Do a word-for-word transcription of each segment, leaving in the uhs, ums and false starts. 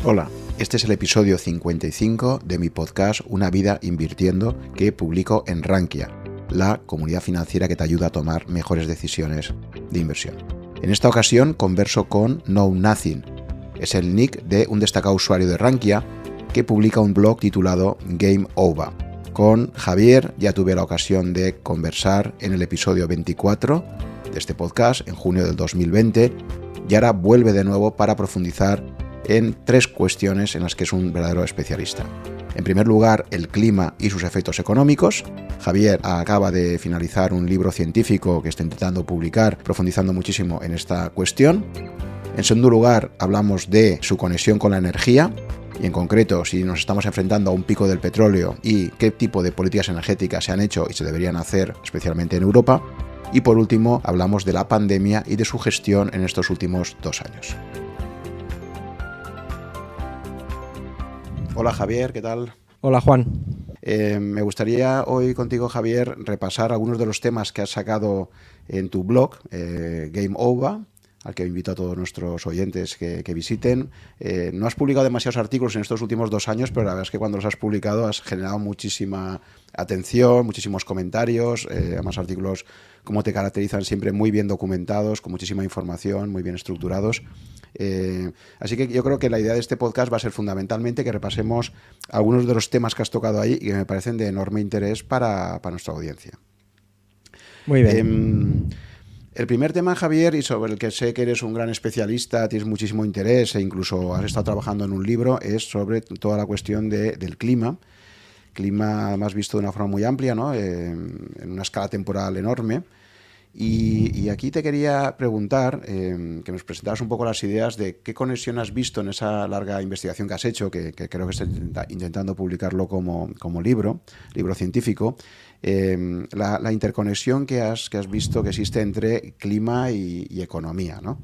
Hola, este es el episodio cincuenta y cinco de mi podcast Una vida invirtiendo, que publico en Rankia, la comunidad financiera que te ayuda a tomar mejores decisiones de inversión. En esta ocasión converso con Know Nothing. Es el nick de un destacado usuario de Rankia que publica un blog titulado Game Over. Con Javier ya tuve la ocasión de conversar en el episodio veinticuatro de este podcast en junio del dos mil veinte y ahora vuelve de nuevo para profundizar en tres cuestiones en las que es un verdadero especialista. En primer lugar, el clima y sus efectos económicos. Javier acaba de finalizar un libro científico que está intentando publicar, profundizando muchísimo en esta cuestión. En segundo lugar, hablamos de su conexión con la energía y en concreto si nos estamos enfrentando a un pico del petróleo y qué tipo de políticas energéticas se han hecho y se deberían hacer, especialmente en Europa. Y por último, hablamos de la pandemia y de su gestión en estos últimos dos años. Hola Javier, ¿qué tal? Hola Juan. Eh, me gustaría hoy contigo, Javier, repasar algunos de los temas que has sacado en tu blog, eh, Game Over, al que invito a todos nuestros oyentes que, que visiten. Eh, no has publicado demasiados artículos en estos últimos dos años, pero la verdad es que cuando los has publicado has generado muchísima atención, muchísimos comentarios, eh, además artículos como te caracterizan siempre muy bien documentados, con muchísima información, muy bien estructurados. Eh, así que yo creo que la idea de este podcast va a ser fundamentalmente que repasemos algunos de los temas que has tocado ahí y que me parecen de enorme interés para, para nuestra audiencia. Muy bien. Eh, el primer tema, Javier, y sobre el que sé que eres un gran especialista, tienes muchísimo interés e incluso has estado trabajando en un libro, es sobre toda la cuestión de, del clima. Clima, además, visto de una forma muy amplia, ¿no? Eh, en una escala temporal enorme. Y, y aquí te quería preguntar, eh, que nos presentaras un poco las ideas de qué conexión has visto en esa larga investigación que has hecho, que, que creo que estás intenta, intentando publicarlo como, como libro, libro científico, eh, la, la interconexión que has, que has visto que existe entre clima y, y economía, ¿no?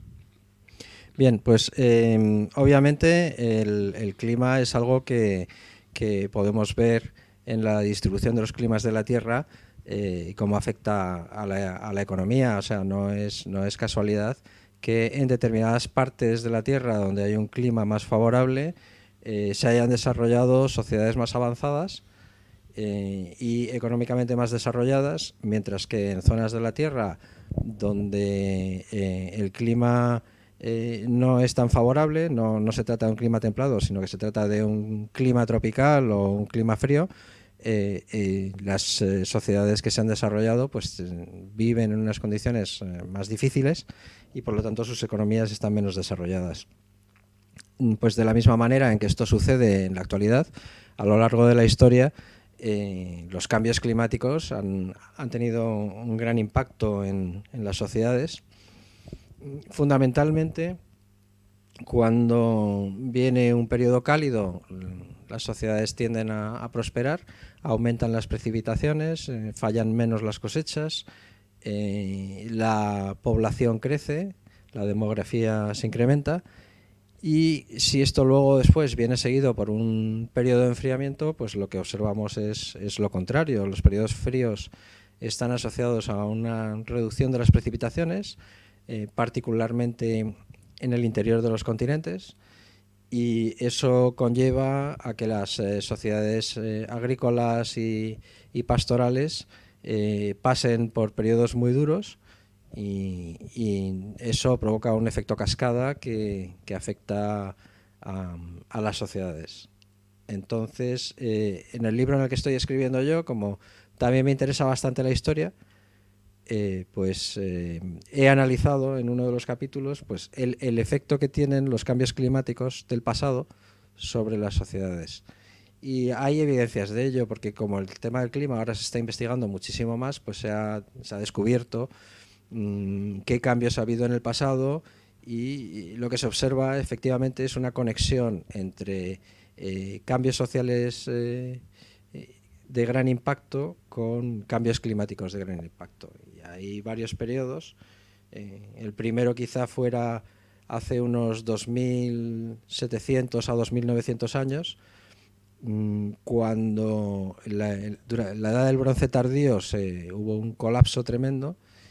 Bien, pues eh, obviamente el, el clima es algo que, que podemos ver en la distribución de los climas de la Tierra eh, y cómo afecta a la, a la economía. O sea, no es, no es casualidad que en determinadas partes de la Tierra donde hay un clima más favorable eh, se hayan desarrollado sociedades más avanzadas eh, y económicamente más desarrolladas, mientras que en zonas de la Tierra donde eh, el clima Eh, no es tan favorable, no, no se trata de un clima templado, sino que se trata de un clima tropical o un clima frío. Eh, eh, las eh, sociedades que se han desarrollado pues eh, viven en unas condiciones eh, más difíciles y por lo tanto sus economías están menos desarrolladas. Pues de la misma manera en que esto sucede en la actualidad, a lo largo de la historia, eh, los cambios climáticos han, han tenido un gran impacto en, en las sociedades. Fundamentalmente, cuando viene un periodo cálido, las sociedades tienden a, a prosperar, aumentan las precipitaciones, eh, fallan menos las cosechas, eh, la población crece, la demografía se incrementa y si esto luego después viene seguido por un periodo de enfriamiento, pues lo que observamos es, es lo contrario. Los periodos fríos están asociados a una reducción de las precipitaciones, Eh, particularmente en el interior de los continentes, y eso conlleva a que las eh, sociedades eh, agrícolas y, y pastorales eh, pasen por periodos muy duros y, y eso provoca un efecto cascada que, que afecta a, a las sociedades. Entonces, eh, en el libro en el que estoy escribiendo yo, como también me interesa bastante la historia, Eh, pues eh, he analizado en uno de los capítulos pues el, el efecto que tienen los cambios climáticos del pasado sobre las sociedades. Y hay evidencias de ello, porque como el tema del clima ahora se está investigando muchísimo más, pues se ha, se ha descubierto mmm, qué cambios ha habido en el pasado y, y lo que se observa efectivamente es una conexión entre eh, cambios sociales eh, de gran impacto con cambios climáticos de gran impacto. Y hay varios periodos. Eh, el primero quizá fuera hace unos dos mil setecientos a dos mil novecientos años, mmm, cuando la, la, la edad del bronce tardío se, hubo un colapso tremendo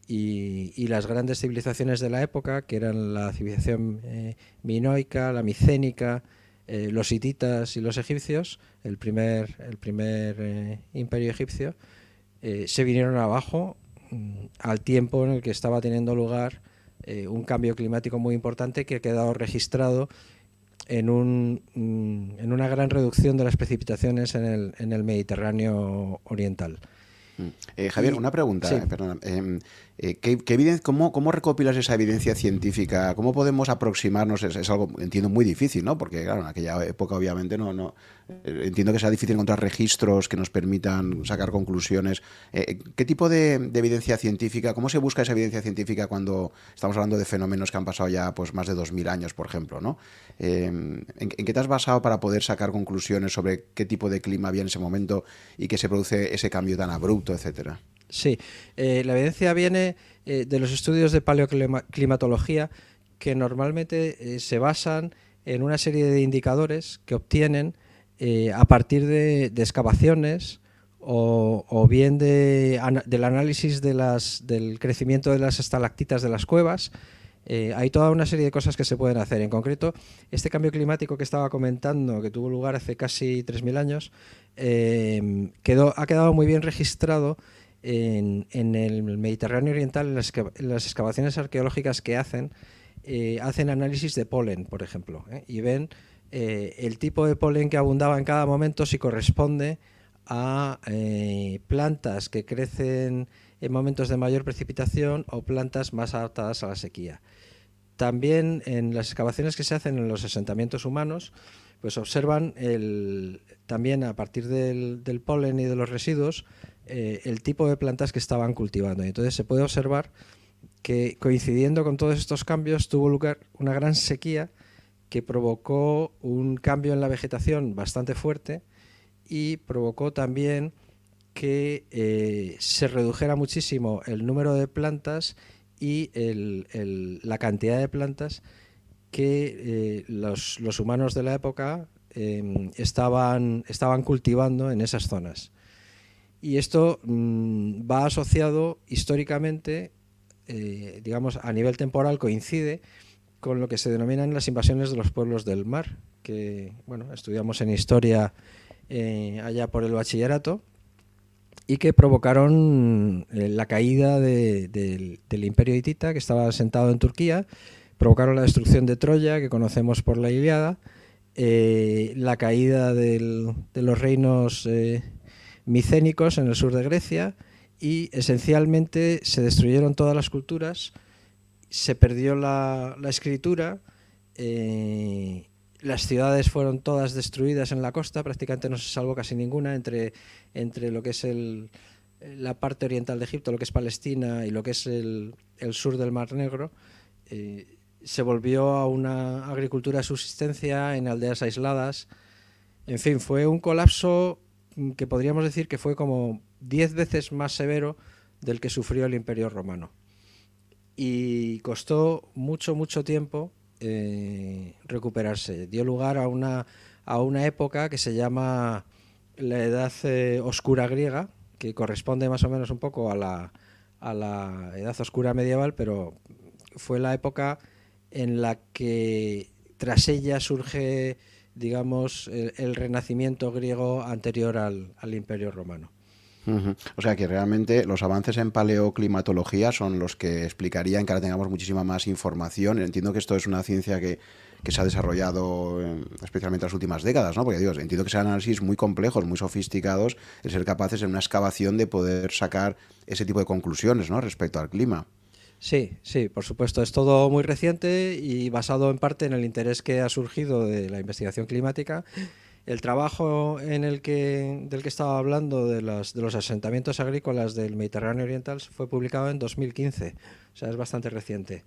y, y las grandes civilizaciones de la época, que eran la civilización eh, minoica, la micénica, eh, los hititas y los egipcios, el primer, el primer eh, imperio egipcio, eh, se vinieron abajo mm, al tiempo en el que estaba teniendo lugar eh, un cambio climático muy importante que ha quedado registrado en, un, mm, en una gran reducción de las precipitaciones en el, en el Mediterráneo oriental. Eh, Javier, Y, una pregunta, sí. eh, perdona. Eh, eh, ¿qué, qué eviden- cómo, ¿Cómo recopilas esa evidencia científica? ¿Cómo podemos aproximarnos? Es, es algo, entiendo, muy difícil, ¿no? Porque, claro, en aquella época, obviamente, no, no eh, entiendo que sea difícil encontrar registros que nos permitan sacar conclusiones. Eh, ¿Qué tipo de, de evidencia científica? ¿Cómo se busca esa evidencia científica cuando estamos hablando de fenómenos que han pasado ya pues, más de dos mil años, por ejemplo, ¿no? Eh, ¿en, ¿En qué te has basado para poder sacar conclusiones sobre qué tipo de clima había en ese momento y que se produce ese cambio tan abrupto, etcétera? Sí, eh, la evidencia viene eh, de los estudios de paleoclimatología que normalmente eh, se basan en una serie de indicadores que obtienen eh, a partir de, de excavaciones o, o bien de, ana, del análisis de las, del crecimiento de las estalactitas de las cuevas. Eh, hay toda una serie de cosas que se pueden hacer. En concreto, este cambio climático que estaba comentando, que tuvo lugar hace casi tres mil años, eh, quedó, ha quedado muy bien registrado En, en el Mediterráneo oriental, en las, en las excavaciones arqueológicas que hacen, eh, hacen análisis de polen, por ejemplo, ¿eh? y ven eh, el tipo de polen que abundaba en cada momento si corresponde a eh, plantas que crecen en momentos de mayor precipitación o plantas más adaptadas a la sequía. También en las excavaciones que se hacen en los asentamientos humanos, pues observan el, también a partir del, del polen y de los residuos eh, el tipo de plantas que estaban cultivando. Y entonces se puede observar que, coincidiendo con todos estos cambios, tuvo lugar una gran sequía que provocó un cambio en la vegetación bastante fuerte y provocó también que eh, se redujera muchísimo el número de plantas y el, el, la cantidad de plantas que eh, los, los humanos de la época eh, estaban, estaban cultivando en esas zonas. Y esto mmm, va asociado históricamente, eh, digamos, a nivel temporal coincide con lo que se denominan las invasiones de los pueblos del mar, que, bueno, estudiamos en historia eh, allá por el bachillerato, y que provocaron eh, la caída de, de, del imperio hitita, que estaba asentado en Turquía, provocaron la destrucción de Troya, que conocemos por la Ilíada, eh, la caída del, de los reinos eh, micénicos en el sur de Grecia, y esencialmente se destruyeron todas las culturas, se perdió la, la escritura, eh, las ciudades fueron todas destruidas en la costa, prácticamente no se salvó casi ninguna entre, entre lo que es el, la parte oriental de Egipto, lo que es Palestina y lo que es el, el sur del Mar Negro. Eh, se volvió a una agricultura de subsistencia en aldeas aisladas. En fin, fue un colapso que podríamos decir que fue como diez veces más severo del que sufrió el Imperio Romano. Y costó mucho, mucho tiempo eh, recuperarse. Dio lugar a una, a una época que se llama la Edad eh, Oscura griega, que corresponde más o menos un poco a la, a la Edad Oscura medieval, pero fue la época en la que tras ella surge, digamos, el, el renacimiento griego anterior al, al Imperio Romano. Uh-huh. O sea que realmente los avances en paleoclimatología son los que explicarían que ahora tengamos muchísima más información. Entiendo que esto es una ciencia que, que se ha desarrollado eh, especialmente en las últimas décadas, ¿no? Porque digo, entiendo que sean análisis muy complejos, muy sofisticados, el ser capaces en una excavación de poder sacar ese tipo de conclusiones, ¿no? Respecto al clima. Sí, sí, por supuesto. Es todo muy reciente y basado en parte en el interés que ha surgido de la investigación climática. El trabajo en el que, del que estaba hablando, de, las, de los asentamientos agrícolas del Mediterráneo Oriental, fue publicado en dos mil quince, o sea, es bastante reciente.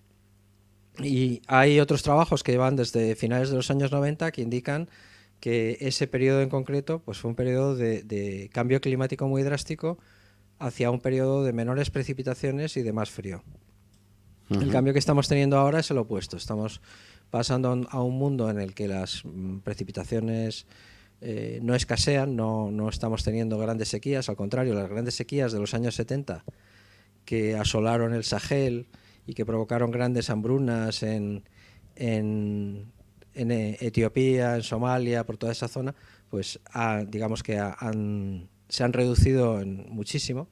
Y hay otros trabajos que van desde finales de los años noventa que indican que ese periodo en concreto pues fue un periodo de, de cambio climático muy drástico hacia un periodo de menores precipitaciones y de más frío. Uh-huh. El cambio que estamos teniendo ahora es el opuesto. Estamos pasando a un mundo en el que las precipitaciones eh, no escasean, no, no estamos teniendo grandes sequías, al contrario, las grandes sequías de los años setenta, que asolaron el Sahel y que provocaron grandes hambrunas en, en, en Etiopía, en Somalia, por toda esa zona, pues ha, digamos que ha, han, se han reducido en muchísimo,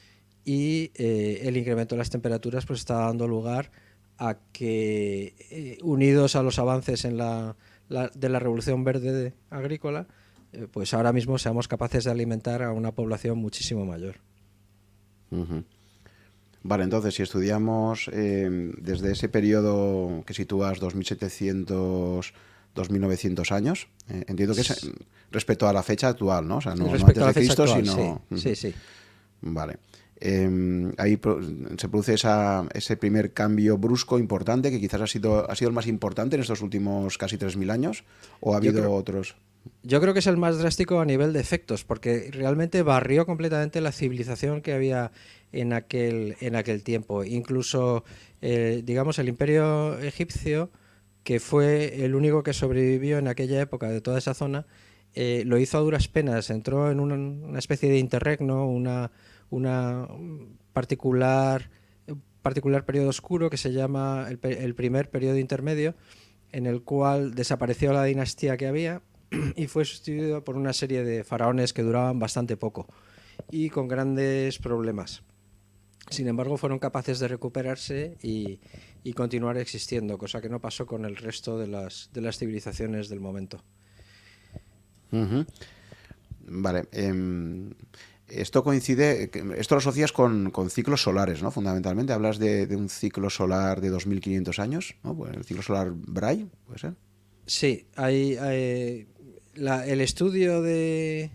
y eh, el incremento de las temperaturas pues está dando lugar a que, eh, unidos a los avances en la, la, de la revolución verde de, agrícola, eh, pues ahora mismo seamos capaces de alimentar a una población muchísimo mayor. Uh-huh. Vale, entonces si estudiamos eh, desde ese periodo que sitúas dos mil setecientos, dos mil novecientos años, eh, entiendo que es respecto a la fecha actual, ¿no? O sea, no, no antes de Cristo, actual, sino... Sí, uh-huh. sí, sí. Vale. Eh, ahí pro, se produce esa, ese primer cambio brusco importante que quizás ha sido, ha sido el más importante en estos últimos casi tres mil años, ¿o ha habido yo creo, otros? Yo creo que es el más drástico a nivel de efectos, porque realmente barrió completamente la civilización que había en aquel, en aquel tiempo. Incluso, eh, digamos, el imperio egipcio, que fue el único que sobrevivió en aquella época de toda esa zona, eh, lo hizo a duras penas. Entró en una, una especie de interregno, una, una particular, particular periodo oscuro que se llama el, el primer periodo intermedio, en el cual desapareció la dinastía que había y fue sustituido por una serie de faraones que duraban bastante poco y con grandes problemas. Sin embargo, fueron capaces de recuperarse y, y continuar existiendo, cosa que no pasó con el resto de las, de las civilizaciones del momento. Uh-huh. Vale. Eh, esto coincide, esto lo asocias con, con ciclos solares, ¿no? Fundamentalmente, hablas de, de un ciclo solar de dos mil quinientos años, ¿no? Pues el ciclo solar Bray, ¿puede ser? Sí, hay, hay la, el estudio de...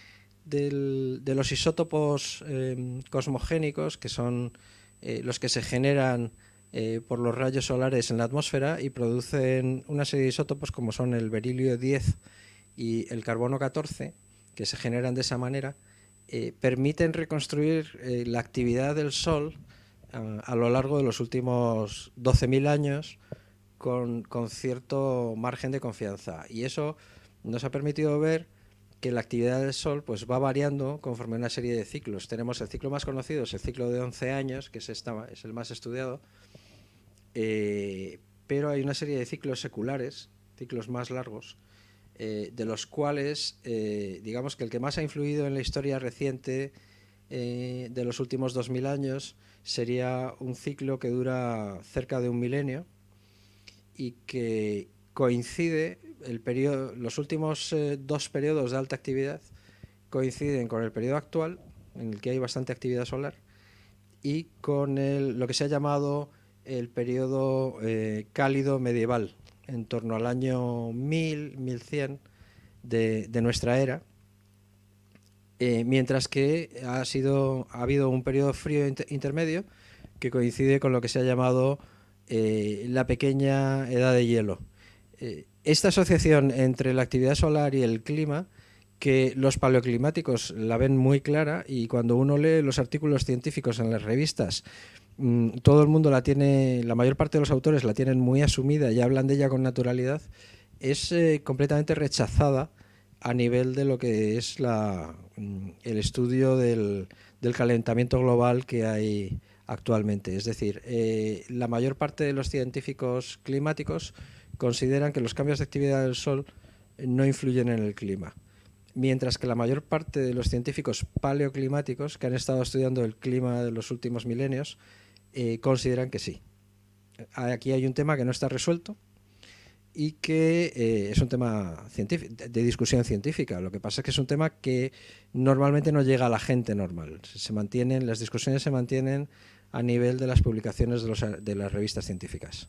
Del, de los isótopos eh, cosmogénicos, que son eh, los que se generan eh, por los rayos solares en la atmósfera y producen una serie de isótopos como son el berilio diez y el carbono catorce, que se generan de esa manera, eh, permiten reconstruir eh, la actividad del Sol a, a lo largo de los últimos doce mil años con, con cierto margen de confianza. Y eso nos ha permitido ver que la actividad del Sol pues va variando conforme a una serie de ciclos. Tenemos el ciclo más conocido, es el ciclo de once años, que es, esta, es el más estudiado, eh, pero hay una serie de ciclos seculares, ciclos más largos, eh, de los cuales, eh, digamos que el que más ha influido en la historia reciente eh, de los últimos dos mil años sería un ciclo que dura cerca de un milenio y que coincide, el periodo, los últimos eh, dos periodos de alta actividad coinciden con el periodo actual, en el que hay bastante actividad solar, y con el, lo que se ha llamado el periodo eh, cálido medieval, en torno al año mil, mil cien de, de nuestra era, eh, mientras que ha, sido, ha habido un periodo frío inter intermedio que coincide con lo que se ha llamado eh, la pequeña edad de hielo. Eh, esta asociación entre la actividad solar y el clima, que los paleoclimáticos la ven muy clara, y cuando uno lee los artículos científicos en las revistas, mmm, todo el mundo la tiene, la mayor parte de los autores la tienen muy asumida y hablan de ella con naturalidad, es eh, completamente rechazada a nivel de lo que es la, el estudio del, del calentamiento global que hay actualmente. Es decir, eh, la mayor parte de los científicos climáticos consideran que los cambios de actividad del Sol no influyen en el clima, mientras que la mayor parte de los científicos paleoclimáticos que han estado estudiando el clima de los últimos milenios eh, consideran que sí. Aquí hay un tema que no está resuelto y que eh, es un tema de discusión científica. Lo que pasa es que es un tema que normalmente no llega a la gente normal. Se mantienen, las discusiones se mantienen a nivel de las publicaciones de, los, de las revistas científicas.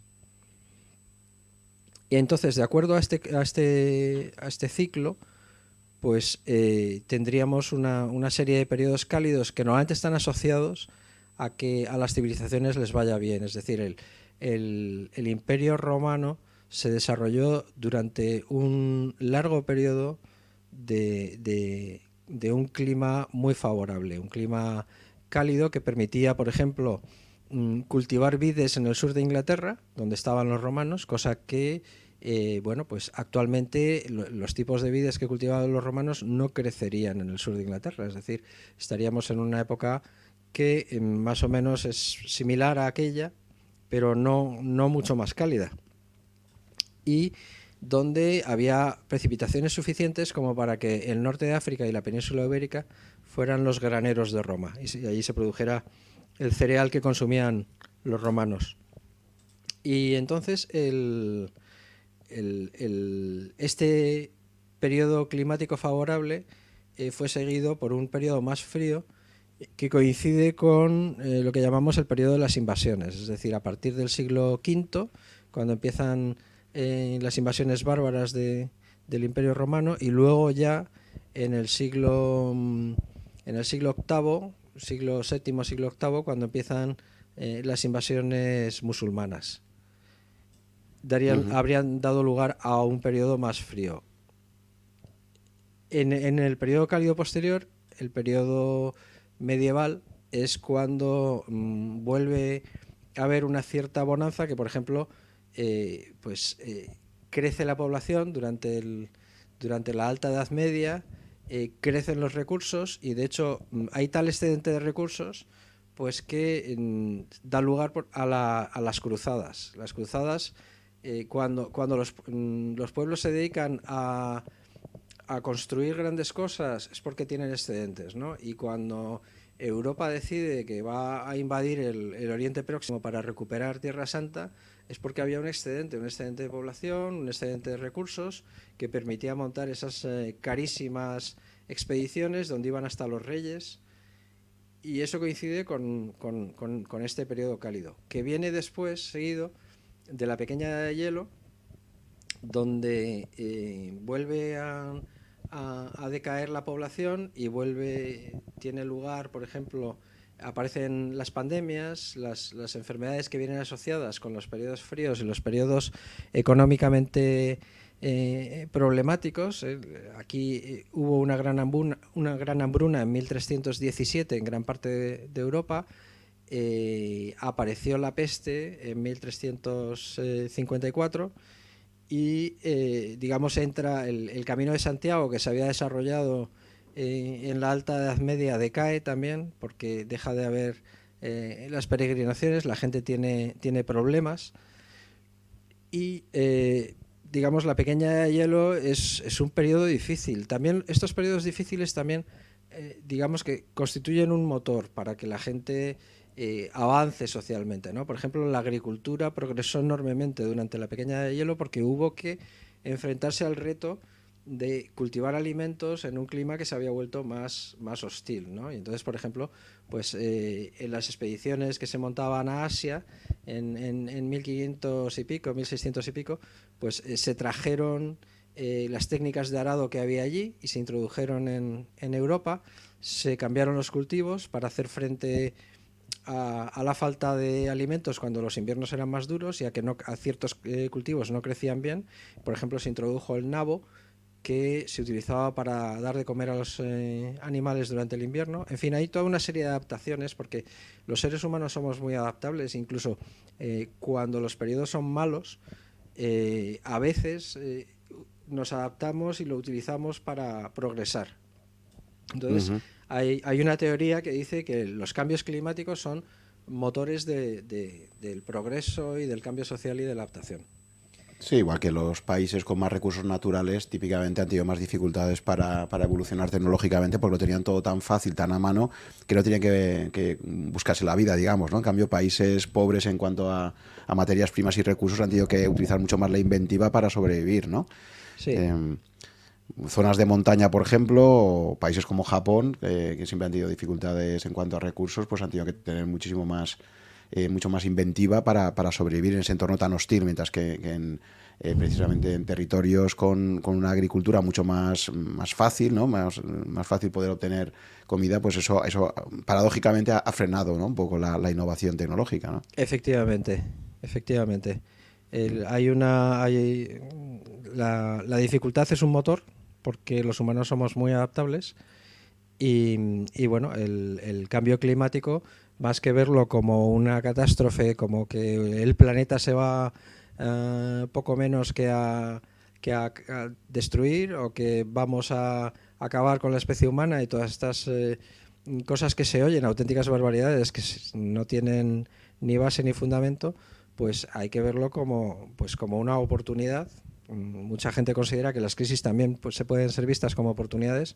Y entonces, de acuerdo a este, a este, a este ciclo, pues eh, tendríamos una, una serie de periodos cálidos que normalmente están asociados a que a las civilizaciones les vaya bien. Es decir, el, el, el Imperio Romano se desarrolló durante un largo periodo de, de, de un clima muy favorable, un clima cálido que permitía, por ejemplo, cultivar vides en el sur de Inglaterra, donde estaban los romanos, cosa que, eh, bueno, pues actualmente lo, los tipos de vides que cultivaban los romanos no crecerían en el sur de Inglaterra. Es decir, estaríamos en una época que eh, más o menos es similar a aquella, pero no, no mucho más cálida. Y donde había precipitaciones suficientes como para que el norte de África y la península ibérica fueran los graneros de Roma, y allí se produjera el cereal que consumían los romanos. Y entonces el, el, el, este periodo climático favorable eh, fue seguido por un periodo más frío que coincide con eh, lo que llamamos el periodo de las invasiones, es decir, a partir del siglo quinto, cuando empiezan eh, las invasiones bárbaras de, del Imperio Romano, y luego ya en el siglo en el siglo octavo, siglo séptimo, siglo octavo, cuando empiezan eh, las invasiones musulmanas. Darían, uh-huh. habrían dado lugar a un periodo más frío. En, en el periodo cálido posterior, el periodo medieval, es cuando mmm, vuelve a haber una cierta bonanza, que por ejemplo eh, pues eh, crece la población durante, el, durante la Alta Edad Media, eh, crecen los recursos, y de hecho hay tal excedente de recursos pues que mmm, da lugar por, a, la, a las cruzadas. Las cruzadas, eh, cuando, cuando los, mmm, los pueblos se dedican a a construir grandes cosas, es porque tienen excedentes, ¿no? Y cuando Europa decide que va a invadir el, el Oriente Próximo para recuperar Tierra Santa, es porque había un excedente, un excedente de población, un excedente de recursos que permitía montar esas eh, carísimas expediciones donde iban hasta los reyes, y eso coincide con, con, con, con este periodo cálido, que viene después, seguido, de la pequeña edad de hielo, donde eh, vuelve a, a, a decaer la población y vuelve, tiene lugar, por ejemplo, aparecen las pandemias, las, las enfermedades que vienen asociadas con los periodos fríos y los periodos económicamente eh, problemáticos. Eh, aquí eh, hubo una gran, hambruna, una gran hambruna en mil trescientos diecisiete en gran parte de, de Europa. Eh, apareció la peste en mil trescientos cincuenta y cuatro. Y eh, digamos entra el, el Camino de Santiago, que se había desarrollado eh, en la Alta Edad Media, decae también porque deja de haber eh, las peregrinaciones, la gente tiene, tiene problemas, y eh, digamos la pequeña edad de hielo es, es un periodo difícil. También estos periodos difíciles también eh, digamos que constituyen un motor para que la gente Eh, avance socialmente, ¿no? Por ejemplo, la agricultura progresó enormemente durante la pequeña edad de hielo porque hubo que enfrentarse al reto de cultivar alimentos en un clima que se había vuelto más, más hostil, ¿no? Y entonces, por ejemplo, pues eh, en las expediciones que se montaban a Asia en, en, en mil quinientos y pico, mil seiscientos y pico, pues eh, se trajeron eh, las técnicas de arado que había allí y se introdujeron en, en Europa, se cambiaron los cultivos para hacer frente A, a la falta de alimentos cuando los inviernos eran más duros y a que no, a ciertos eh, cultivos no crecían bien. Por ejemplo, se introdujo el nabo, que se utilizaba para dar de comer a los eh, animales durante el invierno. En fin, hay toda una serie de adaptaciones porque los seres humanos somos muy adaptables, incluso eh, cuando los periodos son malos, eh, a veces eh, nos adaptamos y lo utilizamos para progresar. Entonces, uh-huh. Hay, hay una teoría que dice que los cambios climáticos son motores de, de, del progreso y del cambio social y de la adaptación. Sí, igual que los países con más recursos naturales típicamente han tenido más dificultades para, para evolucionar tecnológicamente porque lo tenían todo tan fácil, tan a mano, que no tenían que, que buscarse la vida, digamos, ¿no? En cambio, países pobres en cuanto a, a materias primas y recursos han tenido que utilizar mucho más la inventiva para sobrevivir, ¿no? Sí. Eh, Zonas de montaña, por ejemplo, o países como Japón, eh, que siempre han tenido dificultades en cuanto a recursos, pues han tenido que tener muchísimo más, eh, mucho más inventiva para, para sobrevivir en ese entorno tan hostil, mientras que, que en, eh, precisamente en territorios con, con una agricultura mucho más, más fácil, ¿no? Más, más fácil poder obtener comida, pues eso, eso paradójicamente ha, ha frenado, ¿no? Un poco la, la innovación tecnológica, ¿no? Efectivamente, efectivamente. El, hay una, hay, la, la dificultad es un motor, porque los humanos somos muy adaptables y, y bueno, el, el cambio climático, más que verlo como una catástrofe, como que el planeta se va uh, poco menos que a, que a, a destruir o que vamos a acabar con la especie humana y todas estas eh, cosas que se oyen, auténticas barbaridades que no tienen ni base ni fundamento, pues hay que verlo como, pues como una oportunidad. Mucha gente considera que las crisis también pues, se pueden ser vistas como oportunidades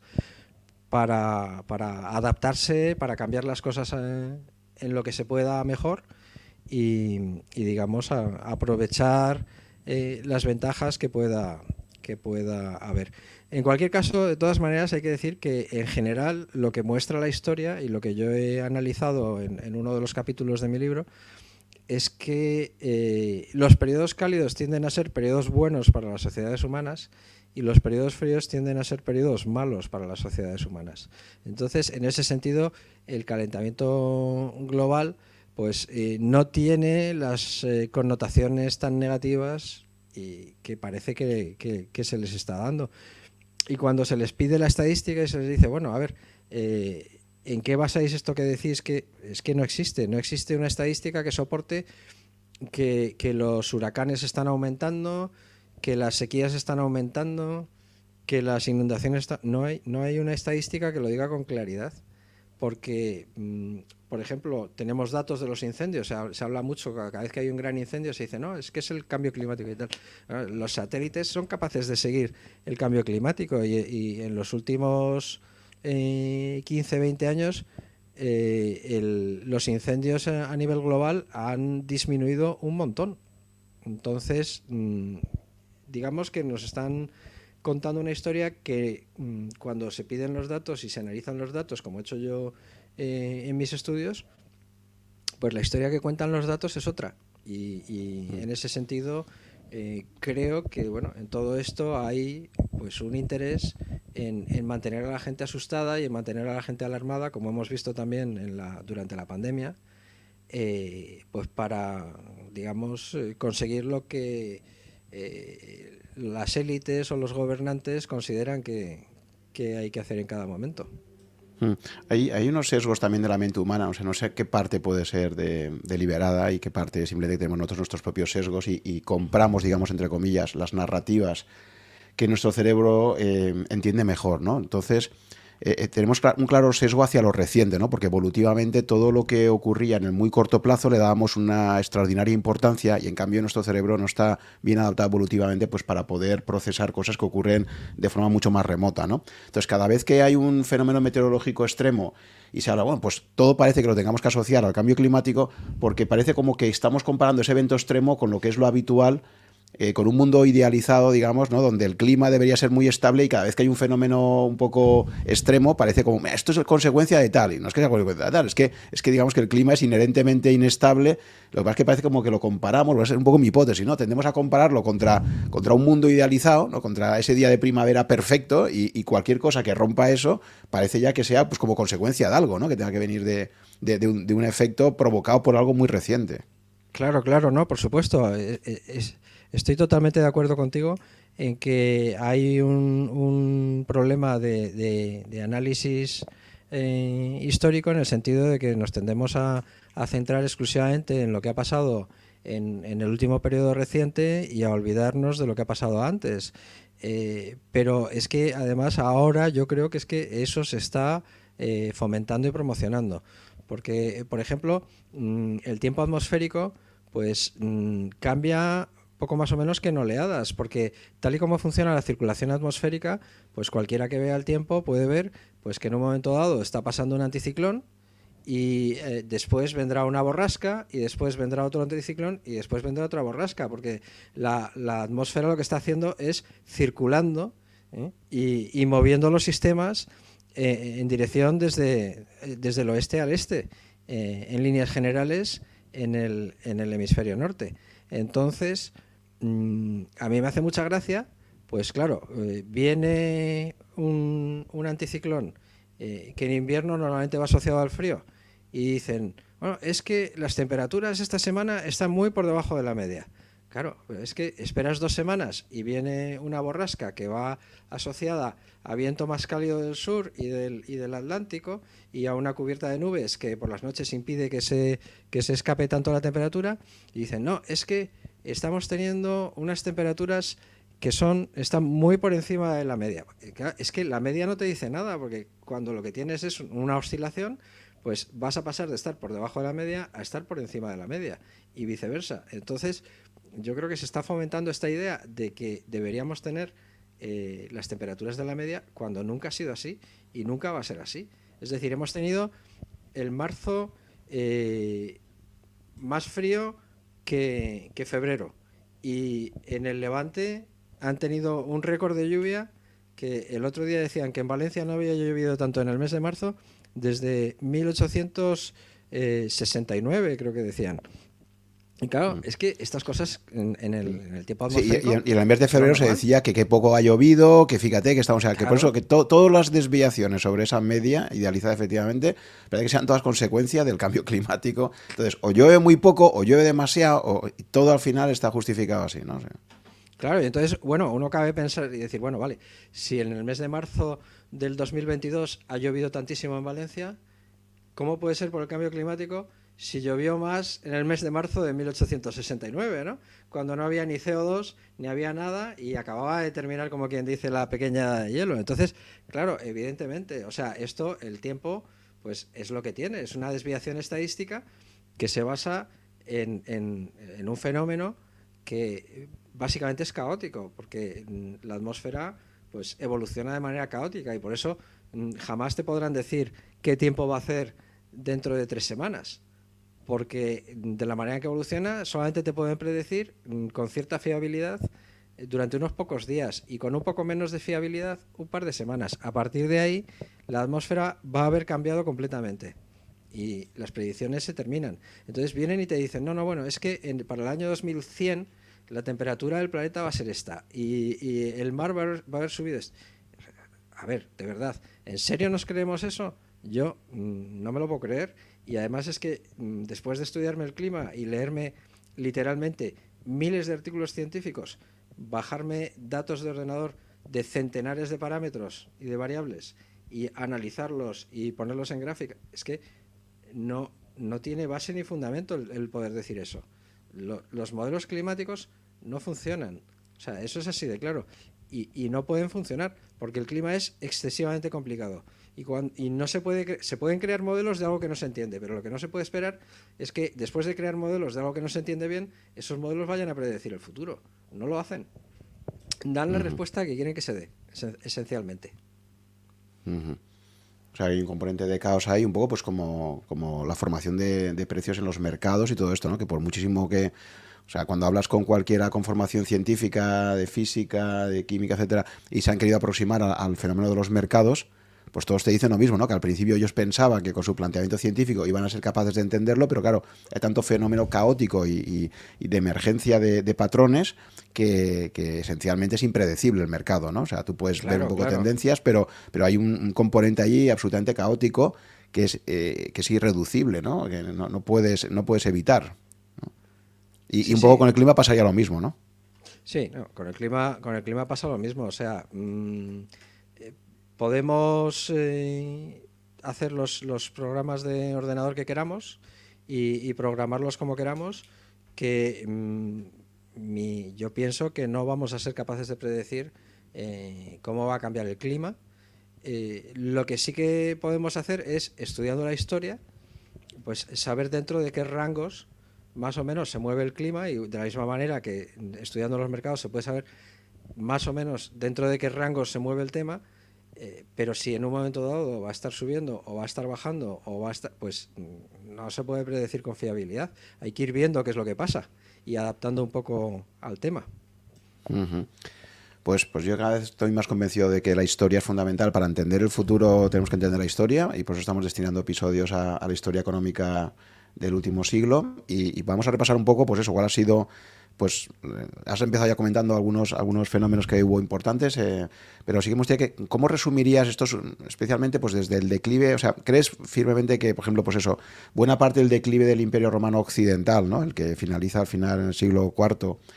para, para adaptarse, para cambiar las cosas en, en lo que se pueda mejor y, y digamos, a, a aprovechar eh, las ventajas que pueda, que pueda haber. En cualquier caso, de todas maneras, hay que decir que en general lo que muestra la historia y lo que yo he analizado en, en uno de los capítulos de mi libro es que eh, los periodos cálidos tienden a ser periodos buenos para las sociedades humanas y los periodos fríos tienden a ser periodos malos para las sociedades humanas. Entonces, en ese sentido, el calentamiento global pues, eh, no tiene las eh, connotaciones tan negativas y que parece que, que, que se les está dando. Y cuando se les pide la estadística y se les dice, bueno, a ver, eh, ¿en qué basáis esto que decís? Que es que no existe, no existe una estadística que soporte que, que los huracanes están aumentando, que las sequías están aumentando, que las inundaciones están... No hay, no hay una estadística que lo diga con claridad, porque, mmm, por ejemplo, tenemos datos de los incendios, se, se habla mucho, cada vez que hay un gran incendio se dice, no, es que es el cambio climático y tal. Los satélites son capaces de seguir el cambio climático y, y en los últimos eh, quince, veinte años eh, el, los incendios a, a nivel global han disminuido un montón. Entonces, mmm, digamos que nos están contando una historia que mmm, cuando se piden los datos y se analizan los datos, como he hecho yo eh, en mis estudios, pues la historia que cuentan los datos es otra. Y, y en ese sentido eh, creo que bueno, en todo esto hay pues un interés en, en mantener a la gente asustada y en mantener a la gente alarmada, como hemos visto también en la, durante la pandemia, eh, pues para, digamos, conseguir lo que eh, las élites o los gobernantes consideran que, que hay que hacer en cada momento. Hmm. Hay, hay unos sesgos también de la mente humana, o sea, no sé qué parte puede ser de, deliberada y qué parte simplemente tenemos nosotros nuestros propios sesgos y, y compramos, digamos, entre comillas, las narrativas que nuestro cerebro eh, entiende mejor, ¿no? Entonces, eh, tenemos un claro sesgo hacia lo reciente, ¿no? Porque evolutivamente todo lo que ocurría en el muy corto plazo le dábamos una extraordinaria importancia y en cambio nuestro cerebro no está bien adaptado evolutivamente pues para poder procesar cosas que ocurren de forma mucho más remota, ¿no? Entonces, cada vez que hay un fenómeno meteorológico extremo y se habla, bueno, pues todo parece que lo tengamos que asociar al cambio climático porque parece como que estamos comparando ese evento extremo con lo que es lo habitual, Eh, con un mundo idealizado, digamos, ¿no? Donde el clima debería ser muy estable y cada vez que hay un fenómeno un poco extremo parece como, esto es consecuencia de tal, y no es que sea consecuencia de tal, es que, es que digamos que el clima es inherentemente inestable, lo que pasa es que parece como que lo comparamos, va a ser un poco mi hipótesis, ¿no? Tendemos a compararlo contra, contra un mundo idealizado, ¿no? Contra ese día de primavera perfecto y, y cualquier cosa que rompa eso parece ya que sea pues como consecuencia de algo, ¿no? Que tenga que venir de, de, de, un, de un efecto provocado por algo muy reciente. Claro, claro, no, por supuesto, es... es... Estoy totalmente de acuerdo contigo en que hay un, un problema de, de, de análisis eh, histórico en el sentido de que nos tendemos a, a centrar exclusivamente en lo que ha pasado en, en el último periodo reciente y a olvidarnos de lo que ha pasado antes. Eh, pero es que además ahora yo creo que es que eso se está eh, fomentando y promocionando. Porque, por ejemplo, mmm, el tiempo atmosférico pues mmm, cambia poco más o menos que en oleadas, porque tal y como funciona la circulación atmosférica, pues cualquiera que vea el tiempo puede ver pues que en un momento dado está pasando un anticiclón y eh, después vendrá una borrasca y después vendrá otro anticiclón y después vendrá otra borrasca, porque la, la atmósfera lo que está haciendo es circulando ¿eh? y, y moviendo los sistemas eh, en dirección desde, desde el oeste al este, eh, en líneas generales en el, en el hemisferio norte. Entonces, a mí me hace mucha gracia, pues claro, eh, viene un, un anticiclón eh, que en invierno normalmente va asociado al frío y dicen, bueno, es que las temperaturas esta semana están muy por debajo de la media. Claro, es que esperas dos semanas y viene una borrasca que va asociada a viento más cálido del sur y del, y del Atlántico y a una cubierta de nubes que por las noches impide que se, que se escape tanto la temperatura y dicen, no, es que estamos teniendo unas temperaturas que son, están muy por encima de la media. Es que la media no te dice nada, porque cuando lo que tienes es una oscilación, pues vas a pasar de estar por debajo de la media a estar por encima de la media y viceversa. Entonces, yo creo que se está fomentando esta idea de que deberíamos tener eh, las temperaturas de la media cuando nunca ha sido así y nunca va a ser así. Es decir, hemos tenido el marzo eh, más frío que, que febrero, y en el Levante han tenido un récord de lluvia que el otro día decían que en Valencia no había llovido tanto en el mes de marzo desde mil ochocientos sesenta y nueve, creo que decían. Y claro, mm. es que estas cosas en, en, el, en el tiempo atmosférico... Sí, y, y en el mes de febrero se decía que, que poco ha llovido, que fíjate que estamos... O sea, claro. que por eso que to, todas las desviaciones sobre esa media idealizada efectivamente, parece que sean todas consecuencias del cambio climático. Entonces, o llueve muy poco, o llueve demasiado, o y todo al final está justificado así, ¿no? O sea, claro, y entonces, bueno, uno cabe pensar y decir, bueno, vale, si en el mes de marzo del dos mil veintidós ha llovido tantísimo en Valencia, ¿cómo puede ser por el cambio climático si llovió más en el mes de marzo de mil ochocientos sesenta y nueve, ¿no? Cuando no había ni C O dos, ni había nada, y acababa de terminar, como quien dice, la pequeña de hielo? Entonces, claro, evidentemente, o sea, esto, el tiempo, pues es lo que tiene, es una desviación estadística que se basa en, en, en un fenómeno que básicamente es caótico, porque la atmósfera pues evoluciona de manera caótica, y por eso jamás te podrán decir qué tiempo va a hacer dentro de tres semanas, porque de la manera que evoluciona solamente te pueden predecir con cierta fiabilidad durante unos pocos días, y con un poco menos de fiabilidad un par de semanas. A partir de ahí la atmósfera va a haber cambiado completamente y las predicciones se terminan. Entonces vienen y te dicen, no, no, bueno, es que en, para el año dos mil cien la temperatura del planeta va a ser esta, y, y el mar va a, haber, va a haber subido esto. A ver, de verdad, ¿en serio nos creemos eso? Yo mmm, no me lo puedo creer. Y además es que mmm, después de estudiarme el clima y leerme literalmente miles de artículos científicos, bajarme datos de ordenador de centenares de parámetros y de variables y analizarlos y ponerlos en gráfica, es que no, no tiene base ni fundamento el, el poder decir eso. Lo, los modelos climáticos no funcionan. O sea, eso es así de claro. Y, y no pueden funcionar porque el clima es excesivamente complicado. Y, cuando, y no se puede se pueden crear modelos de algo que no se entiende, pero lo que no se puede esperar es que después de crear modelos de algo que no se entiende bien, esos modelos vayan a predecir el futuro. No lo hacen. Dan la uh-huh. respuesta que quieren que se dé, esencialmente. Uh-huh. O sea, hay un componente de caos ahí, un poco pues como, como la formación de, de precios en los mercados y todo esto, ¿no? Que por muchísimo que... O sea, cuando hablas con cualquiera con formación científica, de física, de química, etcétera, y se han querido aproximar a, al fenómeno de los mercados, pues todos te dicen lo mismo, ¿no? Que al principio ellos pensaban que con su planteamiento científico iban a ser capaces de entenderlo, pero claro, hay tanto fenómeno caótico y, y, y de emergencia de, de patrones que, que esencialmente es impredecible el mercado, ¿no? O sea, tú puedes claro, ver un poco claro. tendencias, pero, pero hay un, un componente allí absolutamente caótico que es, eh, que es irreducible, ¿no? Que no, no, puedes, no puedes evitar. Y, sí, y un poco sí. con el clima pasaría lo mismo, ¿no? Sí, no, con el clima, con el clima pasa lo mismo. O sea, mmm, eh, podemos eh, hacer los, los programas de ordenador que queramos y, y programarlos como queramos, que mmm, mi, yo pienso que no vamos a ser capaces de predecir eh, cómo va a cambiar el clima. Eh, lo que sí que podemos hacer es, estudiando la historia, pues saber dentro de qué rangos más o menos se mueve el clima, y de la misma manera que estudiando los mercados se puede saber más o menos dentro de qué rangos se mueve el tema, eh, pero si en un momento dado va a estar subiendo o va a estar bajando o va a estar, pues no se puede predecir con fiabilidad. Hay que ir viendo qué es lo que pasa y adaptando un poco al tema. Uh-huh. Pues, pues yo cada vez estoy más convencido de que la historia es fundamental. Para entender el futuro tenemos que entender la historia, y por eso estamos destinando episodios a, a la historia económica del último siglo, y, y vamos a repasar un poco, pues eso, cuál ha sido, pues has empezado ya comentando algunos, algunos fenómenos que hubo importantes, eh, pero sí que me gustaría que, ¿cómo resumirías estos, especialmente pues desde el declive? O sea, ¿crees firmemente que, por ejemplo, pues eso, buena parte del declive del Imperio Romano Occidental, ¿no? El que finaliza al final en el siglo cuarto,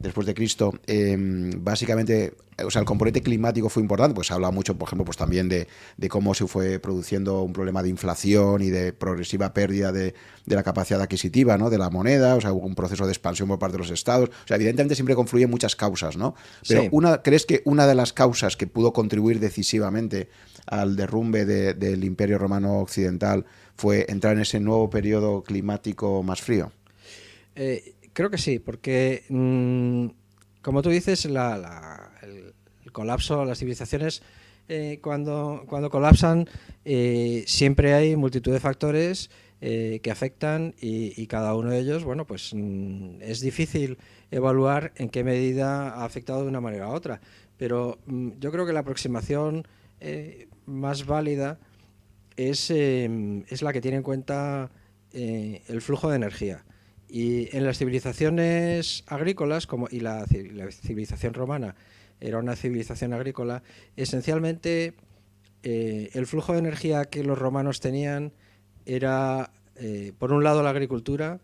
después de Cristo, eh, básicamente, o sea, el componente climático fue importante, pues se ha hablado mucho, por ejemplo, pues también de, de cómo se fue produciendo un problema de inflación y de progresiva pérdida de, de la capacidad adquisitiva, ¿no?, de la moneda, o sea, hubo un proceso de expansión por parte de los estados, o sea, evidentemente siempre confluyen muchas causas, ¿no? Pero Sí. una, ¿crees que una de las causas que pudo contribuir decisivamente al derrumbe de, del Imperio Romano Occidental fue entrar en ese nuevo periodo climático más frío? Eh, creo que sí, porque mmm, como tú dices, la, la, el, el colapso, las civilizaciones, eh, cuando, cuando colapsan, eh, siempre hay multitud de factores eh, que afectan y, y cada uno de ellos, bueno, pues mmm, es difícil evaluar en qué medida ha afectado de una manera u otra. Pero mmm, yo creo que la aproximación eh, más válida es, eh, es la que tiene en cuenta eh, el flujo de energía. Y en las civilizaciones agrícolas, como y la, la civilización romana era una civilización agrícola, esencialmente eh, el flujo de energía que los romanos tenían era, eh, por un lado, la agricultura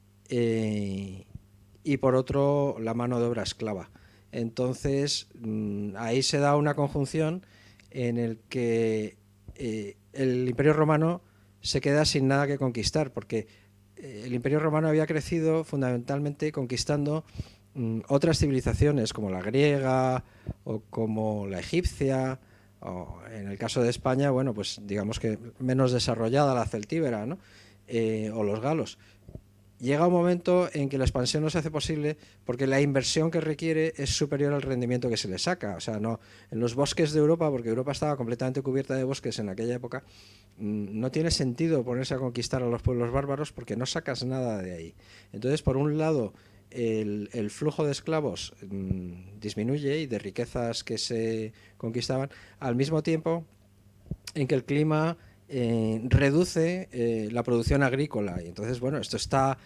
eh, y por otro, la mano de obra esclava. Entonces, mmm, ahí se da una conjunción en el que eh, el Imperio Romano se queda sin nada que conquistar, porque el Imperio Romano había crecido fundamentalmente conquistando mmm, otras civilizaciones como la griega o como la egipcia, o en el caso de España, bueno, pues digamos que menos desarrollada, la celtíbera, ¿no? Eh, o los galos. Llega un momento en que la expansión no se hace posible porque la inversión que requiere es superior al rendimiento que se le saca. O sea, no en los bosques de Europa, porque Europa estaba completamente cubierta de bosques en aquella época, no tiene sentido ponerse a conquistar a los pueblos bárbaros porque no sacas nada de ahí. Entonces, por un lado, el, el flujo de esclavos mmm, disminuye y de riquezas que se conquistaban, al mismo tiempo en que el clima eh, reduce eh, la producción agrícola. Y entonces, bueno, esto está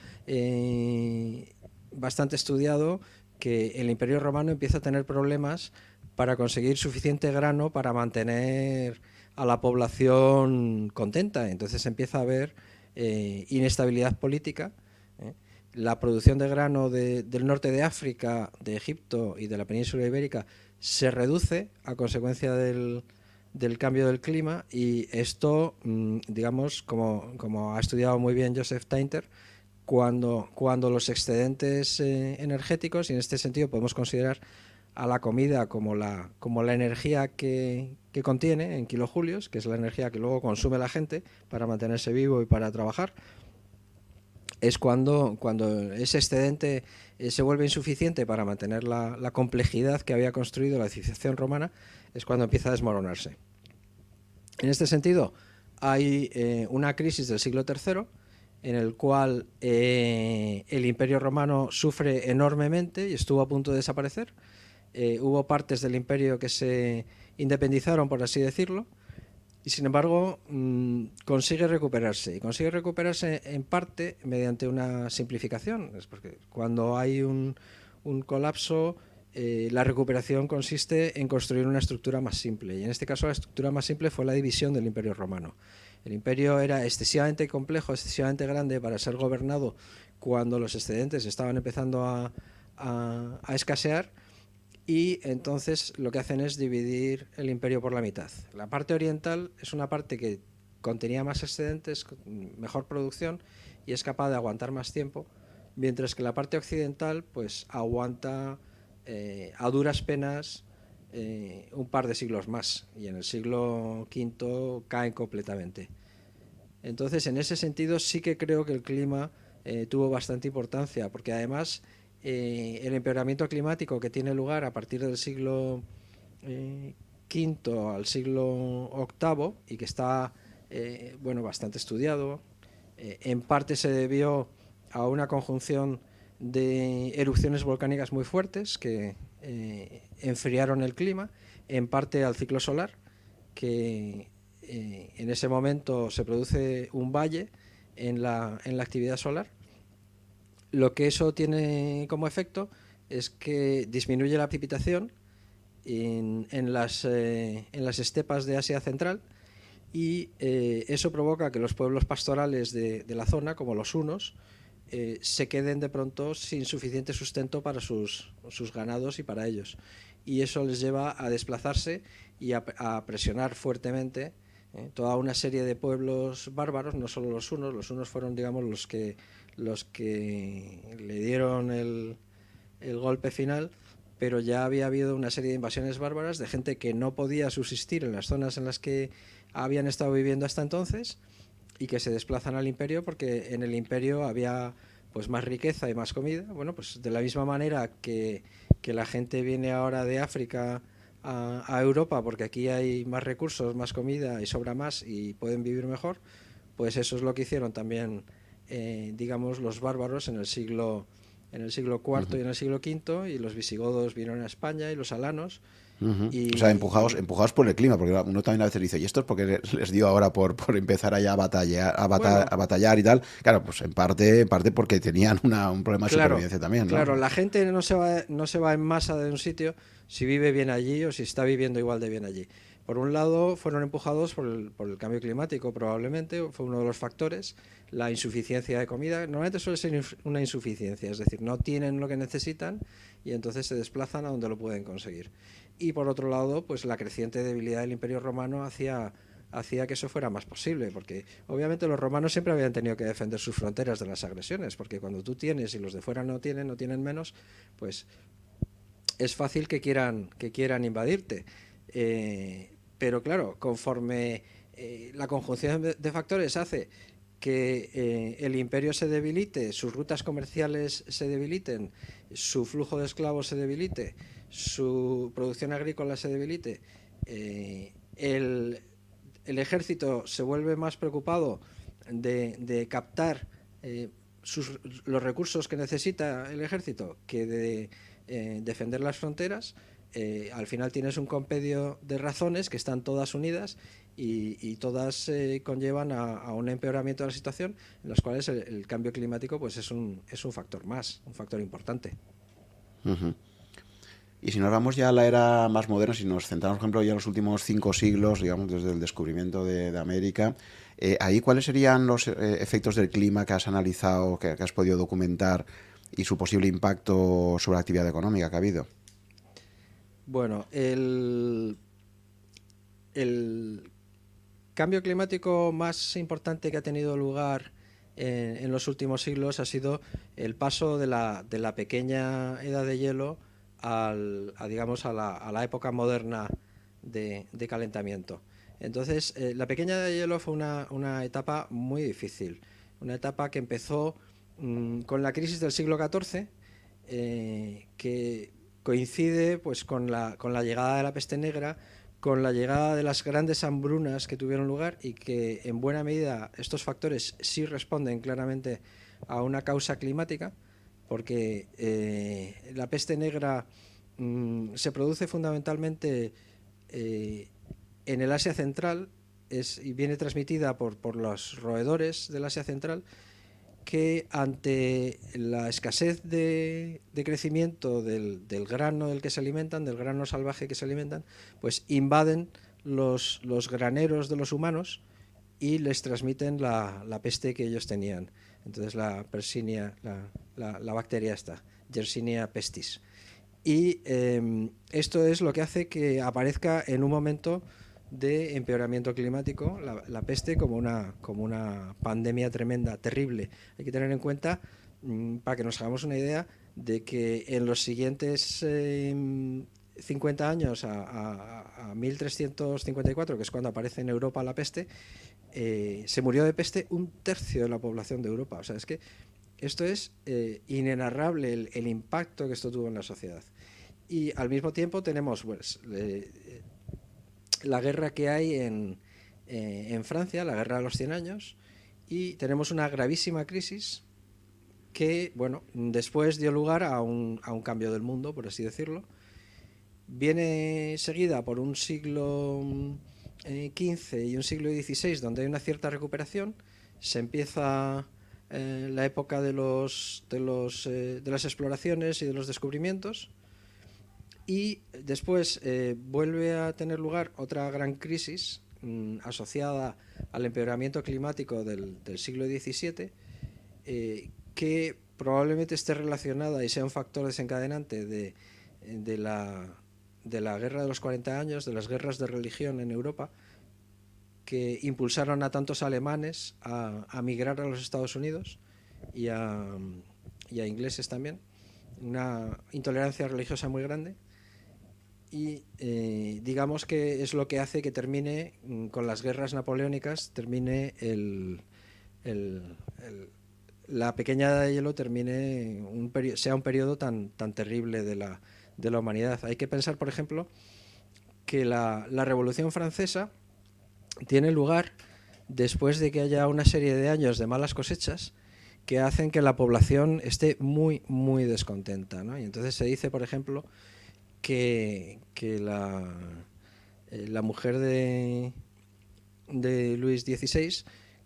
eh, bastante estudiado, que el Imperio Romano empieza a tener problemas para conseguir suficiente grano para mantener a la población contenta. Entonces empieza a haber eh, inestabilidad política. ¿eh? La producción de grano de, del norte de África, de Egipto y de la península ibérica se reduce a consecuencia del, del cambio del clima, y esto, digamos, como, como ha estudiado muy bien Joseph Tainter, cuando, cuando los excedentes eh, energéticos, y en este sentido podemos considerar a la comida como la, como la energía que, que contiene en kilojulios, que es la energía que luego consume la gente para mantenerse vivo y para trabajar, es cuando, cuando ese excedente eh, se vuelve insuficiente para mantener la, la complejidad que había construido la civilización romana, es cuando empieza a desmoronarse. En este sentido, hay eh, una crisis del siglo tercero en el cual eh, el Imperio Romano sufre enormemente y estuvo a punto de desaparecer. Eh, hubo partes del imperio que se independizaron, por así decirlo, y sin embargo mmm, consigue recuperarse. Y consigue recuperarse en parte mediante una simplificación. Es porque cuando hay un, un colapso, eh, la recuperación consiste en construir una estructura más simple. Y en este caso la estructura más simple fue la división del Imperio Romano. El imperio era excesivamente complejo, excesivamente grande para ser gobernado cuando los excedentes estaban empezando a, a, a escasear. Y entonces lo que hacen es dividir el imperio por la mitad. La parte oriental es una parte que contenía más excedentes, mejor producción y es capaz de aguantar más tiempo, mientras que la parte occidental pues aguanta eh, a duras penas eh, un par de siglos más, y en el siglo quinto caen completamente. Entonces, en ese sentido sí que creo que el clima eh, tuvo bastante importancia, porque además Eh, el empeoramiento climático que tiene lugar a partir del siglo eh, quinto al siglo octavo y que está eh, bueno, bastante estudiado, eh, en parte se debió a una conjunción de erupciones volcánicas muy fuertes que eh, enfriaron el clima, en parte al ciclo solar, que eh, en ese momento se produce un valle en la, en la actividad solar. Lo que eso tiene como efecto es que disminuye la precipitación en, en, las, eh, en las estepas de Asia Central, y eh, eso provoca que los pueblos pastorales de, de la zona, como los hunos, eh, se queden de pronto sin suficiente sustento para sus, sus ganados y para ellos. Y eso les lleva a desplazarse y a, a presionar fuertemente eh, toda una serie de pueblos bárbaros, no solo los hunos. Los hunos fueron, digamos, los que, los que le dieron el, el golpe final, pero ya había habido una serie de invasiones bárbaras de gente que no podía subsistir en las zonas en las que habían estado viviendo hasta entonces y que se desplazan al imperio porque en el imperio había pues más riqueza y más comida. Bueno, pues de la misma manera que, que la gente viene ahora de África a, a Europa porque aquí hay más recursos, más comida y sobra más y pueden vivir mejor, pues eso es lo que hicieron también, eh, digamos, los bárbaros en el siglo en el siglo cuarto uh-huh. y en el siglo quinto, y los visigodos vinieron a España y los alanos. Uh-huh. Y, o sea, empujados, y... empujados por el clima, porque uno también a veces dice, ¿y esto es porque les dio ahora por, por empezar allá a batallar, a, bata, bueno, a batallar y tal? Claro, pues en parte, en parte porque tenían una, un problema de claro, supervivencia también, ¿no? Claro, la gente no se va, no se va en masa de un sitio si vive bien allí o si está viviendo igual de bien allí. Por un lado, fueron empujados por el, por el cambio climático, probablemente, fue uno de los factores, la insuficiencia de comida. Normalmente suele ser una insuficiencia, es decir, no tienen lo que necesitan y entonces se desplazan a donde lo pueden conseguir. Y por otro lado, pues la creciente debilidad del Imperio Romano hacía, hacía que eso fuera más posible, porque obviamente los romanos siempre habían tenido que defender sus fronteras de las agresiones, porque cuando tú tienes y los de fuera no tienen, no tienen menos, pues es fácil que quieran, que quieran invadirte. Eh, pero claro, conforme eh, la conjunción de, de factores hace que eh, el imperio se debilite, sus rutas comerciales se debiliten, su flujo de esclavos se debilite, su producción agrícola se debilite, eh, el, el ejército se vuelve más preocupado de, de captar eh, sus, los recursos que necesita el ejército que de eh, defender las fronteras. Eh, al final tienes un compendio de razones que están todas unidas y, y todas eh, conllevan a, a un empeoramiento de la situación, en las cuales el, el cambio climático pues es un, es un factor más, un factor importante. Uh-huh. Y si nos vamos ya a la era más moderna, si nos centramos, por ejemplo, ya en los últimos cinco siglos, digamos, desde el descubrimiento de, de América, eh, ahí ¿cuáles serían los eh, efectos del clima que has analizado, que, que has podido documentar y su posible impacto sobre la actividad económica que ha habido? Bueno, el, el cambio climático más importante que ha tenido lugar en, en los últimos siglos ha sido el paso de la, de la pequeña edad de hielo al, a, digamos, a la, a la época moderna de, de calentamiento. Entonces, eh, la pequeña edad de hielo fue una, una etapa muy difícil, una etapa que empezó mmm, con la crisis del siglo catorce, eh, que coincide pues con la, con la llegada de la peste negra, con la llegada de las grandes hambrunas que tuvieron lugar y que en buena medida estos factores sí responden claramente a una causa climática, porque eh, la peste negra mmm, se produce fundamentalmente eh, en el Asia Central es, y viene transmitida por, por los roedores del Asia Central, que ante la escasez de, de crecimiento del, del grano del que se alimentan, del grano salvaje que se alimentan, pues invaden los, los graneros de los humanos y les transmiten la, la peste que ellos tenían. Entonces la Yersinia, la, la, la bacteria esta, Yersinia pestis. Y eh, esto es lo que hace que aparezca en un momento de empeoramiento climático la, la peste como una, como una pandemia tremenda, terrible. Hay que tener en cuenta, mmm, para que nos hagamos una idea, de que en los siguientes eh, cincuenta años a, a, a mil trescientos cincuenta y cuatro, que es cuando aparece en Europa la peste, eh, se murió de peste un tercio de la población de Europa. O sea, es que esto es eh, inenarrable el, el impacto que esto tuvo en la sociedad. Y al mismo tiempo tenemos pues, eh, la guerra que hay en, eh, en Francia, la guerra de los cien años, y tenemos una gravísima crisis que, bueno, después dio lugar a un, a un cambio del mundo, por así decirlo. Viene seguida por un siglo eh, quince y un siglo dieciséis, donde hay una cierta recuperación. Se empieza eh, la época de, los, de, los, eh, de las exploraciones y de los descubrimientos. Y después eh, vuelve a tener lugar otra gran crisis mmm, asociada al empeoramiento climático del, del siglo diecisiete, eh, que probablemente esté relacionada y sea un factor desencadenante de, de, la, de la guerra de los cuarenta años, de las guerras de religión en Europa, que impulsaron a tantos alemanes a, a migrar a los Estados Unidos y a, y a ingleses también. Una intolerancia religiosa muy grande. Y eh, digamos que es lo que hace que termine, con las guerras napoleónicas, termine el, el, el, la pequeña edad de hielo, termine un sea un periodo tan, tan terrible de la, de la humanidad. Hay que pensar, por ejemplo, que la, la Revolución Francesa tiene lugar después de que haya una serie de años de malas cosechas que hacen que la población esté muy, muy descontenta, ¿no? Y entonces se dice, por ejemplo, que, que la, eh, la mujer de, de Luis dieciséis,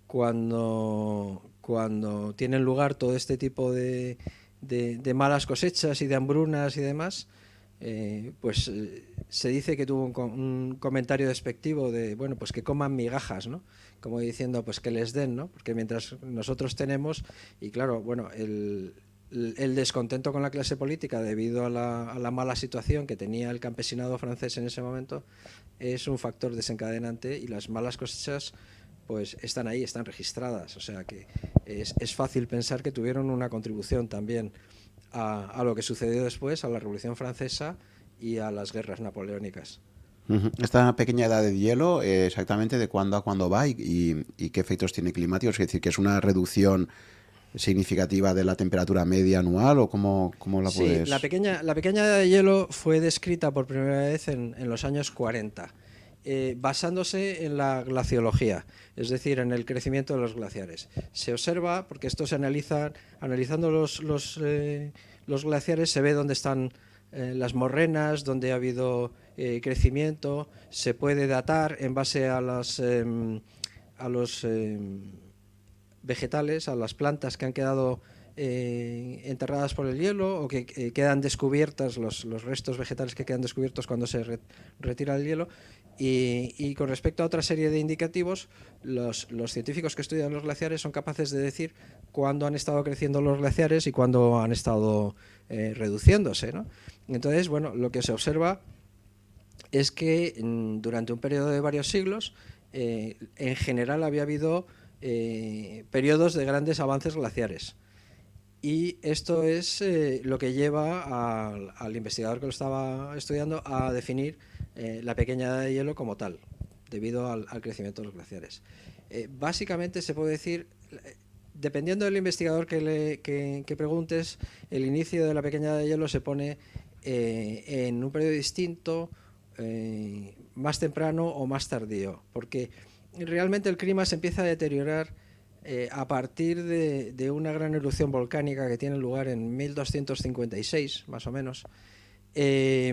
cuando, cuando tienen lugar todo este tipo de, de, de malas cosechas y de hambrunas y demás, eh, pues eh, se dice que tuvo un, un comentario despectivo de, bueno, pues que coman migajas, ¿no? Como diciendo, pues que les den, ¿no? Porque mientras nosotros tenemos, y claro, bueno, el... el descontento con la clase política debido a la, a la mala situación que tenía el campesinado francés en ese momento es un factor desencadenante, y las malas cosechas pues están ahí, están registradas, o sea que es, es fácil pensar que tuvieron una contribución también a, a lo que sucedió después, a la Revolución Francesa y a las guerras napoleónicas. Esta pequeña edad de hielo, eh, exactamente de cuándo a cuándo va y, y, y qué efectos tiene climáticos, es decir, que es una reducción significativa de la temperatura media anual, o cómo, cómo la puedes...? Sí, la pequeña, la pequeña edad de hielo fue descrita por primera vez en, en los años cuarenta, eh, basándose en la glaciología, es decir, en el crecimiento de los glaciares. Se observa, porque esto se analiza, analizando los, los, eh, los glaciares, se ve dónde están eh, las morrenas, dónde ha habido eh, crecimiento, se puede datar en base a, las, eh, a los... Eh, vegetales, a las plantas que han quedado eh, enterradas por el hielo, o que eh, quedan descubiertas, los, los restos vegetales que quedan descubiertos cuando se re, retira el hielo. Y, y con respecto a otra serie de indicativos, los, los científicos que estudian los glaciares son capaces de decir cuándo han estado creciendo los glaciares y cuándo han estado eh, reduciéndose, ¿no? Entonces, bueno, lo que se observa es que mm, durante un periodo de varios siglos, eh, en general había habido Eh, periodos de grandes avances glaciares, y esto es eh, lo que lleva a, al investigador que lo estaba estudiando a definir eh, la pequeña edad de hielo como tal, debido al, al crecimiento de los glaciares. Eh, básicamente se puede decir, dependiendo del investigador que, le, que, que preguntes, el inicio de la pequeña edad de hielo se pone eh, en un periodo distinto, eh, más temprano o más tardío, porque realmente el clima se empieza a deteriorar eh, a partir de, de una gran erupción volcánica que tiene lugar en mil doscientos cincuenta y seis, más o menos, eh,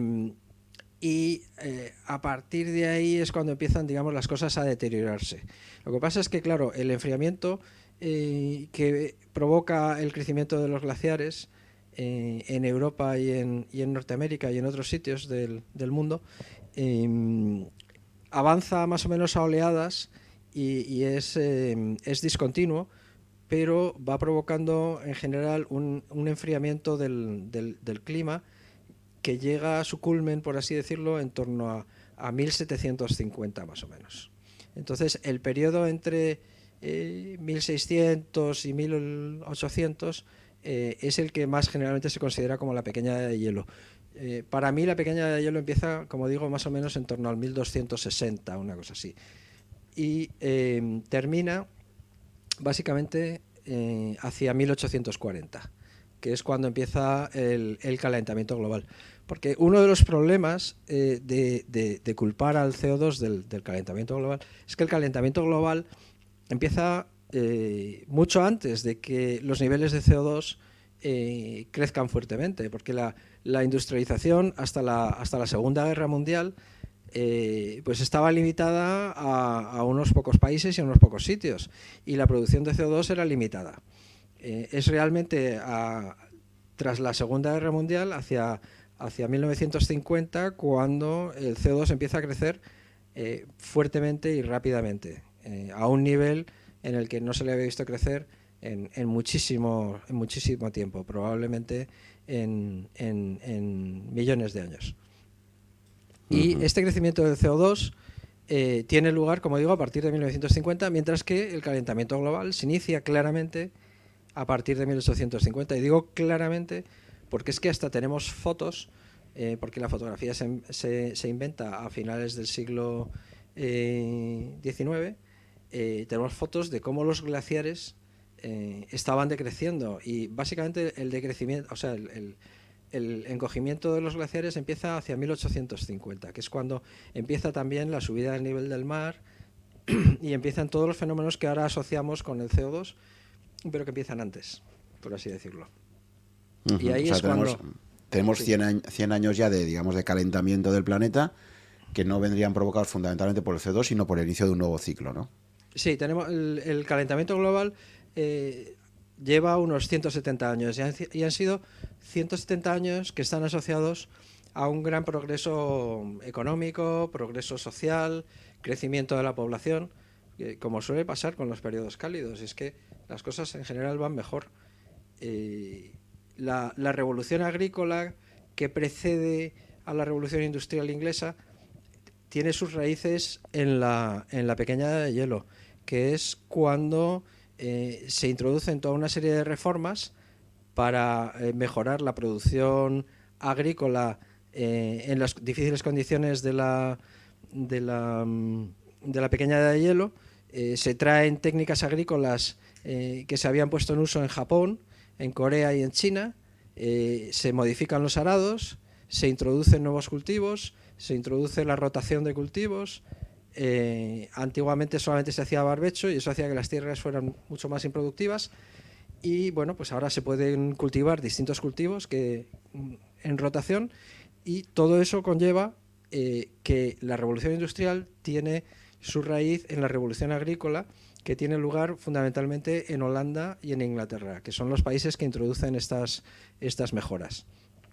y eh, a partir de ahí es cuando empiezan, digamos, las cosas a deteriorarse. Lo que pasa es que, claro, el enfriamiento eh, que provoca el crecimiento de los glaciares eh, en Europa y en, y en Norteamérica y en otros sitios del, del mundo, eh, avanza más o menos a oleadas y, y es, eh, es discontinuo, pero va provocando en general un, un enfriamiento del, del, del clima que llega a su culmen, por así decirlo, en torno a, a mil setecientos cincuenta más o menos. Entonces, el periodo entre eh, mil seiscientos y mil ochocientos eh, es el que más generalmente se considera como la pequeña edad de hielo. Eh, para mí la pequeña edad de hielo empieza, como digo, más o menos en torno al mil doscientos sesenta, una cosa así, y eh, termina básicamente eh, hacia mil ochocientos cuarenta, que es cuando empieza el, el calentamiento global. Porque uno de los problemas eh, de, de, de culpar al C O dos del, del calentamiento global es que el calentamiento global empieza eh, mucho antes de que los niveles de C O dos eh, crezcan fuertemente, porque la, la industrialización hasta la, hasta la Segunda Guerra Mundial eh, pues estaba limitada a, a unos pocos países y a unos pocos sitios, y la producción de C O dos era limitada. Eh, es realmente a, tras la Segunda Guerra Mundial, hacia, hacia mil novecientos cincuenta, cuando el C O dos empieza a crecer eh, fuertemente y rápidamente, eh, a un nivel en el que no se le había visto crecer en, en, muchísimo, en muchísimo tiempo, probablemente en, en, en millones de años. Y uh-huh. este crecimiento del C O dos eh, tiene lugar, como digo, a partir de mil novecientos cincuenta, mientras que el calentamiento global se inicia claramente a partir de mil ochocientos cincuenta. Y digo claramente porque es que hasta tenemos fotos, eh, porque la fotografía se, se, se inventa a finales del siglo eh, diecinueve, eh, tenemos fotos de cómo los glaciares eh, estaban decreciendo, y básicamente el decrecimiento, o sea, el, el, el encogimiento de los glaciares empieza hacia mil ochocientos cincuenta, que es cuando empieza también la subida del nivel del mar y empiezan todos los fenómenos que ahora asociamos con el C O dos, pero que empiezan antes, por así decirlo. Uh-huh. Y ahí o sea, es tenemos, cuando... tenemos sí. cien años ya de, digamos, de calentamiento del planeta, que no vendrían provocados fundamentalmente por el C O dos, sino por el inicio de un nuevo ciclo, ¿no? Sí, tenemos el, el calentamiento global eh, lleva unos ciento setenta años y han, y han sido ciento setenta años que están asociados a un gran progreso económico, progreso social, crecimiento de la población, eh, como suele pasar con los periodos cálidos. Es que las cosas en general van mejor. Eh, la, la revolución agrícola que precede a la revolución industrial inglesa tiene sus raíces en la, en la pequeña edad de hielo, que es cuando eh, se introducen toda una serie de reformas para eh, mejorar la producción agrícola eh, en las difíciles condiciones de la, de la, de la pequeña edad de hielo. Eh, se traen técnicas agrícolas eh, que se habían puesto en uso en Japón, en Corea y en China, eh, se modifican los arados, se introducen nuevos cultivos, se introduce la rotación de cultivos. Eh, antiguamente solamente se hacía barbecho y eso hacía que las tierras fueran mucho más improductivas, y bueno, pues ahora se pueden cultivar distintos cultivos que, en rotación, y todo eso conlleva eh, que la revolución industrial tiene su raíz en la revolución agrícola, que tiene lugar fundamentalmente en Holanda y en Inglaterra, que son los países que introducen estas, estas mejoras.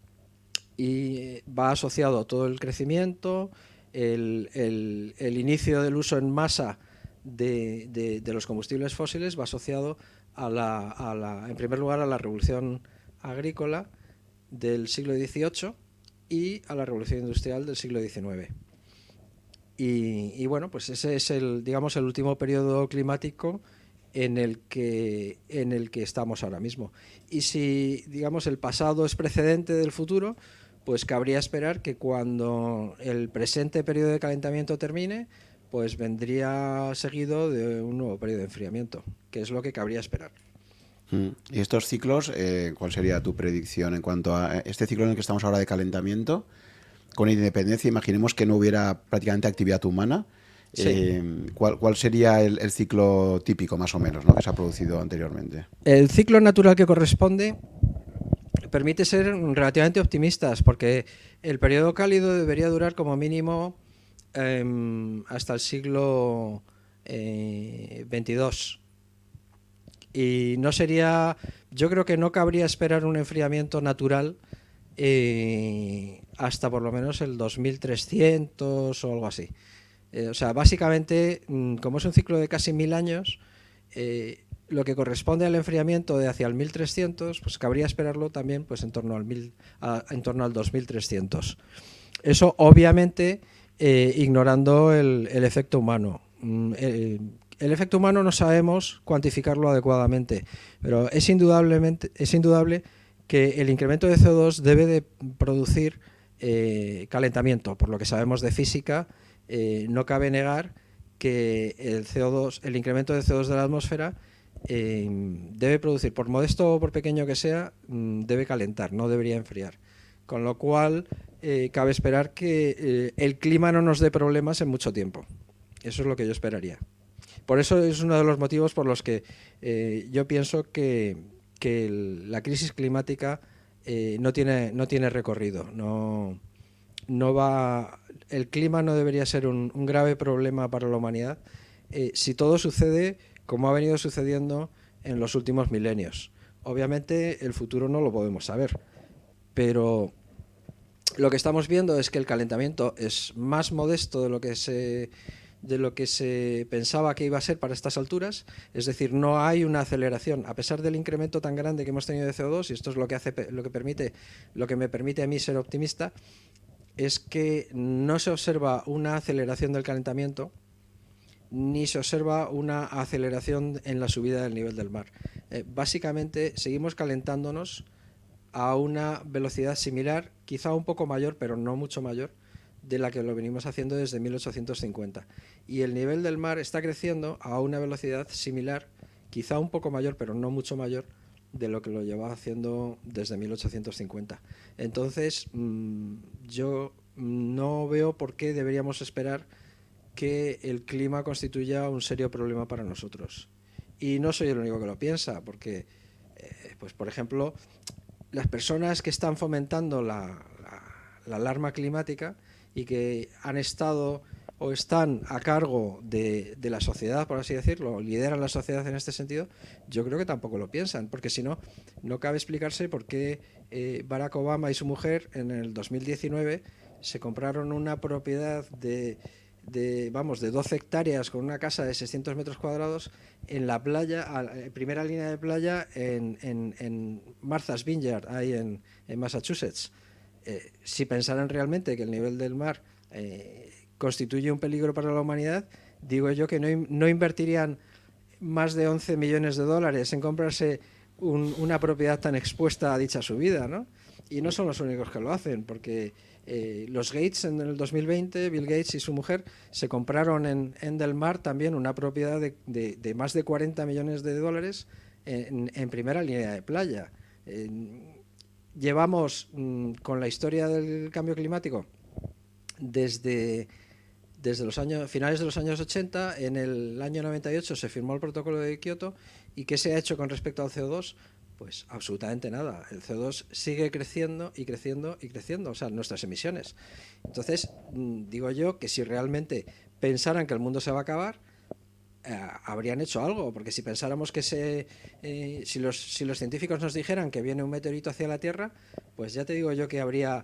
Y va asociado todo el crecimiento, el, el, el inicio del uso en masa de, de, de los combustibles fósiles va asociado a la, a la, en primer lugar, a la revolución agrícola del siglo dieciocho y a la revolución industrial del siglo diecinueve. Y, y bueno, pues ese es el, digamos, el último periodo climático en el que en el que estamos ahora mismo. Y si, digamos, el pasado es precedente del futuro, pues cabría esperar que cuando el presente periodo de calentamiento termine, pues vendría seguido de un nuevo periodo de enfriamiento, que es lo que cabría esperar. ¿Y estos ciclos, eh, cuál sería tu predicción en cuanto a este ciclo en el que estamos ahora de calentamiento? Con independencia, imaginemos que no hubiera prácticamente actividad humana. Sí. Eh, ¿cuál, ¿Cuál sería el, el ciclo típico, más o menos, ¿no?, que se ha producido anteriormente? El ciclo natural que corresponde permite ser relativamente optimistas, porque el periodo cálido debería durar como mínimo eh, hasta el siglo eh, veintidós. Y no sería, yo creo que no cabría esperar un enfriamiento natural eh, hasta por lo menos el dos mil trescientos o algo así. Eh, o sea, básicamente, como es un ciclo de casi mil años, eh, lo que corresponde al enfriamiento de hacia el mil trescientos, pues cabría esperarlo también pues en torno al mil, a, en torno al dos mil trescientos. Eso obviamente eh, ignorando el, el efecto humano. Eh, el efecto humano no sabemos cuantificarlo adecuadamente, pero es indudablemente es indudable que el incremento de C O dos debe de producir eh, calentamiento. Por lo que sabemos de física, eh, no cabe negar que el C O dos, el incremento de C O dos de la atmósfera eh, debe producir, por modesto o por pequeño que sea, debe calentar, no debería enfriar. Con lo cual, eh, cabe esperar que eh, el clima no nos dé problemas en mucho tiempo. Eso es lo que yo esperaría. Por eso es uno de los motivos por los que eh, yo pienso que, que el, la crisis climática eh, no tiene, no tiene recorrido. No, no va, el clima no debería ser un, un grave problema para la humanidad eh, si todo sucede como ha venido sucediendo en los últimos milenios. Obviamente el futuro no lo podemos saber, pero lo que estamos viendo es que el calentamiento es más modesto de lo que se, de lo que se pensaba que iba a ser para estas alturas, es decir, no hay una aceleración, a pesar del incremento tan grande que hemos tenido de C O dos, y esto es lo que hace, lo que permite, lo que me permite a mí ser optimista, es que no se observa una aceleración del calentamiento, ni se observa una aceleración en la subida del nivel del mar. Eh, básicamente seguimos calentándonos a una velocidad similar, quizá un poco mayor, pero no mucho mayor, de la que lo venimos haciendo desde mil ochocientos cincuenta. Y el nivel del mar está creciendo a una velocidad similar, quizá un poco mayor, pero no mucho mayor, de lo que lo lleva haciendo desde mil ochocientos cincuenta. Entonces, mmm, yo no veo por qué deberíamos esperar que el clima constituya un serio problema para nosotros. Y no soy el único que lo piensa, porque, eh, pues por ejemplo, las personas que están fomentando la, la, la alarma climática y que han estado o están a cargo de, de la sociedad, por así decirlo, lideran la sociedad en este sentido, yo creo que tampoco lo piensan, porque si no, no cabe explicarse por qué eh, Barack Obama y su mujer en el dos mil diecinueve se compraron una propiedad de, de, vamos, de doce hectáreas con una casa de seiscientos metros cuadrados en la playa, a la primera línea de playa en, en, en Martha's Vineyard, ahí en, en Massachusetts. Eh, si pensaran realmente que el nivel del mar eh, constituye un peligro para la humanidad, digo yo que no, no invertirían más de once millones de dólares en comprarse un, una propiedad tan expuesta a dicha subida, ¿no? Y no son los únicos que lo hacen, porque eh, los Gates en el dos mil veinte, Bill Gates y su mujer, se compraron en, en Del Mar también una propiedad de, de, de más de cuarenta millones de dólares en, en primera línea de playa. Eh, llevamos mmm, con la historia del cambio climático desde... Desde los años, finales de los años ochenta, en el año noventa y ocho se firmó el protocolo de Kioto. ¿Y qué se ha hecho con respecto al C O dos? Pues absolutamente nada. El C O dos sigue creciendo y creciendo y creciendo, o sea, nuestras emisiones. Entonces, digo yo que si realmente pensaran que el mundo se va a acabar, eh, habrían hecho algo, porque si pensáramos que se, eh, si, los, si los científicos nos dijeran que viene un meteorito hacia la Tierra, pues ya te digo yo que habría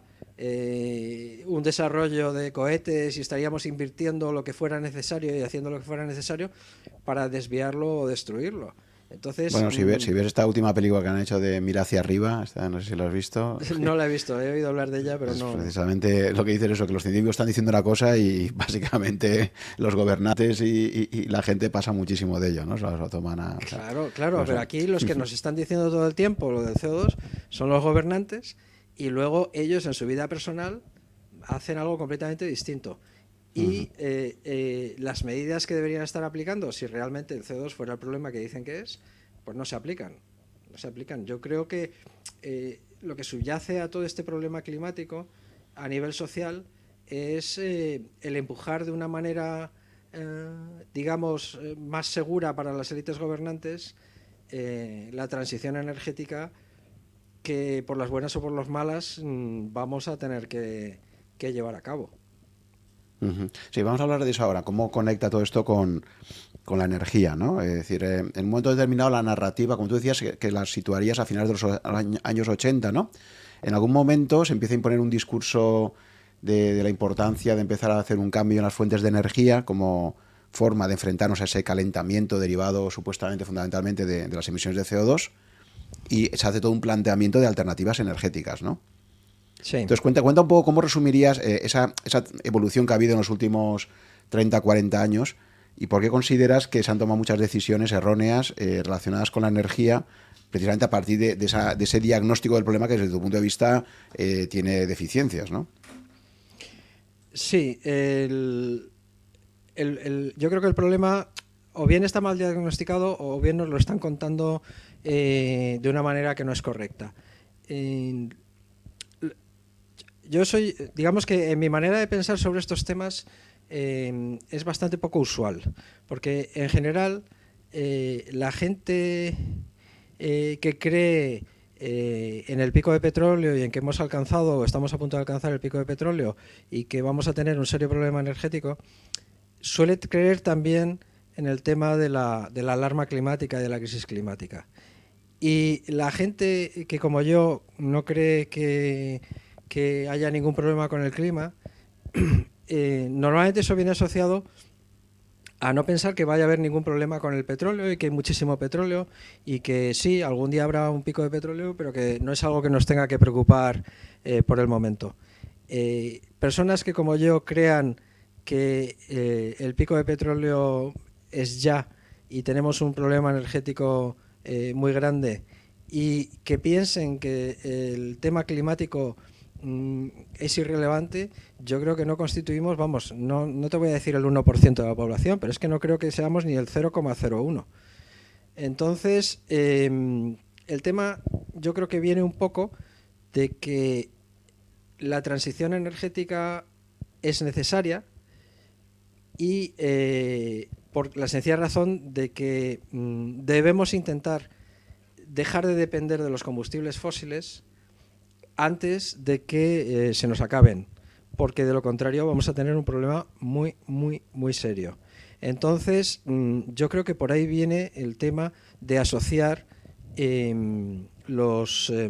eh, un desarrollo de cohetes y estaríamos invirtiendo lo que fuera necesario y haciendo lo que fuera necesario para desviarlo o destruirlo. Entonces, bueno, si ves, si ves esta última película que han hecho de Mira hacia arriba, esta, no sé si lo has visto. No la he visto, he oído hablar de ella, pero pues no. Precisamente lo que dice es eso, que los científicos están diciendo una cosa y básicamente los gobernantes y, y, y la gente pasa muchísimo de ello, ¿no? Se lo toman a, claro, claro, pues, pero aquí los que nos están diciendo todo el tiempo lo del C O dos son los gobernantes, y luego ellos en su vida personal hacen algo completamente distinto. Y uh-huh. eh, eh, las medidas que deberían estar aplicando, si realmente el C O dos fuera el problema que dicen que es, pues no se aplican. No se aplican. Yo creo que eh, lo que subyace a todo este problema climático a nivel social es eh, el empujar de una manera, eh, digamos, eh, más segura para las élites gobernantes eh, la transición energética que por las buenas o por las malas mmm, vamos a tener que, que llevar a cabo. Uh-huh. Sí, vamos a hablar de eso ahora, cómo conecta todo esto con, con la energía, ¿no? Es decir, eh, en un momento determinado la narrativa, como tú decías, que, que la situarías a finales de los años ochenta, ¿no? En algún momento se empieza a imponer un discurso de, de la importancia de empezar a hacer un cambio en las fuentes de energía como forma de enfrentarnos a ese calentamiento derivado supuestamente, fundamentalmente, de, de las emisiones de C O dos, y se hace todo un planteamiento de alternativas energéticas, ¿no? Sí. Entonces, cuenta, cuenta un poco cómo resumirías eh, esa, esa evolución que ha habido en los últimos treinta, cuarenta años y por qué consideras que se han tomado muchas decisiones erróneas eh, relacionadas con la energía, precisamente a partir de, de, esa, de ese diagnóstico del problema que desde tu punto de vista eh, tiene deficiencias, ¿no? Sí, el, el, el, yo creo que el problema o bien está mal diagnosticado o bien nos lo están contando eh, de una manera que no es correcta. Eh, Yo soy, digamos que en mi manera de pensar sobre estos temas eh, es bastante poco usual, porque en general eh, la gente eh, que cree eh, en el pico de petróleo y en que hemos alcanzado o estamos a punto de alcanzar el pico de petróleo y que vamos a tener un serio problema energético, suele creer también en el tema de la, de la alarma climática y de la crisis climática. Y la gente que, como yo, no cree que que haya ningún problema con el clima, eh, normalmente eso viene asociado a no pensar que vaya a haber ningún problema con el petróleo y que hay muchísimo petróleo y que sí, algún día habrá un pico de petróleo, pero que no es algo que nos tenga que preocupar eh, por el momento. Eh, personas que como yo crean que eh, el pico de petróleo es ya y tenemos un problema energético eh, muy grande y que piensen que el tema climático mm, es irrelevante, yo creo que no constituimos, vamos, no, no te voy a decir el uno por ciento de la población, pero es que no creo que seamos ni el cero coma cero uno. Entonces, eh, el tema yo creo que viene un poco de que la transición energética es necesaria y eh, por la sencilla razón de que mmm, debemos intentar dejar de depender de los combustibles fósiles antes de que eh, se nos acaben, porque de lo contrario vamos a tener un problema muy, muy, muy serio. Entonces, mmm, yo creo que por ahí viene el tema de asociar eh, los, eh,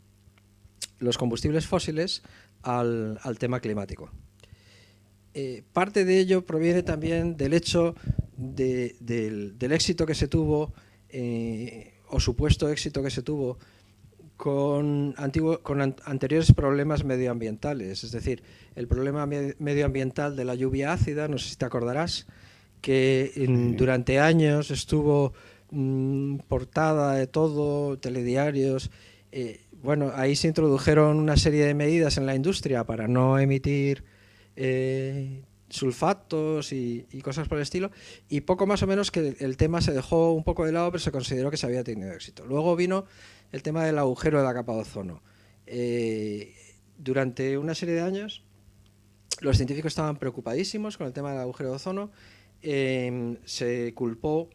los combustibles fósiles al, al tema climático. Eh, parte de ello proviene también del hecho de, del, del éxito que se tuvo, eh, o supuesto éxito que se tuvo, con, antiguo, con an anteriores problemas medioambientales. Es decir, el problema me medioambiental de la lluvia ácida, no sé si te acordarás, que en, durante años estuvo mmm, portada de todo, telediarios. Eh, bueno, ahí se introdujeron una serie de medidas en la industria para no emitir Eh, sulfatos y, y cosas por el estilo, y poco más o menos que el tema se dejó un poco de lado, pero se consideró que se había tenido éxito. Luego vino el tema del agujero de la capa de ozono. Eh, durante una serie de años los científicos estaban preocupadísimos con el tema del agujero de ozono. Eh, se culpó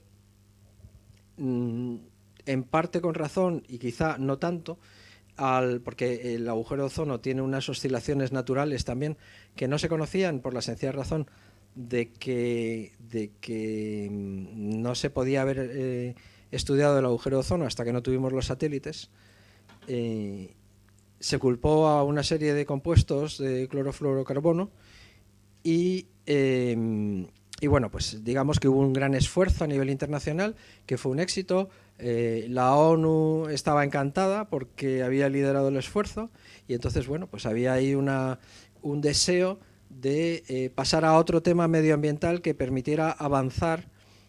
mmm, en parte con razón y quizá no tanto, Al, porque el agujero de ozono tiene unas oscilaciones naturales también que no se conocían por la sencilla razón de que, de que no se podía haber eh, estudiado el agujero de ozono hasta que no tuvimos los satélites. Eh, se culpó a una serie de compuestos de clorofluorocarbono y, eh, y bueno, pues digamos que hubo un gran esfuerzo a nivel internacional, que fue un éxito. Eh, la ONU estaba encantada porque había liderado el esfuerzo y entonces, bueno, pues había ahí una, un deseo de eh, pasar a otro tema medioambiental que permitiera avanzar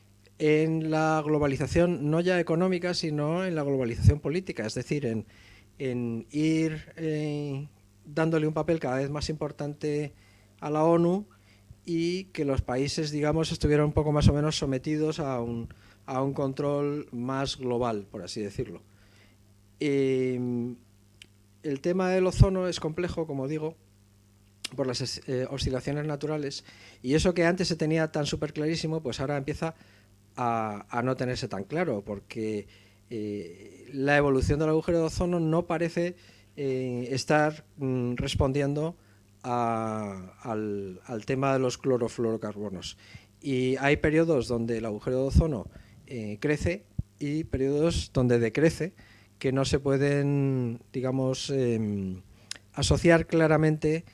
en la globalización, no ya económica, sino en la globalización política, es decir, en, en ir eh, dándole un papel cada vez más importante a la ONU y que los países, digamos, estuvieran un poco más o menos sometidos a un a un control más global, por así decirlo. Eh, el tema del ozono es complejo, como digo, por las eh, oscilaciones naturales, y eso que antes se tenía tan súper clarísimo, pues ahora empieza a, a no tenerse tan claro, porque eh, la evolución del agujero de ozono no parece eh, estar mm, respondiendo a, al, al tema de los clorofluorocarbonos. Y hay periodos donde el agujero de ozono Eh, crece y periodos donde decrece, que no se pueden, digamos, eh, asociar claramente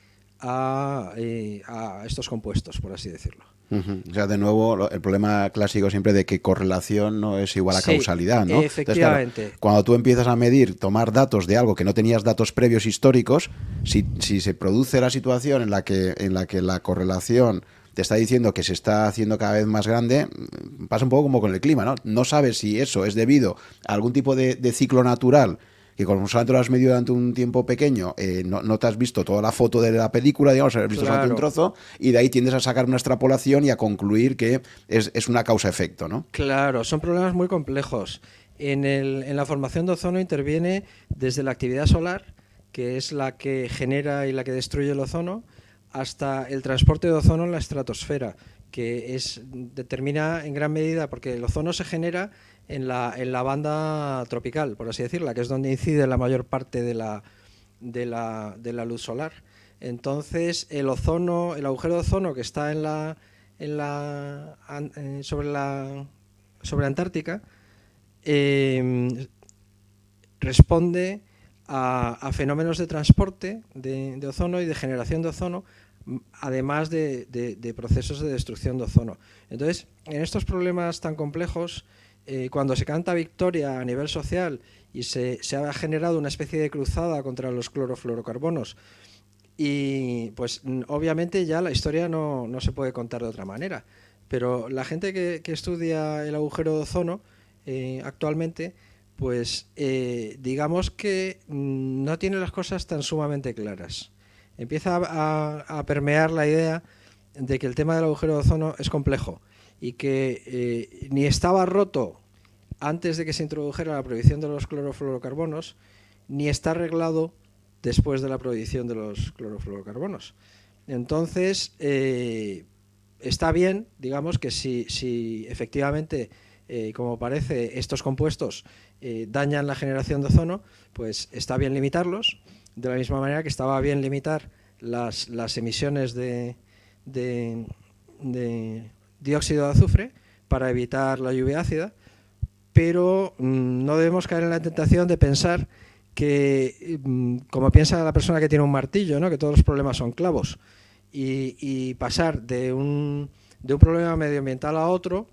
a, eh, a estos compuestos, por así decirlo. Uh-huh. O sea, de nuevo, el problema clásico siempre de que correlación no es igual a sí, causalidad, ¿no? Efectivamente. Entonces, claro, cuando tú empiezas a medir, tomar datos de algo que no tenías datos previos históricos, si, si se produce la situación en la que, en la que la correlación te está diciendo que se está haciendo cada vez más grande, pasa un poco como con el clima, ¿no? No sabes si eso es debido a algún tipo de, de ciclo natural, que como solamente lo has medido durante un tiempo pequeño, eh, no, no te has visto toda la foto de la película, digamos, has visto claro. solamente un trozo, y de ahí tiendes a sacar una extrapolación y a concluir que es, es una causa-efecto, ¿no? Claro, son problemas muy complejos. En, el, en la formación de ozono interviene desde la actividad solar, que es la que genera y la que destruye el ozono, hasta el transporte de ozono en la estratosfera, que es, determina en gran medida, porque el ozono se genera en la, en la banda tropical, por así decirlo, que es donde incide la mayor parte de la, de la, de la luz solar. Entonces, el ozono, el agujero de ozono que está en la, en la, sobre la sobre Antártica, eh, responde a, a fenómenos de transporte de, de ozono y de generación de ozono además de, de, de procesos de destrucción de ozono. Entonces, en estos problemas tan complejos, eh, cuando se canta victoria a nivel social y se, se ha generado una especie de cruzada contra los clorofluorocarbonos, y pues obviamente ya la historia no, no se puede contar de otra manera, pero la gente que, que estudia el agujero de ozono eh, actualmente, pues eh, digamos que no tiene las cosas tan sumamente claras. Empieza a, a permear la idea de que el tema del agujero de ozono es complejo y que eh, ni estaba roto antes de que se introdujera la prohibición de los clorofluorocarbonos, ni está arreglado después de la prohibición de los clorofluorocarbonos. Entonces, eh, está bien, digamos, que si, si efectivamente, eh, como parece, estos compuestos eh, dañan la generación de ozono, pues está bien limitarlos, de la misma manera que estaba bien limitar las, las emisiones de, de, de dióxido de azufre para evitar la lluvia ácida, pero mmm, no debemos caer en la tentación de pensar que, como piensa la persona que tiene un martillo, ¿no?, que todos los problemas son clavos, y, y pasar de un, de un problema medioambiental a otro,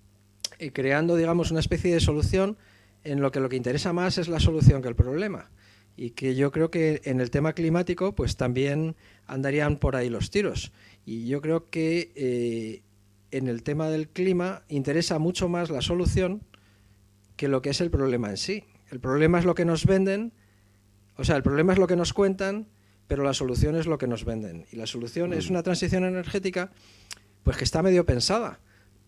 y creando, digamos, una especie de solución en lo que lo que interesa más es la solución que el problema. Y que yo creo que en el tema climático pues también andarían por ahí los tiros. Y yo creo que eh, en el tema del clima interesa mucho más la solución que lo que es el problema en sí. El problema es lo que nos venden, o sea, el problema es lo que nos cuentan, pero la solución es lo que nos venden. Y la solución mm. es una transición energética pues que está medio pensada,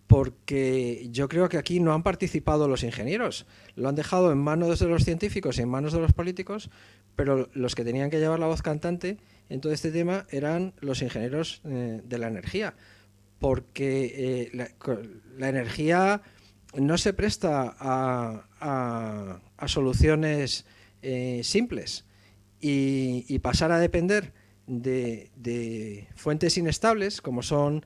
porque yo creo que aquí no han participado los ingenieros, lo han dejado en manos de los científicos y en manos de los políticos, pero los que tenían que llevar la voz cantante en todo este tema eran los ingenieros eh, de la energía, porque eh, la, la energía no se presta a, a, a soluciones eh, simples, y, y pasar a depender de, de fuentes inestables como son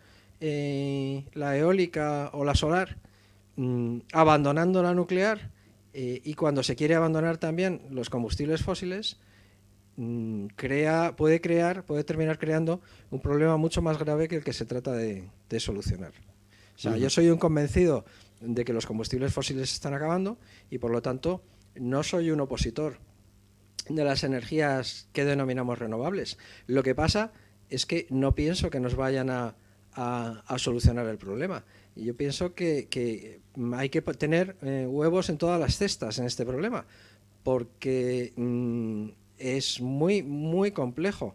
eh, la eólica o la solar, mmm, abandonando la nuclear, eh, y cuando se quiere abandonar también los combustibles fósiles, mmm, crea, puede crear, puede terminar creando un problema mucho más grave que el que se trata de, de solucionar. O sea, uh-huh. Yo soy un convencido de que los combustibles fósiles se están acabando y por lo tanto no soy un opositor de las energías que denominamos renovables. Lo que pasa es que no pienso que nos vayan a, a, a solucionar el problema. Y yo pienso que, que hay que tener eh, huevos en todas las cestas en este problema, porque mmm, es muy, muy complejo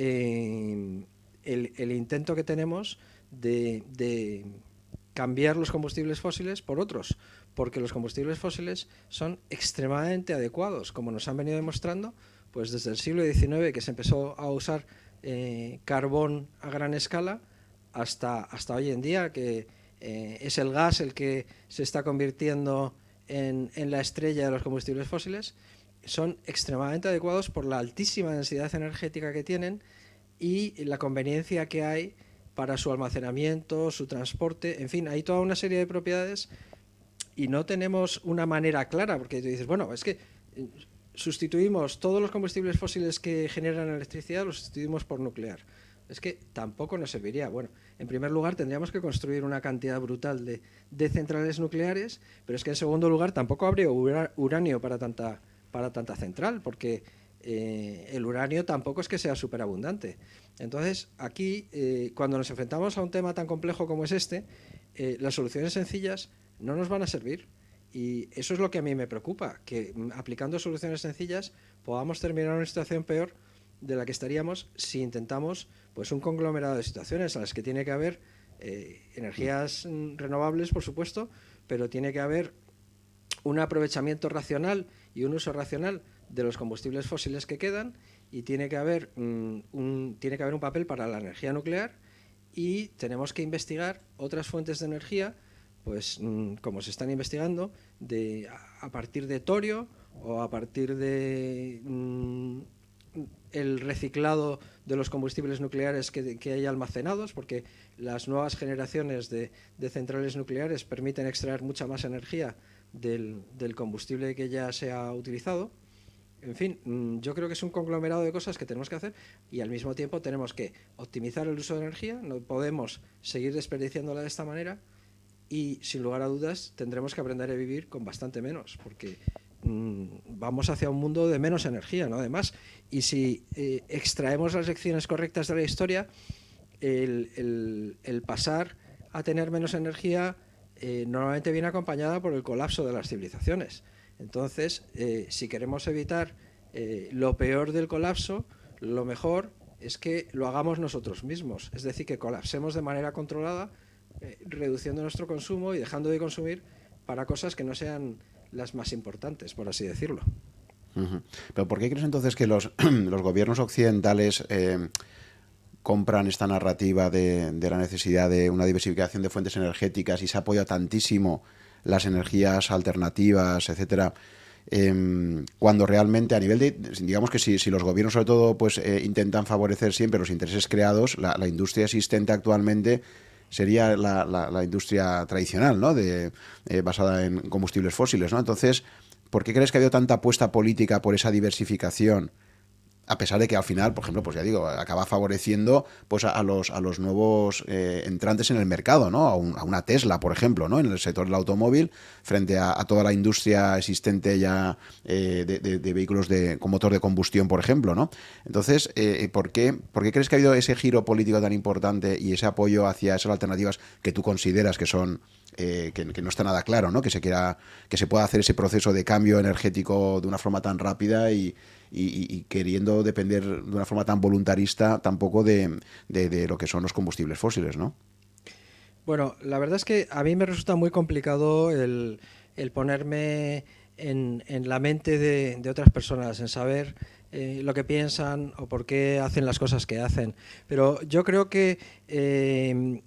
eh, el, el intento que tenemos de, de cambiar los combustibles fósiles por otros, porque los combustibles fósiles son extremadamente adecuados, como nos han venido demostrando pues desde el siglo diecinueve, que se empezó a usar eh, carbón a gran escala, hasta, hasta hoy en día, que eh, es el gas el que se está convirtiendo en, en la estrella de los combustibles fósiles. Son extremadamente adecuados por la altísima densidad energética que tienen y la conveniencia que hay para su almacenamiento, su transporte, en fin, hay toda una serie de propiedades y no tenemos una manera clara, porque tú dices, bueno, es que sustituimos todos los combustibles fósiles que generan electricidad, los sustituimos por nuclear. Es que tampoco nos serviría. Bueno, en primer lugar tendríamos que construir una cantidad brutal de, de centrales nucleares, pero es que en segundo lugar tampoco habría uranio para tanta, para tanta central, porque eh, el uranio tampoco es que sea superabundante. Entonces, aquí, eh, cuando nos enfrentamos a un tema tan complejo como es este, eh, las soluciones sencillas no nos van a servir. Y eso es lo que a mí me preocupa, que aplicando soluciones sencillas podamos terminar en una situación peor de la que estaríamos si intentamos pues un conglomerado de situaciones a las que tiene que haber eh, energías renovables, por supuesto, pero tiene que haber un aprovechamiento racional y un uso racional de los combustibles fósiles que quedan, y tiene que haber um, un, tiene que haber un papel para la energía nuclear, y tenemos que investigar otras fuentes de energía, pues um, como se están investigando, de, a, a partir de torio o a partir de um, el reciclado de los combustibles nucleares que, que hay almacenados, porque las nuevas generaciones de, de centrales nucleares permiten extraer mucha más energía del, del combustible que ya se ha utilizado. En fin, yo creo que es un conglomerado de cosas que tenemos que hacer y al mismo tiempo tenemos que optimizar el uso de energía, no podemos seguir desperdiciándola de esta manera y, sin lugar a dudas, tendremos que aprender a vivir con bastante menos, porque mmm, vamos hacia un mundo de menos energía, ¿no? Además, y si eh, extraemos las lecciones correctas de la historia, el, el, el pasar a tener menos energía eh, normalmente viene acompañada por el colapso de las civilizaciones. Entonces, eh, si queremos evitar eh, lo peor del colapso, lo mejor es que lo hagamos nosotros mismos. Es decir, que colapsemos de manera controlada, eh, reduciendo nuestro consumo y dejando de consumir para cosas que no sean las más importantes, por así decirlo. Uh-huh. ¿Pero por qué crees entonces que los, los gobiernos occidentales eh, compran esta narrativa de, de la necesidad de una diversificación de fuentes energéticas y se apoya tantísimo las energías alternativas, etcétera, eh, cuando realmente a nivel de, digamos que si, si los gobiernos sobre todo pues eh, intentan favorecer siempre los intereses creados, la, la industria existente actualmente sería la, la, la industria tradicional, ¿no? De, eh, basada en combustibles fósiles, ¿no? Entonces, ¿por qué crees que ha habido tanta apuesta política por esa diversificación? A pesar de que al final, por ejemplo, pues ya digo, acaba favoreciendo pues a, a los a los nuevos eh, entrantes en el mercado, ¿no? A, un, a una Tesla, por ejemplo, ¿no? En el sector del automóvil, frente a, a toda la industria existente ya eh, de, de, de vehículos de, con motor de combustión, por ejemplo, ¿no? Entonces, eh, ¿por qué, ¿por qué crees que ha habido ese giro político tan importante y ese apoyo hacia esas alternativas que tú consideras que son eh, que, que no está nada claro, ¿no? Que se quiera, que se pueda hacer ese proceso de cambio energético de una forma tan rápida y Y, y queriendo depender de una forma tan voluntarista tampoco de, de, de lo que son los combustibles fósiles, ¿no? Bueno, la verdad es que a mí me resulta muy complicado el, el ponerme en, en la mente de, de otras personas, en saber eh, lo que piensan o por qué hacen las cosas que hacen. Pero yo creo que eh,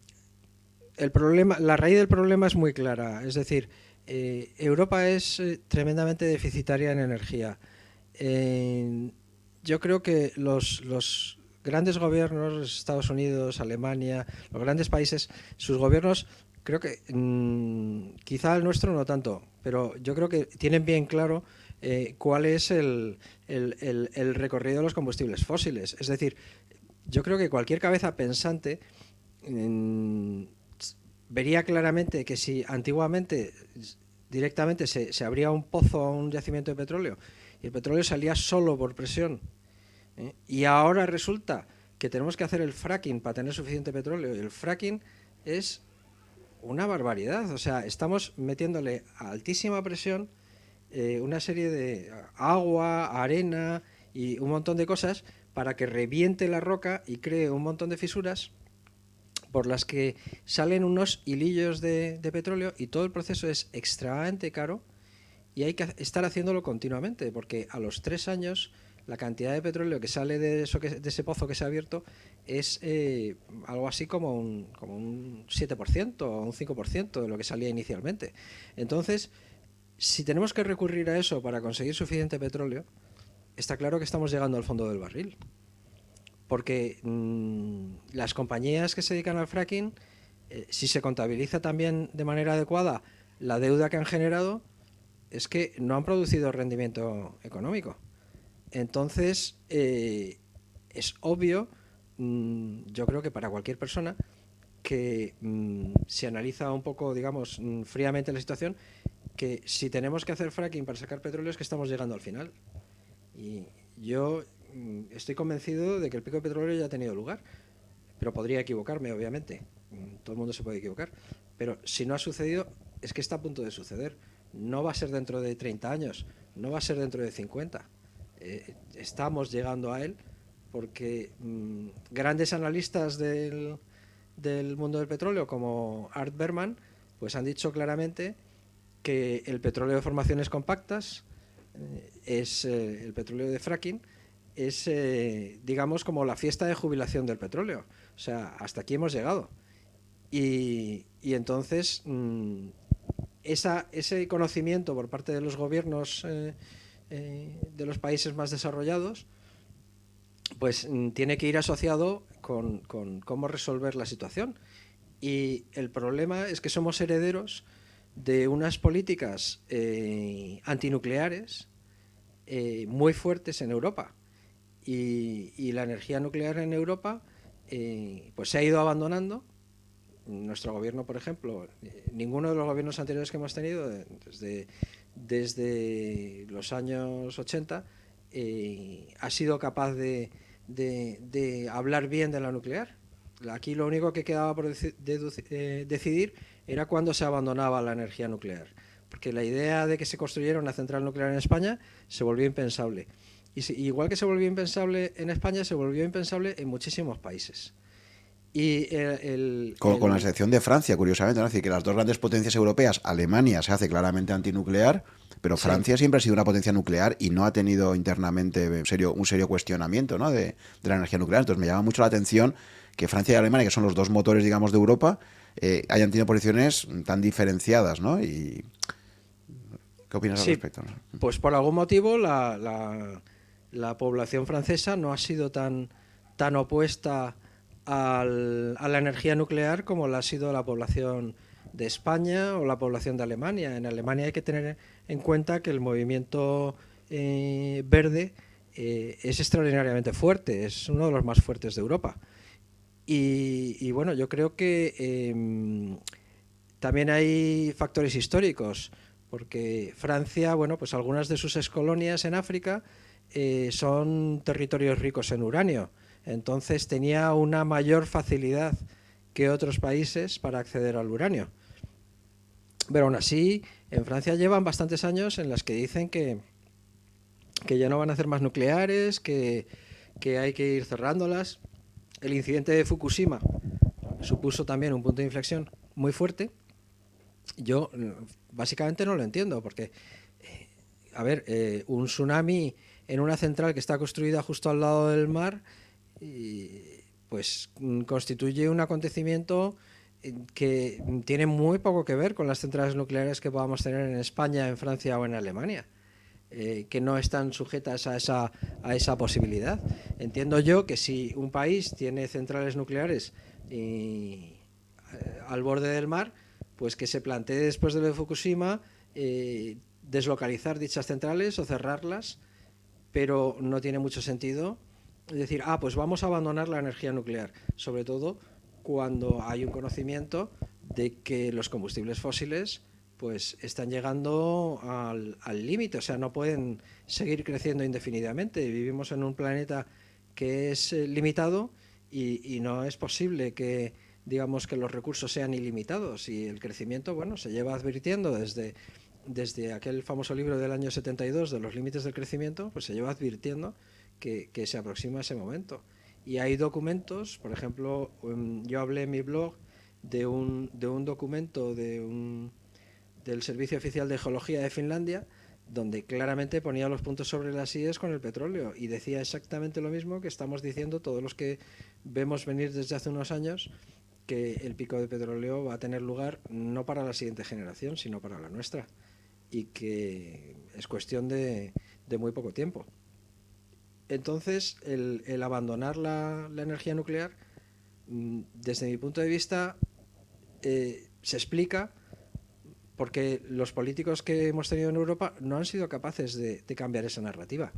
el problema, la raíz del problema es muy clara. Es decir, eh, Europa es eh, tremendamente deficitaria en energía. Eh, yo creo que los, los grandes gobiernos, Estados Unidos, Alemania, los grandes países, sus gobiernos, creo que mmm, quizá el nuestro no tanto, pero yo creo que tienen bien claro eh, cuál es el, el, el, el recorrido de los combustibles fósiles. Es decir, yo creo que cualquier cabeza pensante mmm, vería claramente que si antiguamente directamente se, se abría un pozo a un yacimiento de petróleo y el petróleo salía solo por presión, ¿eh? Y ahora resulta que tenemos que hacer el fracking para tener suficiente petróleo, y el fracking es una barbaridad. O sea, estamos metiéndole a altísima presión eh, una serie de agua, arena y un montón de cosas para que reviente la roca y cree un montón de fisuras por las que salen unos hilillos de, de petróleo, y todo el proceso es extremadamente caro. Y hay que estar haciéndolo continuamente, porque a los tres años la cantidad de petróleo que sale de, eso que, de ese pozo que se ha abierto es eh, algo así como un, como un siete por ciento o un cinco por ciento de lo que salía inicialmente. Entonces, si tenemos que recurrir a eso para conseguir suficiente petróleo, está claro que estamos llegando al fondo del barril. Porque mmm, las compañías que se dedican al fracking, eh, si se contabiliza también de manera adecuada la deuda que han generado, es que no han producido rendimiento económico. Entonces, eh, es obvio, mmm, yo creo que para cualquier persona que mmm, se analiza un poco, digamos, mmm, fríamente la situación, que si tenemos que hacer fracking para sacar petróleo es que estamos llegando al final. Y yo mmm, estoy convencido de que el pico de petróleo ya ha tenido lugar, pero podría equivocarme, obviamente. Mmm, todo el mundo se puede equivocar. Pero si no ha sucedido, es que está a punto de suceder. No va a ser dentro de treinta años, no va a ser dentro de cincuenta. Eh, estamos llegando a él porque mmm, grandes analistas del, del mundo del petróleo como Art Berman pues han dicho claramente que el petróleo de formaciones compactas eh, es eh, el petróleo de fracking es eh, digamos como la fiesta de jubilación del petróleo. O sea, hasta aquí hemos llegado. Y, y entonces mmm, Esa, ese conocimiento por parte de los gobiernos eh, eh, de los países más desarrollados pues tiene que ir asociado con, con cómo resolver la situación. Y el problema es que somos herederos de unas políticas eh, antinucleares eh, muy fuertes en Europa. Y, y la energía nuclear en Europa eh, pues se ha ido abandonando. Nuestro gobierno, por ejemplo, eh, ninguno de los gobiernos anteriores que hemos tenido, desde, desde los años ochenta, eh, ha sido capaz de, de, de hablar bien de la nuclear. Aquí lo único que quedaba por deci eh, decidir era cuándo se abandonaba la energía nuclear, porque la idea de que se construyera una central nuclear en España se volvió impensable. Y si, igual que se volvió impensable en España, se volvió impensable en muchísimos países. Y el, el, con, el, con la excepción de Francia, curiosamente, ¿no? Es decir, que las dos grandes potencias europeas, Alemania se hace claramente antinuclear, pero Francia sí. siempre ha sido una potencia nuclear y no ha tenido internamente un serio, un serio cuestionamiento, ¿no? de, de la energía nuclear. Entonces me llama mucho la atención que Francia y Alemania, que son los dos motores, digamos, de Europa, eh, hayan tenido posiciones tan diferenciadas, ¿no? Y ¿qué opinas sí, al respecto? Pues por algún motivo la, la, la población francesa no ha sido tan, tan opuesta al, a la energía nuclear como la ha sido la población de España o la población de Alemania. En Alemania hay que tener en cuenta que el movimiento eh, verde eh, es extraordinariamente fuerte, es uno de los más fuertes de Europa. Y, y bueno, yo creo que eh, también hay factores históricos, porque Francia, bueno, pues algunas de sus excolonias en África eh, son territorios ricos en uranio, entonces tenía una mayor facilidad que otros países para acceder al uranio. Pero aún así, en Francia llevan bastantes años en las que dicen que, que ya no van a hacer más nucleares, que, que hay que ir cerrándolas. El incidente de Fukushima supuso también un punto de inflexión muy fuerte. Yo básicamente no lo entiendo, porque, eh, a ver, eh, un tsunami en una central que está construida justo al lado del mar, y, pues constituye un acontecimiento que tiene muy poco que ver con las centrales nucleares que podamos tener en España, en Francia o en Alemania, eh, que no están sujetas a esa, a esa posibilidad. Entiendo yo que si un país tiene centrales nucleares y, eh, al borde del mar, pues que se plantee después de lo de Fukushima eh, deslocalizar dichas centrales o cerrarlas, pero no tiene mucho sentido decir, ah, pues vamos a abandonar la energía nuclear, sobre todo cuando hay un conocimiento de que los combustibles fósiles pues están llegando al límite, o sea, no pueden seguir creciendo indefinidamente. Vivimos en un planeta que es eh, limitado y, y no es posible que, digamos, que los recursos sean ilimitados, y el crecimiento, bueno, se lleva advirtiendo desde, desde aquel famoso libro del año setenta y dos de los límites del crecimiento, pues se lleva advirtiendo que, que se aproxima ese momento. Y hay documentos, por ejemplo, yo hablé en mi blog de un, de un documento de un, del Servicio Oficial de Geología de Finlandia, donde claramente ponía los puntos sobre las íes con el petróleo y decía exactamente lo mismo que estamos diciendo todos los que vemos venir desde hace unos años, que el pico de petróleo va a tener lugar no para la siguiente generación, sino para la nuestra, y que es cuestión de, de muy poco tiempo. Entonces, el, el abandonar la, la energía nuclear, desde mi punto de vista, eh, se explica porque los políticos que hemos tenido en Europa no han sido capaces de, de cambiar esa narrativa.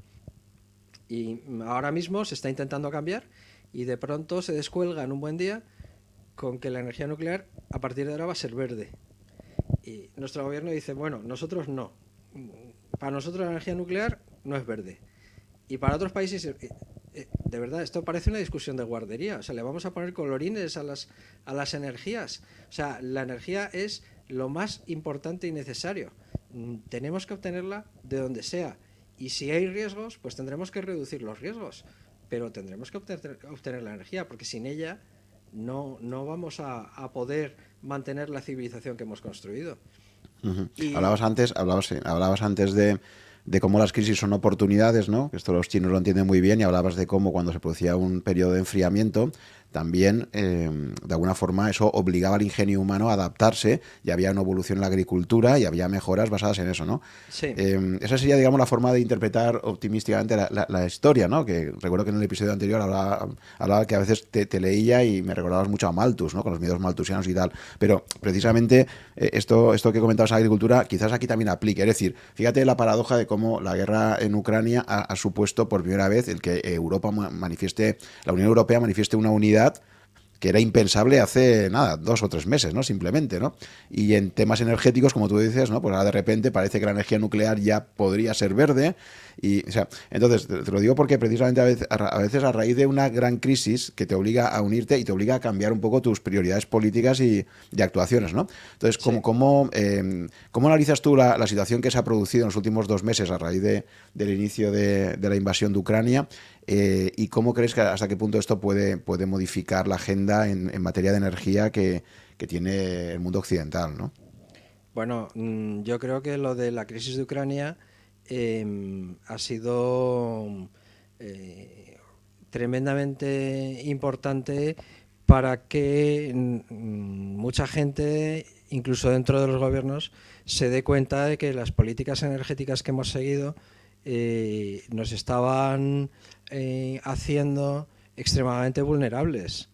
Y ahora mismo se está intentando cambiar y de pronto se descuelgan un buen día con que la energía nuclear a partir de ahora va a ser verde. Y nuestro gobierno dice, bueno, nosotros no. Para nosotros la energía nuclear no es verde. Y para otros países, de verdad, esto parece una discusión de guardería. O sea, le vamos a poner colorines a las, a las energías. O sea, la energía es lo más importante y necesario. Tenemos que obtenerla de donde sea. Y si hay riesgos, pues tendremos que reducir los riesgos. Pero tendremos que obtener, obtener la energía, porque sin ella no, no vamos a, a poder mantener la civilización que hemos construido. Uh-huh. Y... Hablabas antes, hablabas, sí, hablabas antes de... de cómo las crisis son oportunidades, ¿no? Esto los chinos lo entienden muy bien, y hablabas de cómo cuando se producía un periodo de enfriamiento, también, eh, de alguna forma, eso obligaba al ingenio humano a adaptarse, y había una evolución en la agricultura y había mejoras basadas en eso, ¿no? Sí. Eh, esa sería, digamos, la forma de interpretar optimísticamente la, la, la historia, ¿no? Que recuerdo que en el episodio anterior hablaba, hablaba que a veces te, te leía y me recordabas mucho a Malthus, ¿no? Con los miedos malthusianos y tal, pero precisamente eh, esto, esto que comentabas en la agricultura quizás aquí también aplique. Es decir, fíjate la paradoja de cómo la guerra en Ucrania ha, ha supuesto por primera vez el que Europa manifieste, la Unión Europea manifieste una unidad que era impensable hace, nada, dos o tres meses, ¿no? Simplemente, ¿no? Y en temas energéticos, como tú dices, ¿no? Pues ahora de repente parece que la energía nuclear ya podría ser verde. Y, o sea, entonces, te, te lo digo porque precisamente a veces, a veces a raíz de una gran crisis que te obliga a unirte y te obliga a cambiar un poco tus prioridades políticas y de actuaciones, ¿no? Entonces, ¿cómo, sí. cómo, eh, ¿cómo analizas tú la, la situación que se ha producido en los últimos dos meses a raíz de, del inicio de, de la invasión de Ucrania? Eh, ¿Y cómo crees que hasta qué punto esto puede, puede modificar la agenda en, en materia de energía que, que tiene el mundo occidental, ¿no? Bueno, yo creo que lo de la crisis de Ucrania eh, ha sido eh, tremendamente importante para que mucha gente, incluso dentro de los gobiernos, se dé cuenta de que las políticas energéticas que hemos seguido eh, nos estaban eh, haciendo extremadamente vulnerables.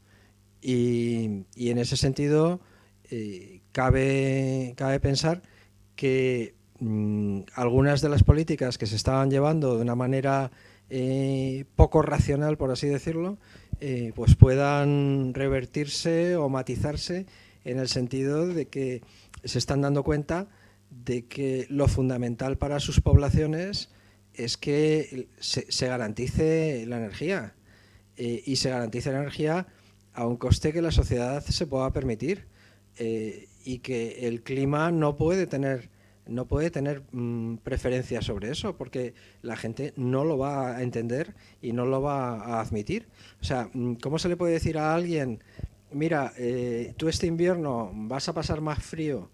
Y, y en ese sentido eh, cabe, cabe pensar que mmm, algunas de las políticas que se estaban llevando de una manera eh, poco racional, por así decirlo, eh, pues puedan revertirse o matizarse en el sentido de que se están dando cuenta de que lo fundamental para sus poblaciones es que se, se garantice la energía eh, y se garantice la energía a un coste que la sociedad se pueda permitir eh, y que el clima no puede tener no puede tener mmm, preferencia sobre eso porque la gente no lo va a entender y no lo va a admitir. O sea, ¿cómo se le puede decir a alguien, mira, eh, tú este invierno vas a pasar más frío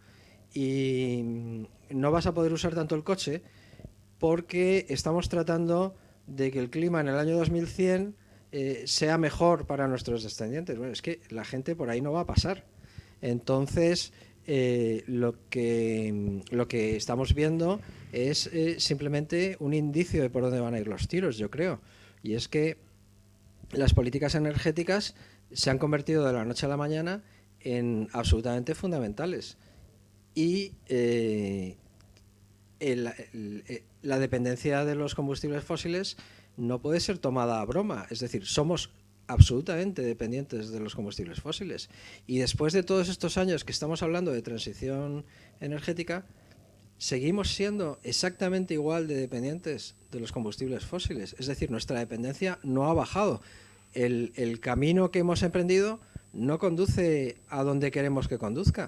y no vas a poder usar tanto el coche porque estamos tratando de que el clima en el año dos mil cien eh, sea mejor para nuestros descendientes? Bueno, es que la gente por ahí no va a pasar. Entonces, eh, lo, que, lo que estamos viendo es eh, simplemente un indicio de por dónde van a ir los tiros, yo creo. Y es que las políticas energéticas se han convertido de la noche a la mañana en absolutamente fundamentales. Y eh, el, el, el, la dependencia de los combustibles fósiles no puede ser tomada a broma. Es decir, somos absolutamente dependientes de los combustibles fósiles. Y después de todos estos años que estamos hablando de transición energética, seguimos siendo exactamente igual de dependientes de los combustibles fósiles. Es decir, nuestra dependencia no ha bajado. El, el camino que hemos emprendido no conduce a donde queremos que conduzca.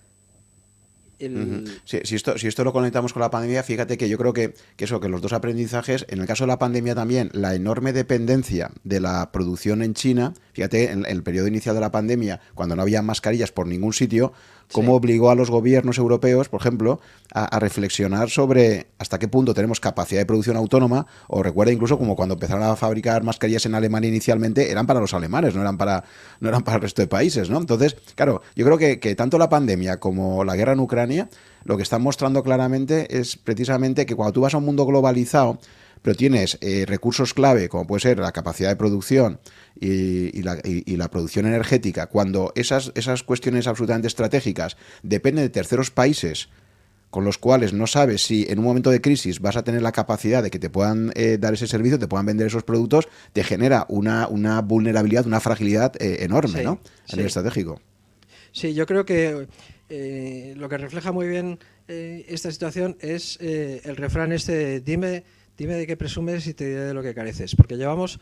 El... Uh-huh. Sí, si, esto, si esto lo conectamos con la pandemia, fíjate que yo creo que, que eso, que los dos aprendizajes, en el caso de la pandemia también, la enorme dependencia de la producción en China, fíjate, en, en el periodo inicial de la pandemia, cuando no había mascarillas por ningún sitio, cómo sí. obligó a los gobiernos europeos, por ejemplo, a, a reflexionar sobre hasta qué punto tenemos capacidad de producción autónoma, o recuerda incluso como cuando empezaron a fabricar mascarillas en Alemania inicialmente, eran para los alemanes, no eran para, no eran para el resto de países, ¿no? Entonces, claro, yo creo que, que tanto la pandemia como la guerra en Ucrania, lo que están mostrando claramente es precisamente que cuando tú vas a un mundo globalizado, pero tienes eh, recursos clave, como puede ser la capacidad de producción y, y, la, y, y la producción energética, cuando esas, esas cuestiones absolutamente estratégicas dependen de terceros países con los cuales no sabes si en un momento de crisis vas a tener la capacidad de que te puedan eh, dar ese servicio, te puedan vender esos productos, te genera una, una vulnerabilidad, una fragilidad eh, enorme, sí, ¿no? A sí. nivel estratégico. Sí, yo creo que eh, lo que refleja muy bien eh, esta situación es eh, el refrán este de dime... Dime de qué presumes y te diré de lo que careces. Porque llevamos,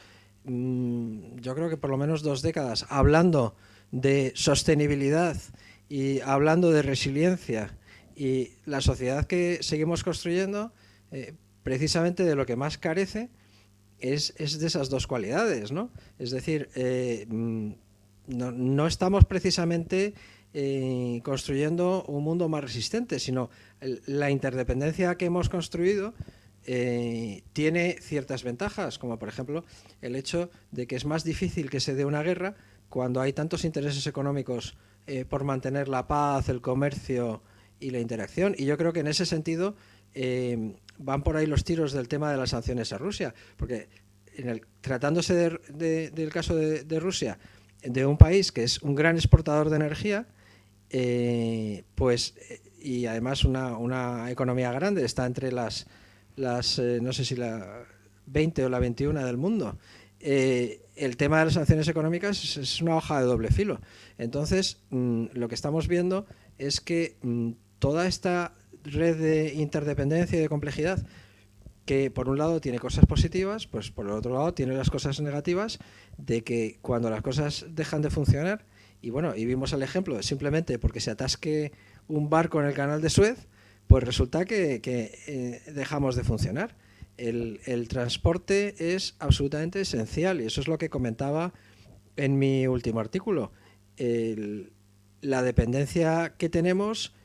mmm, yo creo que por lo menos dos décadas, hablando de sostenibilidad y hablando de resiliencia. Y la sociedad que seguimos construyendo, eh, precisamente de lo que más carece, es, es de esas dos cualidades, ¿no? Es decir, eh, no, no estamos precisamente eh, construyendo un mundo más resistente, sino el, la interdependencia que hemos construido Eh, tiene ciertas ventajas, como por ejemplo el hecho de que es más difícil que se dé una guerra cuando hay tantos intereses económicos eh, por mantener la paz, el comercio y la interacción. Y yo creo que en ese sentido eh, van por ahí los tiros del tema de las sanciones a Rusia, porque en el, tratándose de, de, del caso de, de Rusia, de un país que es un gran exportador de energía, eh, pues y además una, una economía grande, está entre las las eh, no sé si la veinte o la veintiuna del mundo. Eh, el tema de las sanciones económicas es, es una hoja de doble filo. Entonces, mmm, lo que estamos viendo es que mmm, toda esta red de interdependencia y de complejidad, que por un lado tiene cosas positivas, pues por el otro lado tiene las cosas negativas de que cuando las cosas dejan de funcionar, y bueno, y vimos el ejemplo de simplemente porque se atasque un barco en el canal de Suez, pues resulta que, que eh, dejamos de funcionar. El, el transporte es absolutamente esencial y eso es lo que comentaba en mi último artículo. El, la dependencia que tenemos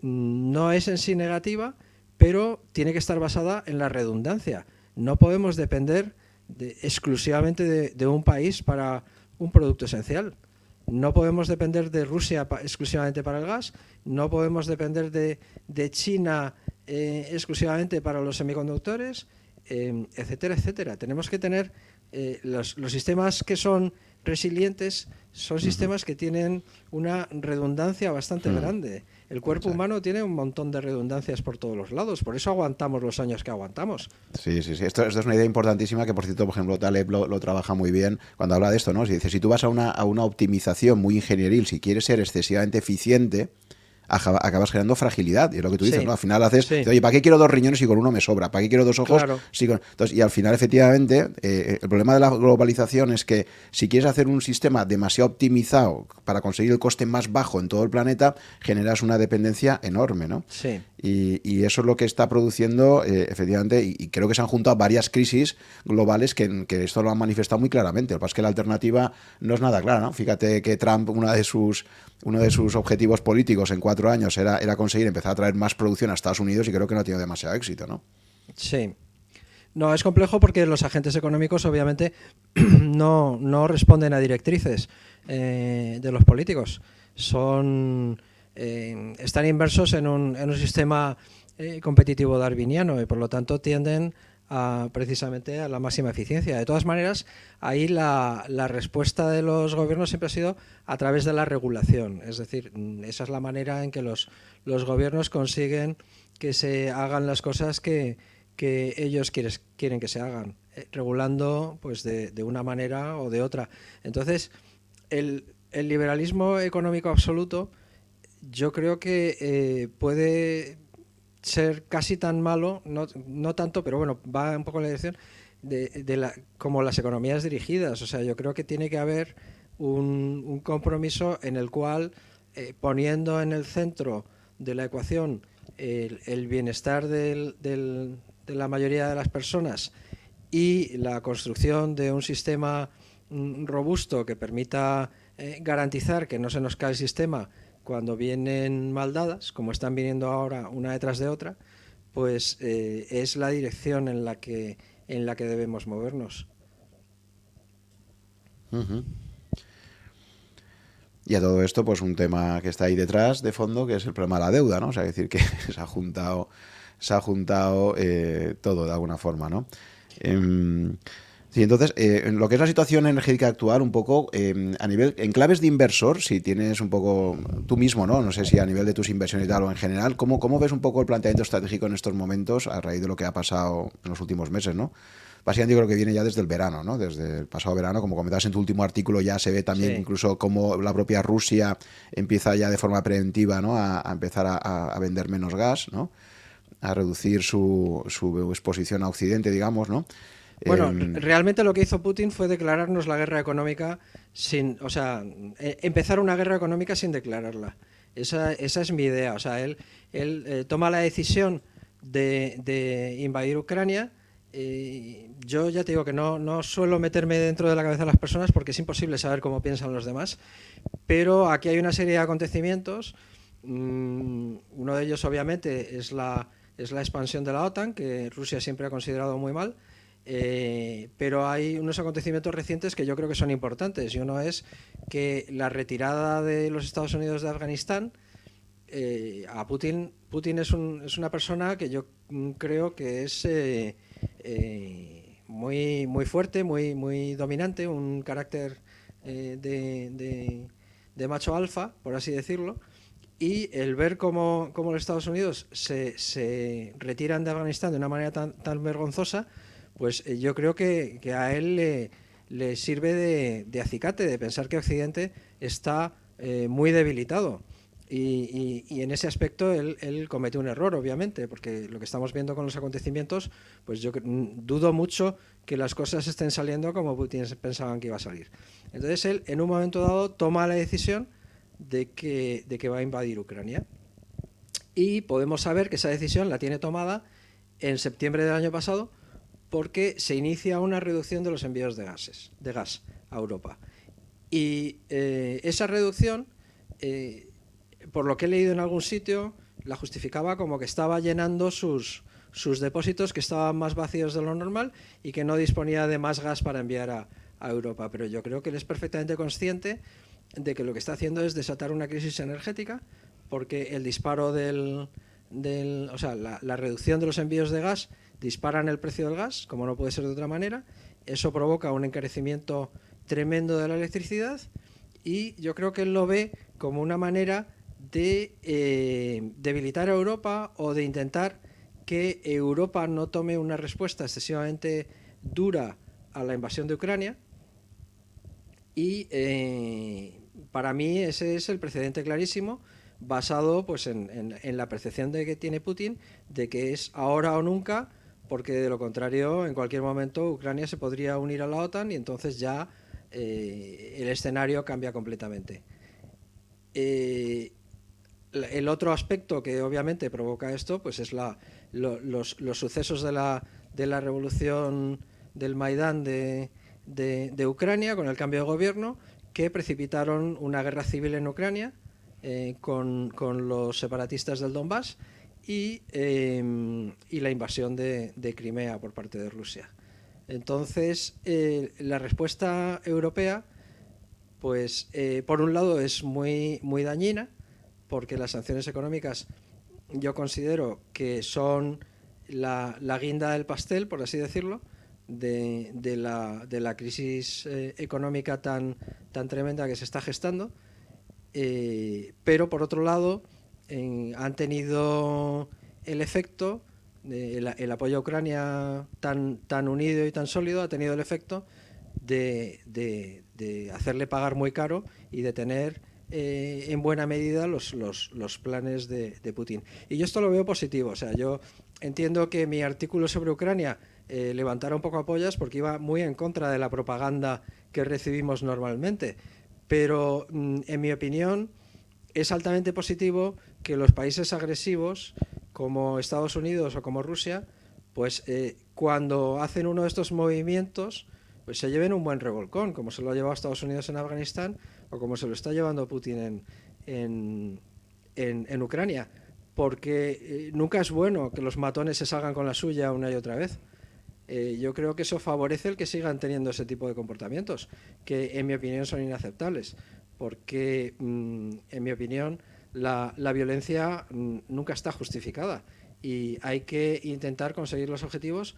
no es en sí negativa, pero tiene que estar basada en la redundancia. No podemos depender de, exclusivamente de, de un país para un producto esencial. No podemos depender de Rusia pa, exclusivamente para el gas, no podemos depender de, de China eh, exclusivamente para los semiconductores, eh, etcétera, etcétera. Tenemos que tener eh, los, los sistemas que son resilientes, son uh-huh. sistemas que tienen una redundancia bastante uh-huh. grande. El cuerpo humano tiene un montón de redundancias por todos los lados, por eso aguantamos los años que aguantamos. Sí, sí, sí. Esto, esto es una idea importantísima que, por cierto, por ejemplo, Taleb lo, lo trabaja muy bien cuando habla de esto, ¿no? Si dice, si tú vas a una, a una optimización muy ingenieril, si quieres ser excesivamente eficiente, acabas generando fragilidad, y es lo que tú dices, sí. ¿no? Al final haces, sí. oye, ¿para qué quiero dos riñones si con uno me sobra? ¿Para qué quiero dos ojos? Claro. Si con... Entonces, y al final, efectivamente, eh, el problema de la globalización es que si quieres hacer un sistema demasiado optimizado para conseguir el coste más bajo en todo el planeta, generas una dependencia enorme, ¿no? Sí. Y, y eso es lo que está produciendo, eh, efectivamente, y, y creo que se han juntado varias crisis globales que, que esto lo han manifestado muy claramente. Lo que pasa es que la alternativa no es nada clara, ¿no? Fíjate que Trump, una de sus, uno de sus objetivos políticos en cuatro años era, era conseguir empezar a traer más producción a Estados Unidos y creo que no ha tenido demasiado éxito, ¿no? Sí. No, es complejo porque los agentes económicos obviamente no, no responden a directrices eh, de los políticos. Son... Eh, están inmersos en un, en un sistema eh, competitivo darwiniano y por lo tanto tienden a, precisamente a la máxima eficiencia. De todas maneras, ahí la, la respuesta de los gobiernos siempre ha sido a través de la regulación. Es decir, esa es la manera en que los, los gobiernos consiguen que se hagan las cosas que, que ellos quieres, quieren que se hagan, eh, regulando pues de, de una manera o de otra. Entonces, el, el liberalismo económico absoluto yo creo que eh, puede ser casi tan malo, no, no tanto, pero bueno, va un poco en la dirección de, de la, como las economías dirigidas. O sea, yo creo que tiene que haber un, un compromiso en el cual, eh, poniendo en el centro de la ecuación el, el bienestar del, del, de la mayoría de las personas y la construcción de un sistema mm, robusto que permita eh, garantizar que no se nos cae el sistema cuando vienen mal dadas, como están viniendo ahora una detrás de otra, pues eh, es la dirección en la que en la que debemos movernos. Uh-huh. Y a todo esto, pues un tema que está ahí detrás, de fondo, que es el problema de la deuda, ¿no? O sea, es decir, que se ha juntado, se ha juntado eh, todo de alguna forma, ¿no? Eh, Sí, entonces, eh, en lo que es la situación energética actual, un poco, eh, a nivel, en claves de inversor, si tienes un poco, tú mismo, ¿no? No sé si a nivel de tus inversiones y tal o en general, ¿cómo, cómo ves un poco el planteamiento estratégico en estos momentos a raíz de lo que ha pasado en los últimos meses, ¿no? Básicamente yo creo que viene ya desde el verano, ¿no? Desde el pasado verano, como comentabas en tu último artículo, ya se ve también sí. incluso cómo la propia Rusia empieza ya de forma preventiva, ¿no? A, a empezar a, a vender menos gas, ¿no? A reducir su, su exposición a Occidente, digamos, ¿no? Bueno, eh, realmente lo que hizo Putin fue declararnos la guerra económica sin, o sea, eh, empezar una guerra económica sin declararla. Esa, esa es mi idea. O sea, él, él eh, toma la decisión de, de invadir Ucrania. Eh, yo ya te digo que no, no suelo meterme dentro de la cabeza de las personas porque es imposible saber cómo piensan los demás. Pero aquí hay una serie de acontecimientos. Mm, uno de ellos, obviamente, es la, es la expansión de la OTAN, que Rusia siempre ha considerado muy mal. Eh, pero hay unos acontecimientos recientes que yo creo que son importantes y uno es que la retirada de los Estados Unidos de Afganistán, eh, a Putin, Putin es, un, es una persona que yo creo que es eh, eh, muy, muy fuerte, muy, muy dominante, un carácter eh, de, de, de macho alfa, por así decirlo, Y el ver cómo, cómo los Estados Unidos se, se retiran de Afganistán de una manera tan, tan vergonzosa, pues eh, yo creo que, que a él le, le sirve de, de acicate, de pensar que Occidente está eh, muy debilitado. Y, y, y en ese aspecto él, él comete un error, obviamente, porque lo que estamos viendo con los acontecimientos, pues yo dudo mucho que las cosas estén saliendo como Putin pensaban que iba a salir. Entonces él, en un momento dado, toma la decisión de que, de que va a invadir Ucrania. Y podemos saber que esa decisión la tiene tomada en septiembre del año pasado porque se inicia una reducción de los envíos de gases, de gas a Europa. Y eh, esa reducción, eh, por lo que he leído en algún sitio, la justificaba como que estaba llenando sus, sus depósitos, que estaban más vacíos de lo normal y que no disponía de más gas para enviar a, a Europa. Pero yo creo que él es perfectamente consciente de que lo que está haciendo es desatar una crisis energética, porque el disparo del, del o sea, la, la reducción de los envíos de gas disparan el precio del gas, como no puede ser de otra manera. Eso provoca un encarecimiento tremendo de la electricidad y yo creo que él lo ve como una manera de eh, debilitar a Europa o de intentar que Europa no tome una respuesta excesivamente dura a la invasión de Ucrania. Y eh, para mí ese es el precedente clarísimo, basado pues en, en, en la percepción de que tiene Putin de que es ahora o nunca, porque de lo contrario en cualquier momento Ucrania se podría unir a la OTAN y entonces ya eh, el escenario cambia completamente. Eh, el otro aspecto que obviamente provoca esto pues es la, lo, los, los sucesos de la, de la revolución del Maidán de De, de Ucrania, con el cambio de gobierno, que precipitaron una guerra civil en Ucrania eh, con, con los separatistas del Donbass y, eh, y la invasión de, de Crimea por parte de Rusia. Entonces, eh, la respuesta europea, pues, eh, por un lado es muy, muy dañina, porque las sanciones económicas yo considero que son la, la guinda del pastel, por así decirlo, De, de, la, de la crisis eh, económica tan, tan tremenda que se está gestando, eh, pero por otro lado en, han tenido el efecto, de, el, el apoyo a Ucrania tan, tan unido y tan sólido ha tenido el efecto de, de, de hacerle pagar muy caro y de tener eh, en buena medida los, los, los planes de, de Putin. Y yo esto lo veo positivo, o sea, yo entiendo que mi artículo sobre Ucrania Eh, levantara un poco apoyas porque iba muy en contra de la propaganda que recibimos normalmente, pero mm, en mi opinión es altamente positivo que los países agresivos como Estados Unidos o como Rusia pues eh, cuando hacen uno de estos movimientos pues se lleven un buen revolcón, como se lo ha llevado Estados Unidos en Afganistán o como se lo está llevando Putin en, en, en, en Ucrania, porque eh, nunca es bueno que los matones se salgan con la suya una y otra vez. Eh, yo creo que eso favorece el que sigan teniendo ese tipo de comportamientos, que en mi opinión son inaceptables, porque mmm, en mi opinión la, la violencia mmm, nunca está justificada y hay que intentar conseguir los objetivos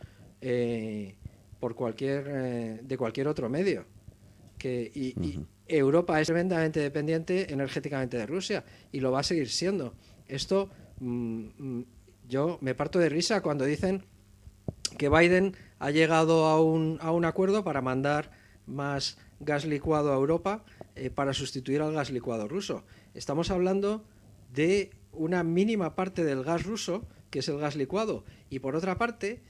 eh, por cualquier, eh, de cualquier otro medio. Que, y, uh-huh. y Europa es tremendamente dependiente energéticamente de Rusia y lo va a seguir siendo. Esto mmm, yo me parto de risa cuando dicen que Biden ha llegado a un, a un acuerdo para mandar más gas licuado a Europa eh, para sustituir al gas licuado ruso. Estamos hablando de una mínima parte del gas ruso, que es el gas licuado, y por otra parte,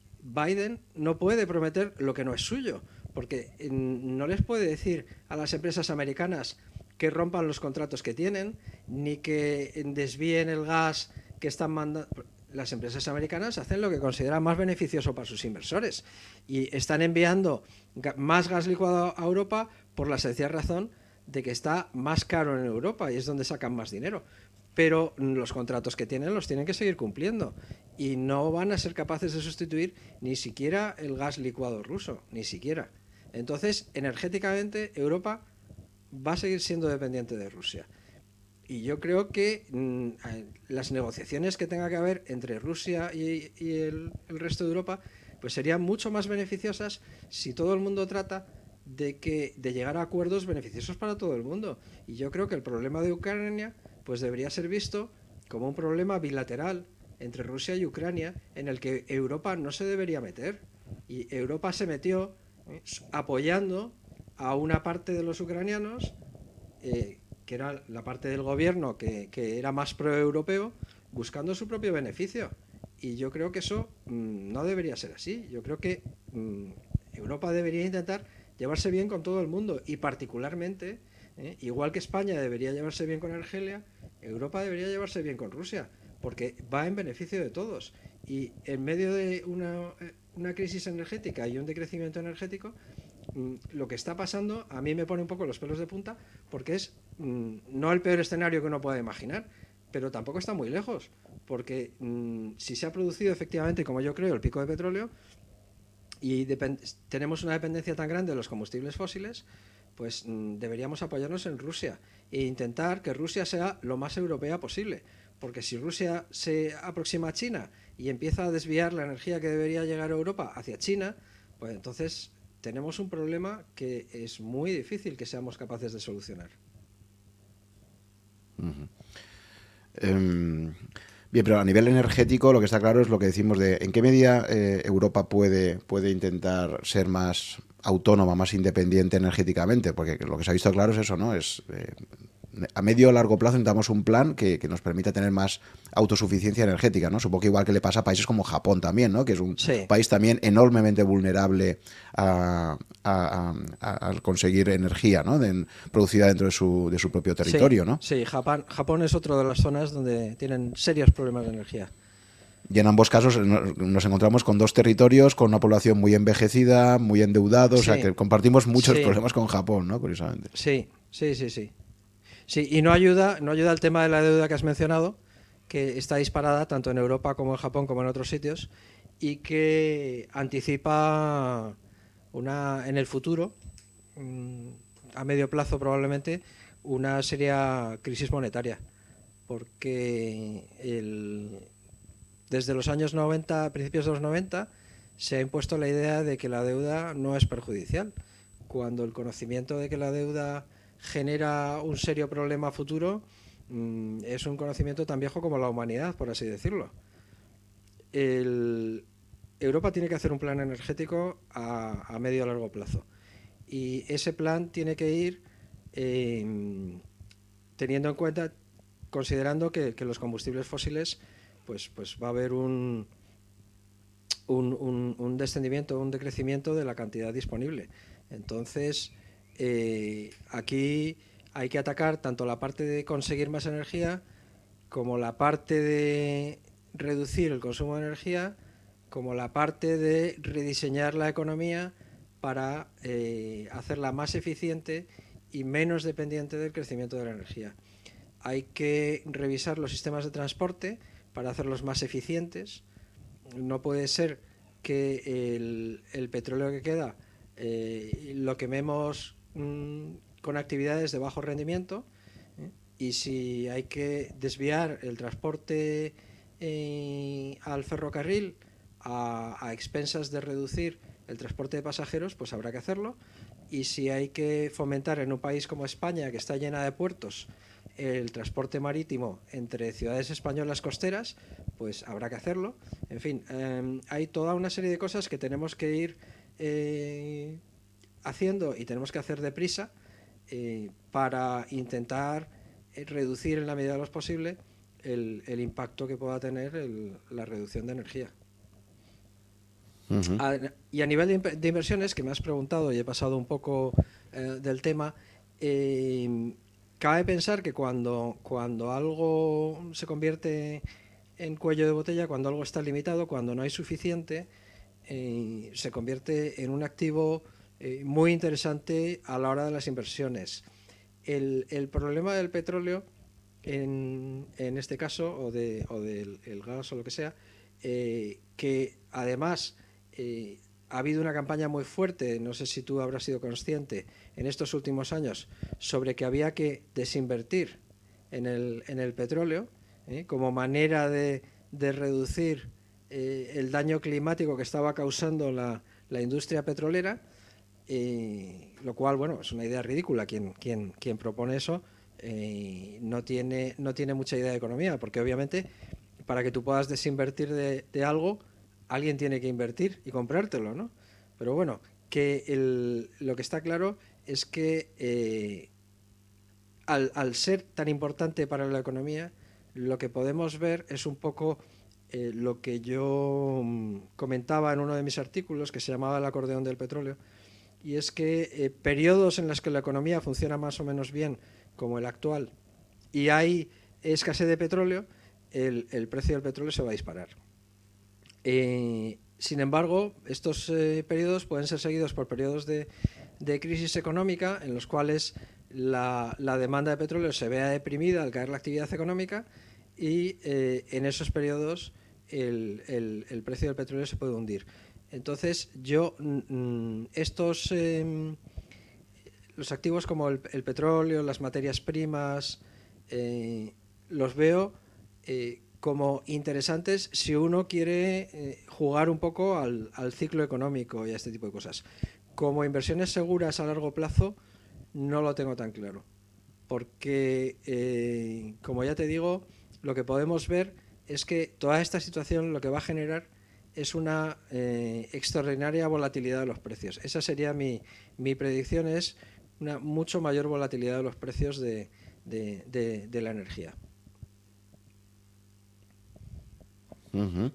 Biden no puede prometer lo que no es suyo, porque eh, no les puede decir a las empresas americanas que rompan los contratos que tienen, ni que desvíen el gas que están mandando. Las empresas americanas hacen lo que consideran más beneficioso para sus inversores y están enviando más gas licuado a Europa por la sencilla razón de que está más caro en Europa y es donde sacan más dinero. Pero los contratos que tienen los tienen que seguir cumpliendo y no van a ser capaces de sustituir ni siquiera el gas licuado ruso, ni siquiera. Entonces, energéticamente, Europa va a seguir siendo dependiente de Rusia. Y yo creo que mmm, las negociaciones que tenga que haber entre Rusia y, y el, el resto de Europa pues serían mucho más beneficiosas si todo el mundo trata de, que, de llegar a acuerdos beneficiosos para todo el mundo. Y yo creo que el problema de Ucrania pues debería ser visto como un problema bilateral entre Rusia y Ucrania en el que Europa no se debería meter. Y Europa se metió eh, apoyando a una parte de los ucranianos, eh, que era la parte del gobierno que, que era más pro-europeo, buscando su propio beneficio. Y yo creo que eso mmm, no debería ser así. Yo creo que mmm, Europa debería intentar llevarse bien con todo el mundo y particularmente, eh, igual que España debería llevarse bien con Argelia, Europa debería llevarse bien con Rusia, porque va en beneficio de todos. Y en medio de una, una crisis energética y un decrecimiento energético, mmm, lo que está pasando a mí me pone un poco los pelos de punta, porque es mmm, no el peor escenario que uno pueda imaginar, pero tampoco está muy lejos, porque mmm, si se ha producido efectivamente, como yo creo, el pico de petróleo, y tenemos una dependencia tan grande de los combustibles fósiles, pues mmm, deberíamos apoyarnos en Rusia e intentar que Rusia sea lo más europea posible, porque si Rusia se aproxima a China y empieza a desviar la energía que debería llegar a Europa hacia China, pues entonces tenemos un problema que es muy difícil que seamos capaces de solucionar. Uh-huh. Um... Bien, pero a nivel energético lo que está claro es lo que decimos de en qué medida eh, Europa puede, puede intentar ser más autónoma, más independiente energéticamente, porque lo que se ha visto claro es eso, ¿no? Es eh, a medio o largo plazo necesitamos un plan que, que nos permita tener más autosuficiencia energética, ¿no? Supongo que igual que le pasa a países como Japón también, ¿no? Que es un sí. país también enormemente vulnerable a, a, a, a conseguir energía, ¿no? De, producida dentro de su, de su propio territorio, sí, ¿no? Sí, Japón, Japón es otra de las zonas donde tienen serios problemas de energía. Y en ambos casos nos encontramos con dos territorios con una población muy envejecida, muy endeudada, sí. O sea que compartimos muchos sí. problemas con Japón, ¿no? Curiosamente. Sí, sí, sí, sí. Sí, y no ayuda, no ayuda el tema de la deuda que has mencionado, que está disparada tanto en Europa como en Japón como en otros sitios, y que anticipa una, en el futuro, a medio plazo probablemente, una seria crisis monetaria, porque el, desde los años noventa, principios de los noventa, se ha impuesto la idea de que la deuda no es perjudicial, cuando el conocimiento de que la deuda genera un serio problema futuro mmm, es un conocimiento tan viejo como la humanidad, por así decirlo. El, Europa tiene que hacer un plan energético a, a medio y largo plazo, y ese plan tiene que ir eh, teniendo en cuenta, considerando que, que los combustibles fósiles pues, pues va a haber un, un, un, un descendimiento, un decrecimiento de la cantidad disponible. Entonces, eh, aquí hay que atacar tanto la parte de conseguir más energía como la parte de reducir el consumo de energía, como la parte de rediseñar la economía para eh, hacerla más eficiente y menos dependiente del crecimiento de la energía. Hay que revisar los sistemas de transporte para hacerlos más eficientes. No puede ser que el, el petróleo que queda eh, lo quememos mmm, con actividades de bajo rendimiento, ¿eh? Y si hay que desviar el transporte eh, al ferrocarril a, a expensas de reducir el transporte de pasajeros, pues habrá que hacerlo. Y si hay que fomentar en un país como España, que está llena de puertos, el transporte marítimo entre ciudades españolas costeras, pues habrá que hacerlo. En fin, eh, hay toda una serie de cosas que tenemos que ir eh, haciendo y tenemos que hacer deprisa eh, para intentar eh, reducir en la medida de lo posible el, el impacto que pueda tener el, la reducción de energía. Uh-huh. A, y a nivel de, de inversiones, que me has preguntado y he pasado un poco eh, del tema, eh, cabe pensar que cuando, cuando algo se convierte en cuello de botella, cuando algo está limitado, cuando no hay suficiente, eh, se convierte en un activo eh, muy interesante a la hora de las inversiones. El, el problema del petróleo, en, en este caso, o, de, o del el gas o lo que sea, eh, que además eh, ha habido una campaña muy fuerte, no sé si tú habrás sido consciente, en estos últimos años, sobre que había que desinvertir en el, en el petróleo, ¿eh? como manera de, de reducir eh, el daño climático que estaba causando la, la industria petrolera, eh, lo cual, bueno, es una idea ridícula quien, quien, quien propone eso, eh, no tiene, no tiene mucha idea de economía, porque obviamente para que tú puedas desinvertir de, de algo, alguien tiene que invertir y comprártelo, ¿no? Pero bueno, que el, lo que está claro es que eh, al, al ser tan importante para la economía, lo que podemos ver es un poco eh, lo que yo mm, comentaba en uno de mis artículos, que se llamaba El acordeón del petróleo, y es que eh, periodos en los que la economía funciona más o menos bien, como el actual, y hay escasez de petróleo, el, el precio del petróleo se va a disparar. Eh, sin embargo, estos eh, periodos pueden ser seguidos por periodos de, de crisis económica en los cuales la, la demanda de petróleo se vea deprimida al caer la actividad económica y eh, en esos periodos el, el, el precio del petróleo se puede hundir. Entonces, yo mm, estos eh, los activos como el, el petróleo, las materias primas, eh, los veo eh, como interesantes si uno quiere eh, jugar un poco al, al ciclo económico y a este tipo de cosas. Como inversiones seguras a largo plazo, no lo tengo tan claro. Porque, eh, como ya te digo, lo que podemos ver es que toda esta situación lo que va a generar es una eh, extraordinaria volatilidad de los precios. Esa sería mi, mi predicción, es una mucho mayor volatilidad de los precios de, de, de, de la energía. Uh-huh.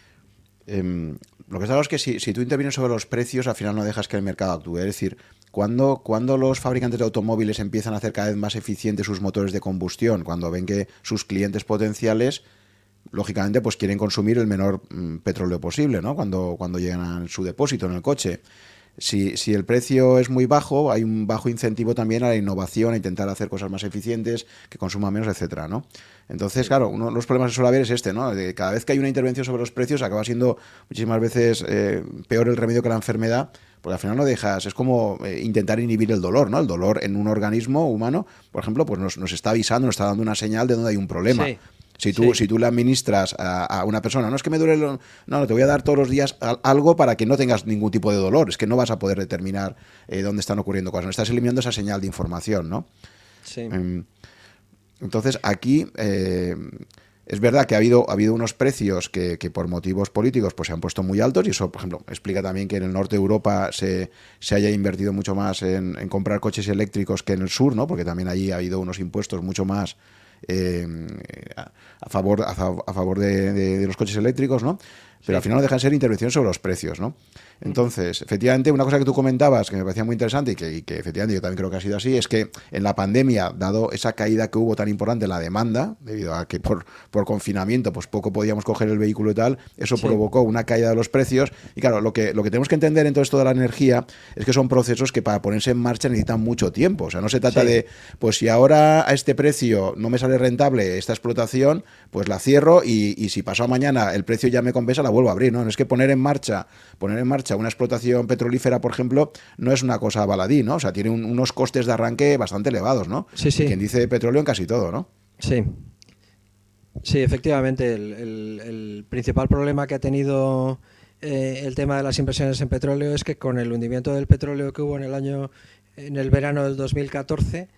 Eh, lo que está claro es que si, si tú intervienes sobre los precios, al final no dejas que el mercado actúe. Es decir, cuando, cuando los fabricantes de automóviles empiezan a hacer cada vez más eficientes sus motores de combustión, cuando ven que sus clientes potenciales, lógicamente, pues quieren consumir el menor mm, petróleo posible, ¿no? Cuando, cuando llegan a su depósito en el coche. Si, si el precio es muy bajo, hay un bajo incentivo también a la innovación, a intentar hacer cosas más eficientes, que consuman menos, etcétera, ¿no? Entonces, claro, uno de los problemas que suele haber es este, ¿no? De cada vez que hay una intervención sobre los precios, acaba siendo muchísimas veces eh, peor el remedio que la enfermedad, porque al final no dejas, es como eh, intentar inhibir el dolor, ¿no? El dolor en un organismo humano, por ejemplo, pues nos, nos está avisando, nos está dando una señal de donde hay un problema. Sí. Si tú, sí. si tú le administras a, a una persona, no es que me duele, lo, no, te voy a dar todos los días algo para que no tengas ningún tipo de dolor, es que no vas a poder determinar eh, dónde están ocurriendo cosas, no estás eliminando esa señal de información, ¿no? Sí. Eh, entonces, aquí eh, es verdad que ha habido, ha habido unos precios que, que por motivos políticos pues se han puesto muy altos, y eso, por ejemplo, explica también que en el norte de Europa se, se haya invertido mucho más en, en comprar coches eléctricos que en el sur, ¿no? Porque también allí ha habido unos impuestos mucho más Eh, a, a favor a, a favor de, de, de los coches eléctricos, ¿no? Pero sí. Al final no dejan de ser intervenciones sobre los precios, ¿no? Entonces, efectivamente, una cosa que tú comentabas que me parecía muy interesante y que, y que efectivamente yo también creo que ha sido así, es que en la pandemia, dado esa caída que hubo tan importante en la demanda, debido a que por, por confinamiento pues poco podíamos coger el vehículo y tal, eso sí. provocó una caída de los precios. Y claro, lo que, lo que tenemos que entender en todo esto de la energía es que son procesos que para ponerse en marcha necesitan mucho tiempo. O sea, no se trata sí. de, pues si ahora a este precio no me sale rentable esta explotación, pues la cierro y, y si pasado mañana el precio ya me compensa, la vuelvo a abrir, ¿no? No es que poner en marcha, poner en marcha una explotación petrolífera, por ejemplo, no es una cosa baladí, ¿no? O sea, tiene un, unos costes de arranque bastante elevados, ¿no? Sí, sí. Quien dice petróleo en casi todo, ¿no? Sí. Sí, efectivamente, el, el, el principal problema que ha tenido eh, el tema de las inversiones en petróleo es que con el hundimiento del petróleo que hubo en el año, en el verano del dos mil catorce,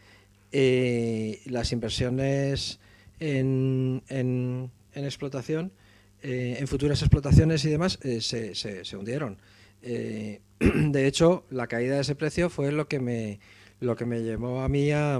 eh, las inversiones en, en, en explotación, eh, en futuras explotaciones y demás, eh, se, se, se hundieron. Eh, de hecho, la caída de ese precio fue lo que me, lo que me llevó a mí a,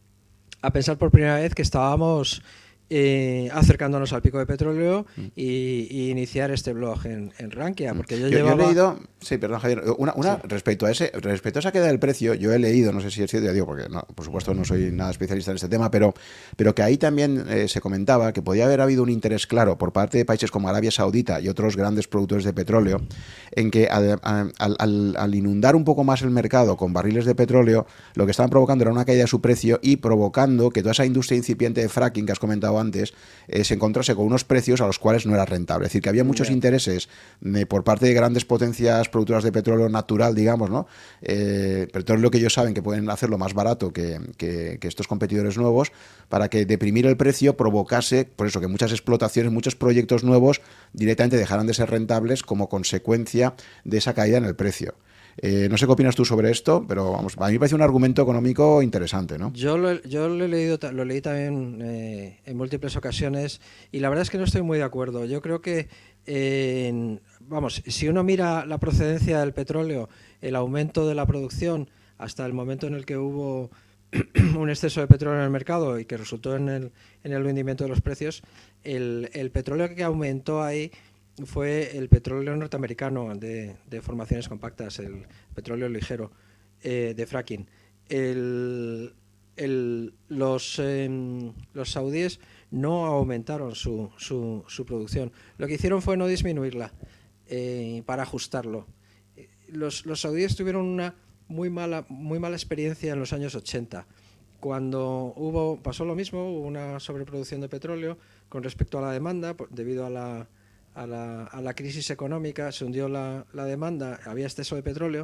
a pensar por primera vez que estábamos eh, acercándonos al pico de petróleo y, y iniciar este blog en, en Rankia, porque yo, yo, llevaba... yo he leído, sí, perdón Javier, una, una sí. respecto a ese, respecto a esa caída del precio, yo he leído, no sé si es cierto, ya digo, porque no, por supuesto no soy nada especialista en este tema, pero, pero que ahí también eh, se comentaba que podía haber habido un interés claro por parte de países como Arabia Saudita y otros grandes productores de petróleo, en que al, al, al, al inundar un poco más el mercado con barriles de petróleo, lo que estaban provocando era una caída de su precio y provocando que toda esa industria incipiente de fracking que has comentado antes eh, se encontrase con unos precios a los cuales no era rentable. Es decir, que había muchos yeah. intereses de, por parte de grandes potencias productoras de petróleo natural, digamos, ¿no? Eh, petróleo que ellos saben que pueden hacerlo más barato que, que, que estos competidores nuevos, para que deprimir el precio provocase, por eso, que muchas explotaciones, muchos proyectos nuevos directamente dejaran de ser rentables como consecuencia de esa caída en el precio. Eh, no sé qué opinas tú sobre esto, pero vamos, a mí me parece un argumento económico interesante, ¿no? Yo lo, yo lo he leído, lo leí también eh, en múltiples ocasiones y la verdad es que no estoy muy de acuerdo. Yo creo que, eh, en, vamos, si uno mira la procedencia del petróleo, el aumento de la producción hasta el momento en el que hubo un exceso de petróleo en el mercado y que resultó en el, en el hundimiento de los precios, el, el petróleo que aumentó ahí fue el petróleo norteamericano de, de formaciones compactas, el petróleo ligero eh, de fracking. El, el, los, eh, los saudíes no aumentaron su, su, su producción. Lo que hicieron fue no disminuirla eh, para ajustarlo. Los, los saudíes tuvieron una muy mala, muy mala experiencia en los años ochenta. Cuando hubo, pasó lo mismo, hubo una sobreproducción de petróleo con respecto a la demanda, debido a la, a la, a la crisis económica, se hundió la, la demanda, había exceso de petróleo.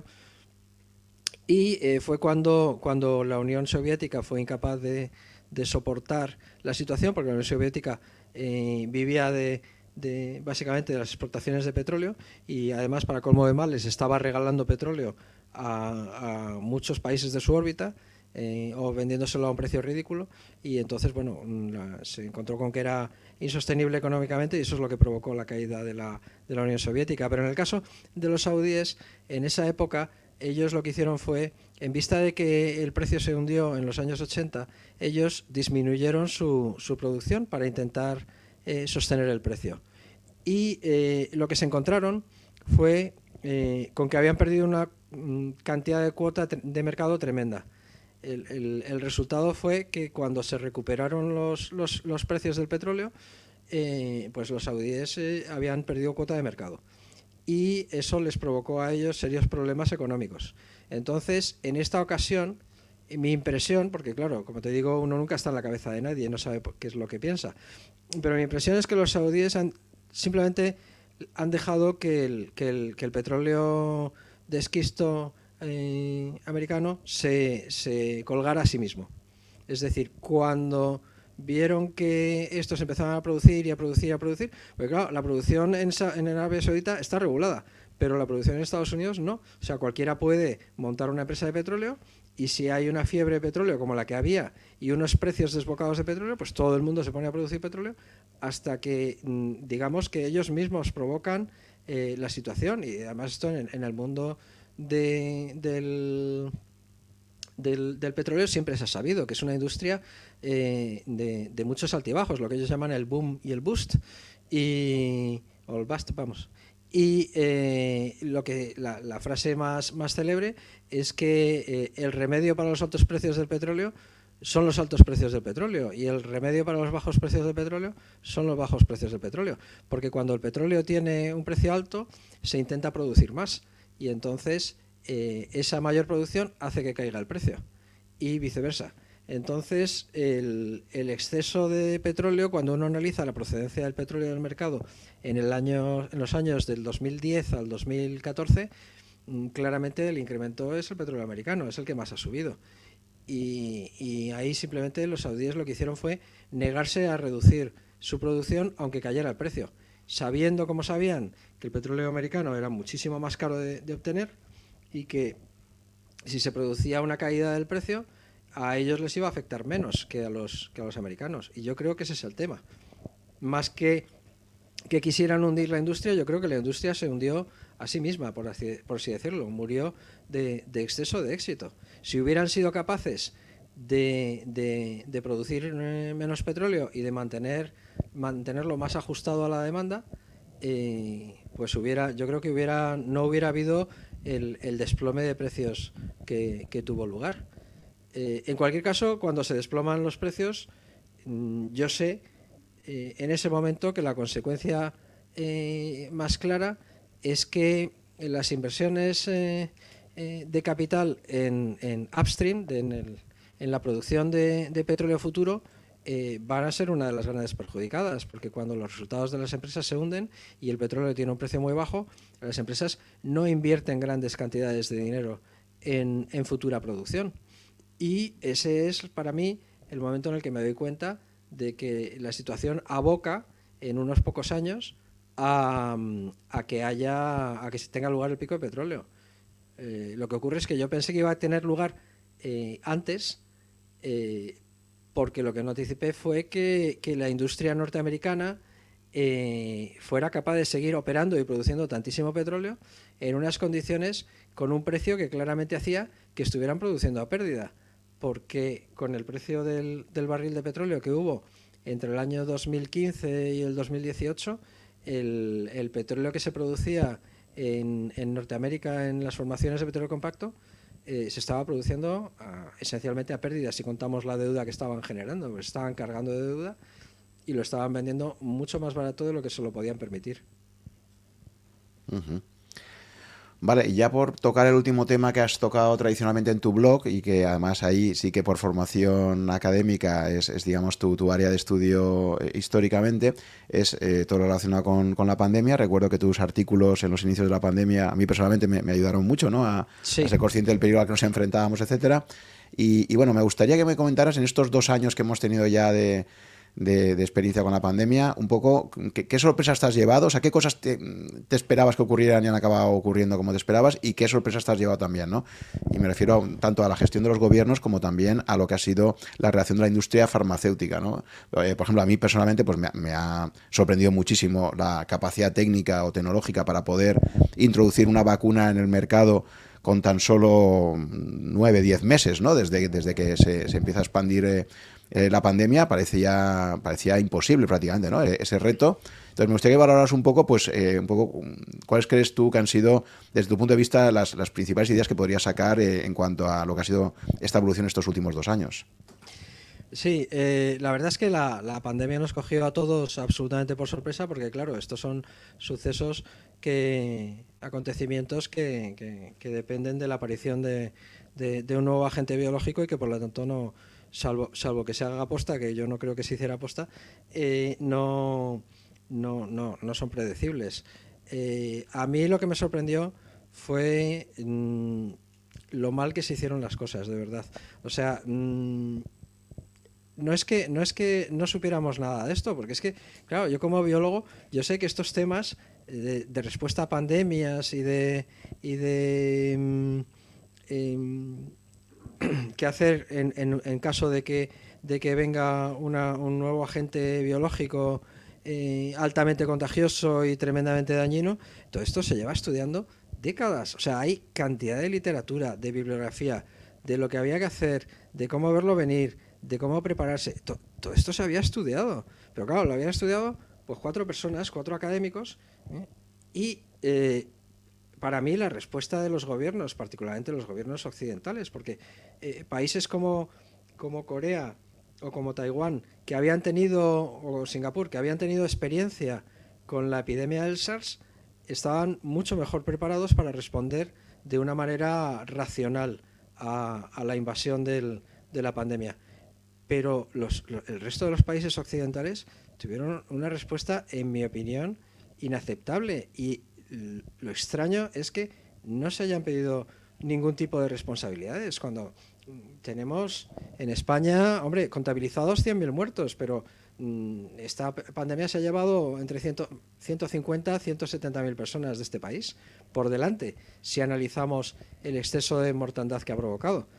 Y eh, fue cuando, cuando la Unión Soviética fue incapaz de, de soportar la situación, porque la Unión Soviética eh, vivía de, de, básicamente de las exportaciones de petróleo y además, para colmo de males, estaba regalando petróleo a, a muchos países de su órbita eh, o vendiéndoselo a un precio ridículo, y entonces bueno, la, se encontró con que era insostenible económicamente y eso es lo que provocó la caída de la, de la Unión Soviética. Pero en el caso de los saudíes, en esa época, ellos lo que hicieron fue, en vista de que el precio se hundió en los años ochenta, ellos disminuyeron su, su producción para intentar eh, sostener el precio. Y eh, lo que se encontraron fue eh, con que habían perdido una mm, cantidad de cuota de mercado tremenda. El, el, el resultado fue que cuando se recuperaron los, los, los precios del petróleo, eh, pues los saudíes eh, habían perdido cuota de mercado. Y eso les provocó a ellos serios problemas económicos. Entonces, en esta ocasión, mi impresión, porque claro, como te digo, uno nunca está en la cabeza de nadie, no sabe qué es lo que piensa, pero mi impresión es que los saudíes han, simplemente han dejado que el, que el, que el petróleo de esquisto eh, americano se, se colgara a sí mismo. Es decir, cuando vieron que estos empezaban a producir y a producir y a producir, porque claro, la producción en, en Arabia Saudita está regulada, pero la producción en Estados Unidos no. O sea, cualquiera puede montar una empresa de petróleo y si hay una fiebre de petróleo como la que había y unos precios desbocados de petróleo, pues todo el mundo se pone a producir petróleo hasta que, digamos, que ellos mismos provocan eh, la situación. Y además esto en, en el mundo de, del... Del, del petróleo siempre se ha sabido que es una industria eh, de, de muchos altibajos, lo que ellos llaman el boom y el bust, y, o el bust, vamos. Y eh, lo que la, la frase más, más célebre es que eh, el remedio para los altos precios del petróleo son los altos precios del petróleo y el remedio para los bajos precios del petróleo son los bajos precios del petróleo, porque cuando el petróleo tiene un precio alto se intenta producir más y entonces Eh, esa mayor producción hace que caiga el precio y viceversa. Entonces, el, el exceso de petróleo, cuando uno analiza la procedencia del petróleo del mercado en, el año, en los años del dos mil diez al dos mil catorce, claramente el incremento es el petróleo americano, es el que más ha subido. Y, y ahí simplemente los saudíes lo que hicieron fue negarse a reducir su producción aunque cayera el precio, sabiendo como sabían que el petróleo americano era muchísimo más caro de, de obtener, y que si se producía una caída del precio a ellos les iba a afectar menos que a los, que a los americanos. Y yo creo que ese es el tema. Más que que quisieran hundir la industria, yo creo que la industria se hundió a sí misma, por así, por así decirlo. Murió de, de exceso de éxito. Si hubieran sido capaces de, de, de producir menos petróleo y de mantener mantenerlo más ajustado a la demanda, eh, pues hubiera, yo creo que hubiera no hubiera habido el, el desplome de precios que, que tuvo lugar. Eh, en cualquier caso, cuando se desploman los precios, mmm, yo sé eh, en ese momento que la consecuencia eh, más clara es que las inversiones eh, eh, de capital en, en upstream, de, en, el, en la producción de, de petróleo futuro, Eh, van a ser una de las grandes perjudicadas, porque cuando los resultados de las empresas se hunden y el petróleo tiene un precio muy bajo, las empresas no invierten grandes cantidades de dinero en, en futura producción. Y ese es para mí el momento en el que me doy cuenta de que la situación aboca en unos pocos años a, a que haya a que se tenga lugar el pico de petróleo. Eh, lo que ocurre es que yo pensé que iba a tener lugar eh, antes, eh, porque lo que no anticipé fue que, que la industria norteamericana eh, fuera capaz de seguir operando y produciendo tantísimo petróleo en unas condiciones con un precio que claramente hacía que estuvieran produciendo a pérdida, porque con el precio del, del barril de petróleo que hubo entre el año dos mil quince y el dos mil dieciocho, el, el petróleo que se producía en, en Norteamérica en las formaciones de petróleo compacto eh, se estaba produciendo a, esencialmente a pérdidas si contamos la deuda que estaban generando, pues estaban cargando de deuda y lo estaban vendiendo mucho más barato de lo que se lo podían permitir. Uh-huh. Vale, y ya por tocar el último tema que has tocado tradicionalmente en tu blog y que además ahí sí que por formación académica es, es digamos, tu, tu área de estudio eh, históricamente, es eh, todo lo relacionado con, con la pandemia. Recuerdo que tus artículos en los inicios de la pandemia a mí personalmente me, me ayudaron mucho, ¿no? A, sí. a ser consciente del peligro al que nos enfrentábamos, etcétera. Y, y bueno, me gustaría que me comentaras en estos dos años que hemos tenido ya de... De, de experiencia con la pandemia, un poco ¿qué, qué sorpresas te has llevado? O sea, ¿qué cosas te, te esperabas que ocurrieran y han acabado ocurriendo como te esperabas? ¿Y qué sorpresas te has llevado también, ¿no? Y me refiero a, tanto a la gestión de los gobiernos como también a lo que ha sido la reacción de la industria farmacéutica, ¿no? Eh, por ejemplo, a mí personalmente pues me, me ha sorprendido muchísimo la capacidad técnica o tecnológica para poder introducir una vacuna en el mercado con tan solo nueve, diez meses, ¿no? Desde, desde que se, se empieza a expandir eh, eh, la pandemia, parecía, parecía imposible prácticamente, ¿no? Ese reto. Entonces me gustaría que valoraras un poco, pues, eh, un poco, ¿cuáles crees tú que han sido, desde tu punto de vista, las, las principales ideas que podrías sacar eh, en cuanto a lo que ha sido esta evolución estos últimos dos años? Sí, eh, la verdad es que la, la pandemia nos cogió a todos absolutamente por sorpresa porque, claro, estos son sucesos, que acontecimientos que, que, que dependen de la aparición de, de, de un nuevo agente biológico y que, por lo tanto, no, salvo, salvo que se haga aposta, que yo no creo que se hiciera aposta, eh, no, no, no, no son predecibles. Eh, a mí lo que me sorprendió fue mmm, lo mal que se hicieron las cosas, de verdad. O sea... Mmm, No es que no es que no supiéramos nada de esto, porque es que, claro, yo como biólogo, yo sé que estos temas de, de respuesta a pandemias y de y de eh, qué hacer en, en, en caso de que de que venga una, un nuevo agente biológico eh, altamente contagioso y tremendamente dañino, todo esto se lleva estudiando décadas. O sea, hay cantidad de literatura, de bibliografía, de lo que había que hacer, de cómo verlo venir, de cómo prepararse. Todo, todo esto se había estudiado, pero claro, lo habían estudiado pues cuatro personas, cuatro académicos, ¿eh? y eh, para mí la respuesta de los gobiernos, particularmente los gobiernos occidentales, porque eh, países como, como Corea o como Taiwán, que habían tenido, o Singapur, que habían tenido experiencia con la epidemia del SARS, estaban mucho mejor preparados para responder de una manera racional a, a la invasión del, de la pandemia. Pero los, el resto de los países occidentales tuvieron una respuesta, en mi opinión, inaceptable. Y lo extraño es que no se hayan pedido ningún tipo de responsabilidades. Cuando tenemos en España, hombre, contabilizados cien mil muertos, pero mmm, esta pandemia se ha llevado entre ciento cincuenta a ciento setenta mil personas de este país por delante, si analizamos el exceso de mortandad que ha provocado.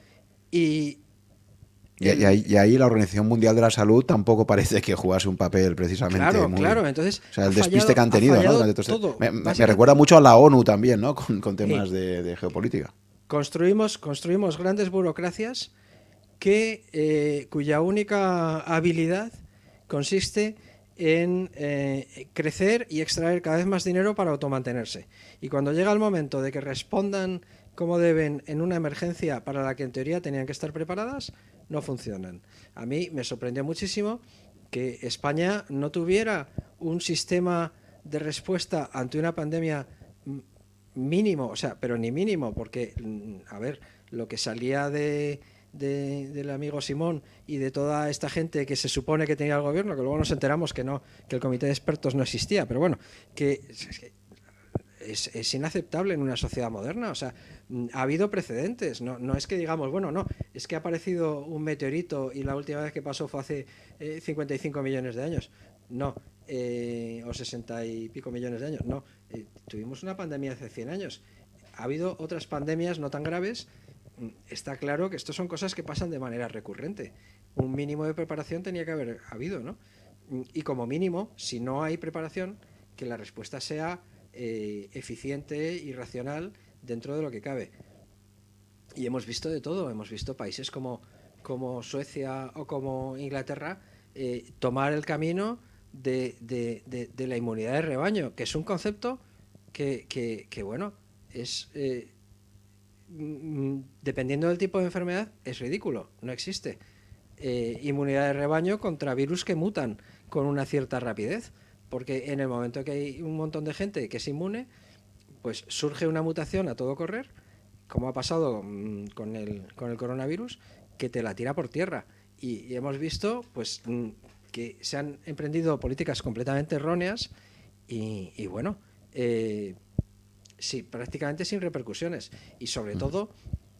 Y Y, y, ahí, y ahí la Organización Mundial de la Salud tampoco parece que jugase un papel precisamente claro, muy... Claro, entonces o sea, el despiste fallado, que han tenido, ¿no? Todo, me, me, me recuerda mucho a la ONU también, ¿no? Con, con temas sí. de, de geopolítica. Construimos, construimos grandes burocracias que, eh, cuya única habilidad consiste en eh, crecer y extraer cada vez más dinero para automantenerse. Y cuando llega el momento de que respondan como deben en una emergencia para la que en teoría tenían que estar preparadas, no funcionan. A mí me sorprendió muchísimo que España no tuviera un sistema de respuesta ante una pandemia mínimo, o sea, pero ni mínimo, porque, a ver, lo que salía de, de, del amigo Simón y de toda esta gente que se supone que tenía el gobierno, que luego nos enteramos que no, que el comité de expertos no existía, pero bueno, que es, es inaceptable en una sociedad moderna. O sea, ha habido precedentes, no, no es que digamos, bueno, no, es que ha aparecido un meteorito y la última vez que pasó fue hace eh, cincuenta y cinco millones de años, no, eh, o sesenta y pico millones de años, no, eh, tuvimos una pandemia hace cien años. ha habido otras pandemias no tan graves. Está claro que esto son cosas que pasan de manera recurrente. Un mínimo de preparación tenía que haber habido, ¿no? Y como mínimo, si no hay preparación, que la respuesta sea eh, eficiente y racional dentro de lo que cabe. Y hemos visto de todo, hemos visto países como, como Suecia o como Inglaterra eh, tomar el camino de, de, de, de la inmunidad de rebaño, que es un concepto que, que, que bueno, es eh, dependiendo del tipo de enfermedad, es ridículo, no existe. Eh, inmunidad de rebaño contra virus que mutan con una cierta rapidez, porque en el momento que hay un montón de gente que es inmune, pues surge una mutación a todo correr, como ha pasado mmm, con, el, con el coronavirus, que te la tira por tierra. Y, y hemos visto pues mmm, que se han emprendido políticas completamente erróneas y, y bueno, eh, sí, prácticamente sin repercusiones. Y sobre todo,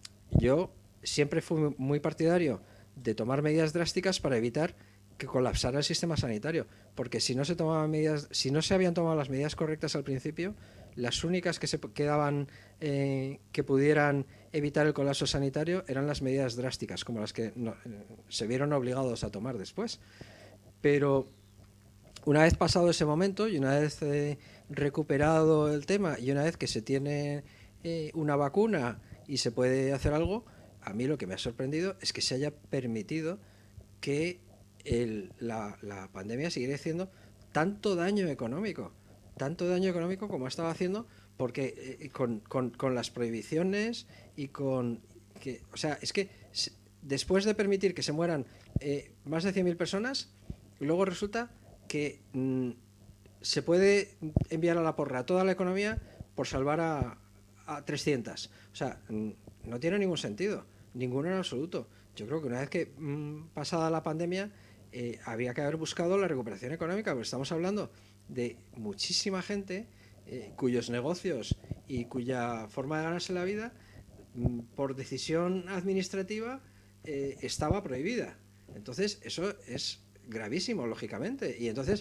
yo siempre fui muy partidario de tomar medidas drásticas para evitar que colapsara el sistema sanitario, porque si no se tomaban medidas, si no se habían tomado las medidas correctas al principio, las únicas que se quedaban eh, que pudieran evitar el colapso sanitario eran las medidas drásticas, como las que no, eh, se vieron obligados a tomar después. Pero una vez pasado ese momento y una vez eh, recuperado el tema y una vez que se tiene eh, una vacuna y se puede hacer algo, a mí lo que me ha sorprendido es que se haya permitido que el, la, la pandemia siguiera haciendo tanto daño económico, tanto daño económico como ha estado haciendo, porque eh, con, con, con las prohibiciones y con... que, o sea, es que después de permitir que se mueran eh, más de cien mil personas, luego resulta que mmm, se puede enviar a la porra toda la economía por salvar a, a trescientas. O sea, mmm, no tiene ningún sentido, ninguno en absoluto. Yo creo que una vez que mmm, pasada la pandemia eh, había que haber buscado la recuperación económica, porque estamos hablando de muchísima gente eh, cuyos negocios y cuya forma de ganarse la vida mmm, por decisión administrativa eh, estaba prohibida. Entonces eso es gravísimo, lógicamente, y entonces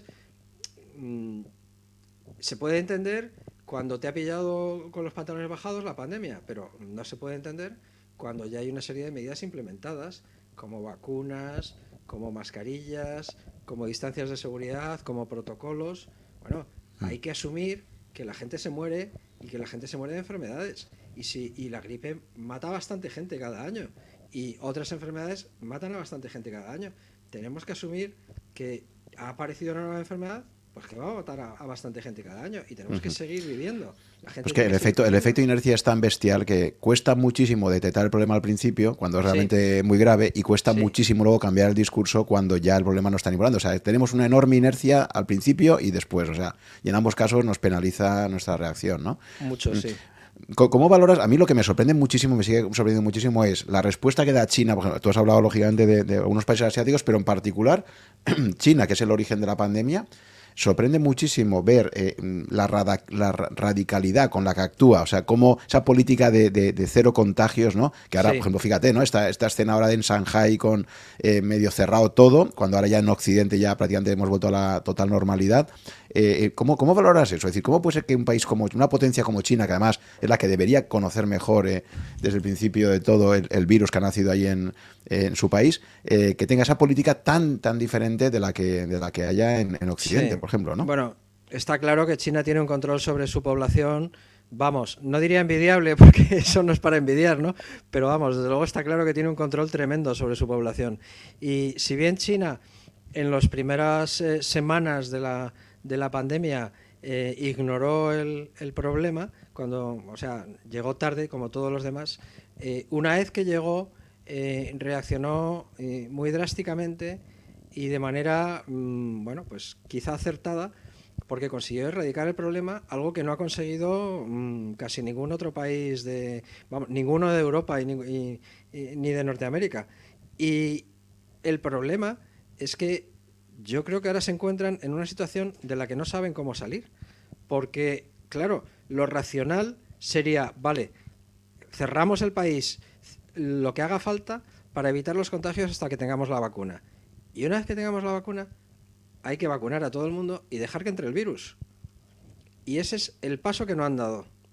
mmm, se puede entender cuando te ha pillado con los pantalones bajados la pandemia, pero no se puede entender cuando ya hay una serie de medidas implementadas, como vacunas, como mascarillas, como distancias de seguridad, como protocolos. Bueno, hay que asumir que la gente se muere y que la gente se muere de enfermedades. Y, si, y la gripe mata a bastante gente cada año. Y otras enfermedades matan a bastante gente cada año. Tenemos que asumir que ha aparecido una nueva enfermedad, pues que va a matar a, a bastante gente cada año y tenemos uh-huh. que seguir viviendo. La gente pues que el efecto, el efecto inercia es tan bestial que cuesta muchísimo detectar el problema al principio, cuando es realmente sí. muy grave, y cuesta sí. muchísimo luego cambiar el discurso cuando ya el problema no está ni volando. O sea, tenemos una enorme inercia al principio y después, o sea, y en ambos casos nos penaliza nuestra reacción, ¿no? Mucho, sí. ¿Cómo valoras? A mí lo que me sorprende muchísimo, me sigue sorprendiendo muchísimo, es la respuesta que da China. Por ejemplo, tú has hablado lógicamente de, de algunos países asiáticos, pero en particular China, que es el origen de la pandemia. Sorprende muchísimo ver eh, la, rada, la radicalidad con la que actúa, o sea, cómo esa política de, de, de cero contagios, ¿no? Que ahora, sí. por ejemplo, fíjate, ¿no? Esta, esta escena ahora de en Shanghái con eh, medio cerrado todo, cuando ahora ya en Occidente ya prácticamente hemos vuelto a la total normalidad. Eh, ¿cómo, ¿Cómo valoras eso? Es decir, ¿cómo puede ser que un país como, una potencia como China, que además es la que debería conocer mejor eh, desde el principio de todo el, el virus que ha nacido ahí en, eh, en su país, eh, que tenga esa política tan, tan diferente de la que, de la que haya en, en Occidente, sí. por ejemplo, ¿no? Bueno, está claro que China tiene un control sobre su población, vamos, no diría envidiable porque eso no es para envidiar, ¿no? Pero vamos, desde luego está claro que tiene un control tremendo sobre su población. Y si bien China en las primeras eh, semanas de la, de la pandemia eh, ignoró el, el problema, cuando, o sea, llegó tarde como todos los demás, eh, una vez que llegó eh, reaccionó eh, muy drásticamente y de manera, mmm, bueno, pues quizá acertada, porque consiguió erradicar el problema, algo que no ha conseguido mmm, casi ningún otro país, de, vamos, ninguno de Europa y, y, y, ni de Norteamérica. Y el problema es que yo creo que ahora se encuentran en una situación de la que no saben cómo salir, porque, claro, lo racional sería, vale, cerramos el país, lo que haga falta para evitar los contagios hasta que tengamos la vacuna. Y una vez que tengamos la vacuna, hay que vacunar a todo el mundo y dejar que entre el virus. Y ese es el paso que no han dado.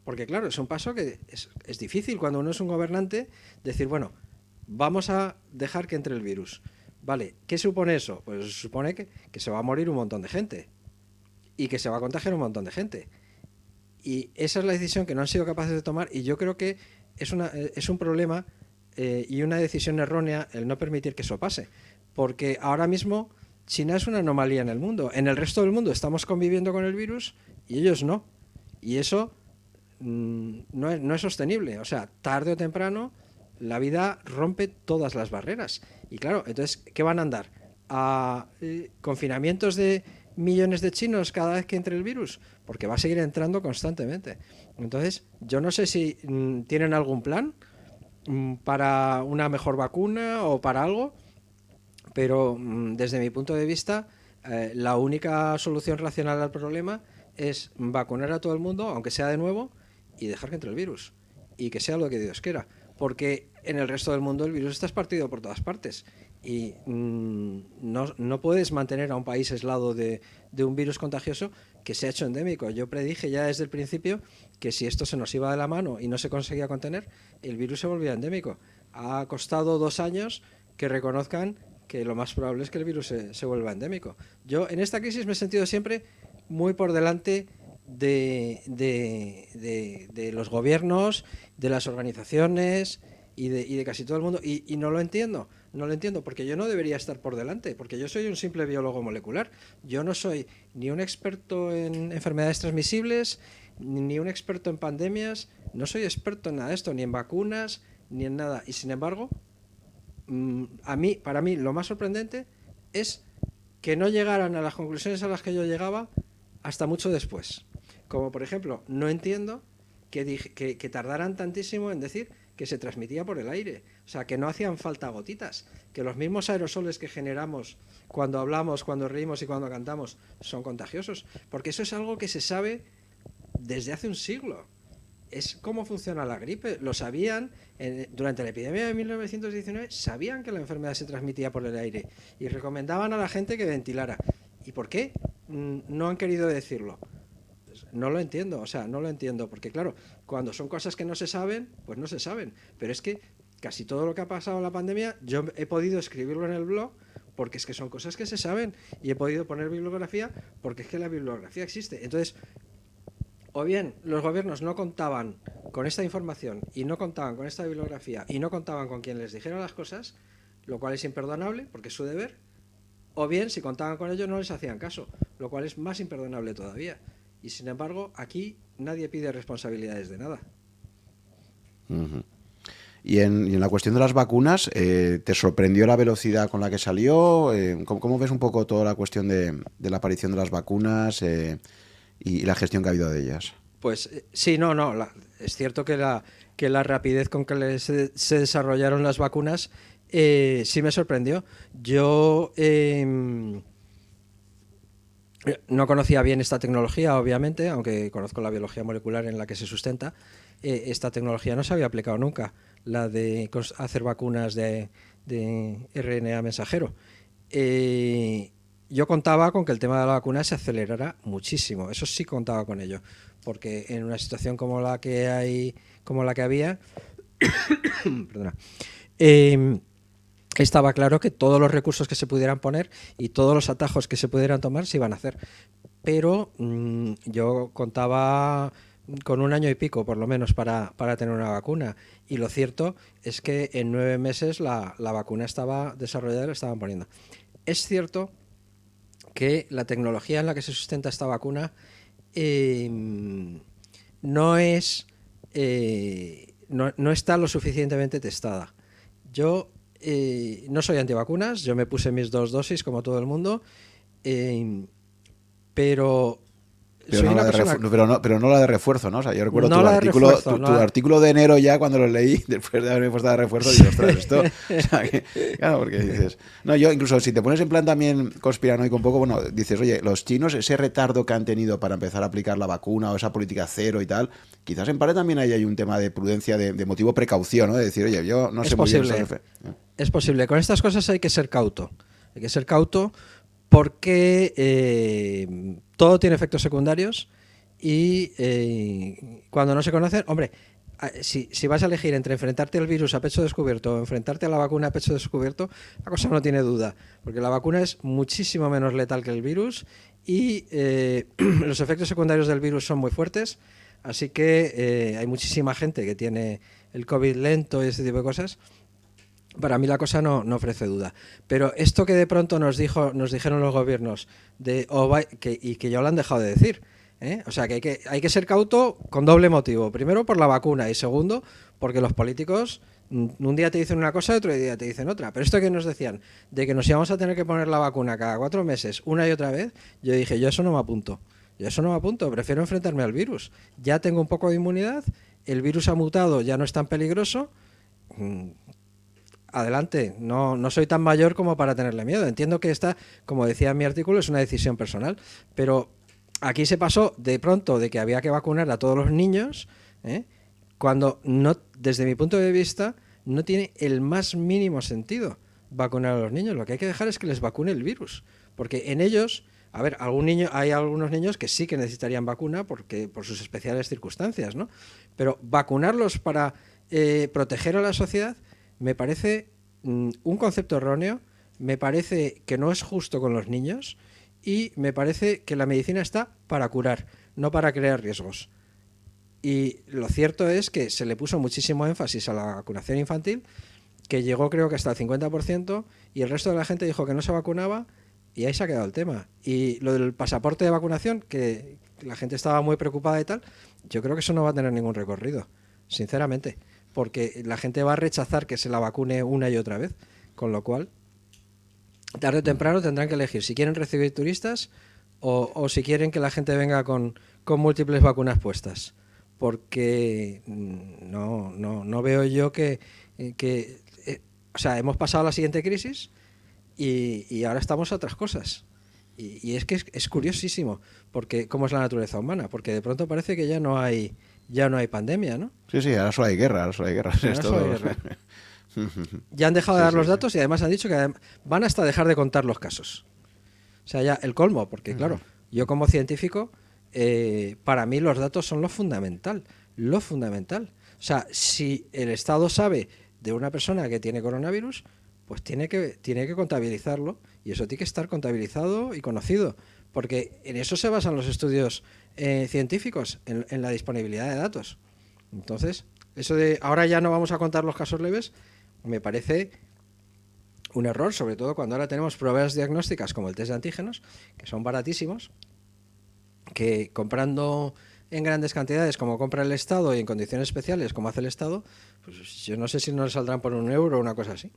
Porque claro, es un paso que es, es difícil cuando uno es un gobernante decir, bueno, vamos a dejar que entre el virus. Vale, ¿qué supone eso? Pues supone que, que se va a morir un montón de gente y que se va a contagiar un montón de gente. Y esa es la decisión que no han sido capaces de tomar, y yo creo que es, una, es un problema eh, y una decisión errónea el no permitir que eso pase. Porque ahora mismo China es una anomalía en el mundo. En el resto del mundo estamos conviviendo con el virus y ellos no. Y eso mmm, no, es, no es sostenible. O sea, tarde o temprano la vida rompe todas las barreras. Y claro, entonces, ¿qué van a andar? ¿A eh, confinamientos de millones de chinos cada vez que entre el virus? Porque va a seguir entrando constantemente. Entonces, yo no sé si mmm, tienen algún plan mmm, para una mejor vacuna o para algo, pero mmm, desde mi punto de vista, eh, la única solución racional al problema es vacunar a todo el mundo, aunque sea de nuevo, y dejar que entre el virus. Y que sea lo que Dios quiera. Porque en el resto del mundo el virus está esparcido por todas partes. Y mmm, no, no puedes mantener a un país aislado de, de un virus contagioso que se ha hecho endémico. Yo predije ya desde el principio que si esto se nos iba de la mano y no se conseguía contener, el virus se volvía endémico. Ha costado dos años que reconozcan que lo más probable es que el virus se, se vuelva endémico. Yo en esta crisis me he sentido siempre muy por delante de, de, de, de los gobiernos, de las organizaciones y de, y de casi todo el mundo, y, y no lo entiendo, no lo entiendo, porque yo no debería estar por delante, porque yo soy un simple biólogo molecular, yo no soy ni un experto en enfermedades transmisibles, ni un experto en pandemias, no soy experto en nada de esto, ni en vacunas, ni en nada, y sin embargo, a mí, para mí lo más sorprendente es que no llegaran a las conclusiones a las que yo llegaba hasta mucho después. Como por ejemplo, no entiendo que, dije, que, que tardaran tantísimo en decir que se transmitía por el aire. O sea, que no hacían falta gotitas, que los mismos aerosoles que generamos cuando hablamos, cuando reímos y cuando cantamos son contagiosos. Porque eso es algo que se sabe desde hace un siglo. Es cómo funciona la gripe. Lo sabían eh, durante la epidemia de mil novecientos diecinueve, sabían que la enfermedad se transmitía por el aire y recomendaban a la gente que ventilara. ¿Y por qué mm, no han querido decirlo? Pues no lo entiendo, o sea, no lo entiendo, porque claro, cuando son cosas que no se saben, pues no se saben. Pero es que casi todo lo que ha pasado en la pandemia, yo he podido escribirlo en el blog porque es que son cosas que se saben, y he podido poner bibliografía porque es que la bibliografía existe. Entonces, o bien los gobiernos no contaban con esta información y no contaban con esta bibliografía y no contaban con quien les dijera las cosas, lo cual es imperdonable porque es su deber, o bien si contaban con ello no les hacían caso, lo cual es más imperdonable todavía. Y sin embargo, aquí nadie pide responsabilidades de nada. Uh-huh. Y, en, y en la cuestión de las vacunas, eh, ¿te sorprendió la velocidad con la que salió? Eh, ¿cómo, ¿Cómo ves un poco toda la cuestión de, de la aparición de las vacunas eh, y, y la gestión que ha habido de ellas? Pues sí, no, no. La, es cierto que la, que la rapidez con que se, se desarrollaron las vacunas eh, sí me sorprendió. Yo eh, no conocía bien esta tecnología, obviamente, aunque conozco la biología molecular en la que se sustenta. Eh, esta tecnología no se había aplicado nunca, la de hacer vacunas de, de R N A mensajero. Eh, yo contaba con que el tema de la vacuna se acelerara muchísimo, eso sí contaba con ello, porque en una situación como la que hay, como la que había, perdona, eh, estaba claro que todos los recursos que se pudieran poner y todos los atajos que se pudieran tomar se iban a hacer. Pero mmm, yo contaba con un año y pico, por lo menos, para, para tener una vacuna. Y lo cierto es que en nueve meses la, la vacuna estaba desarrollada y la estaban poniendo. Es cierto que la tecnología en la que se sustenta esta vacuna eh, no es eh, no, no está lo suficientemente testada. Yo eh, no soy antivacunas, yo me puse mis dos dosis como todo el mundo, eh, pero Pero no, la de persona... pero, no, pero no la de refuerzo, ¿no? O sea, yo recuerdo no tu, artículo, refuerzo, tu, no tu la... artículo de enero ya cuando lo leí, después de haberme puesto de refuerzo, digo, ostras, esto... O sea, que, claro, porque dices... No, yo incluso si te pones en plan también conspiranoico un poco, bueno, dices, oye, los chinos, ese retardo que han tenido para empezar a aplicar la vacuna o esa política cero y tal, quizás en parte también ahí hay un tema de prudencia, de, de motivo precaución, ¿no? De decir, oye, yo no es sé posible, muy bien... ¿Eh? Es posible. Con estas cosas hay que ser cauto. Hay que ser cauto porque eh, todo tiene efectos secundarios. y eh, cuando no se conocen, hombre, si, si vas a elegir entre enfrentarte al virus a pecho descubierto o enfrentarte a la vacuna a pecho descubierto, la cosa no tiene duda, porque la vacuna es muchísimo menos letal que el virus y eh, los efectos secundarios del virus son muy fuertes, así que eh, hay muchísima gente que tiene el COVID lento y este tipo de cosas. Para mí la cosa no, no ofrece duda. Pero esto que de pronto nos dijo, nos dijeron los gobiernos de oh, va, que, y que ya lo han dejado de decir, ¿eh? O sea que hay, que hay que ser cauto con doble motivo. Primero por la vacuna y segundo porque los políticos un día te dicen una cosa y otro día te dicen otra. Pero esto que nos decían de que nos íbamos a tener que poner la vacuna cada cuatro meses, una y otra vez, yo dije, yo eso no me apunto. Yo eso no me apunto, prefiero enfrentarme al virus. Ya tengo un poco de inmunidad, el virus ha mutado, ya no es tan peligroso. Adelante, no, no soy tan mayor como para tenerle miedo. Entiendo que esta, como decía en mi artículo, es una decisión personal, pero aquí se pasó de pronto de que había que vacunar a todos los niños, ¿eh? Cuando no, desde mi punto de vista, no tiene el más mínimo sentido vacunar a los niños. Lo que hay que dejar es que les vacune el virus, porque en ellos, a ver, algún niño, hay algunos niños que sí que necesitarían vacuna porque por sus especiales circunstancias, ¿no? Pero vacunarlos para eh, proteger a la sociedad me parece mm, un concepto erróneo, me parece que no es justo con los niños y me parece que la medicina está para curar, no para crear riesgos. Y lo cierto es que se le puso muchísimo énfasis a la vacunación infantil, que llegó creo que hasta el cincuenta por ciento, y el resto de la gente dijo que no se vacunaba, y ahí se ha quedado el tema. Y lo del pasaporte de vacunación, que la gente estaba muy preocupada y tal, yo creo que eso no va a tener ningún recorrido, sinceramente, porque la gente va a rechazar que se la vacune una y otra vez, con lo cual, tarde o temprano tendrán que elegir si quieren recibir turistas o, o si quieren que la gente venga con, con múltiples vacunas puestas, porque no, no, no veo yo que, que eh, o sea, hemos pasado a la siguiente crisis y, y ahora estamos a otras cosas. Y, y es que es, es curiosísimo, porque cómo es la naturaleza humana, porque de pronto parece que ya no hay ya no hay pandemia, ¿no? Sí, sí, ahora solo hay guerra, ahora solo hay guerra. Ahora solo hay guerra. Ya han dejado de Sí, dar sí, los sí. datos y además han dicho que van hasta dejar de contar los casos. O sea, ya el colmo, porque claro, yo como científico, eh, para mí los datos son lo fundamental, lo fundamental. O sea, si el Estado sabe de una persona que tiene coronavirus, pues tiene que, tiene que contabilizarlo y eso tiene que estar contabilizado y conocido, porque en eso se basan los estudios eh, científicos, en, en la disponibilidad de datos. Entonces, eso de ahora ya no vamos a contar los casos leves, me parece un error, sobre todo cuando ahora tenemos pruebas diagnósticas como el test de antígenos, que son baratísimos, que comprando en grandes cantidades como compra el Estado y en condiciones especiales como hace el Estado, pues yo no sé si nos saldrán por un euro o una cosa así.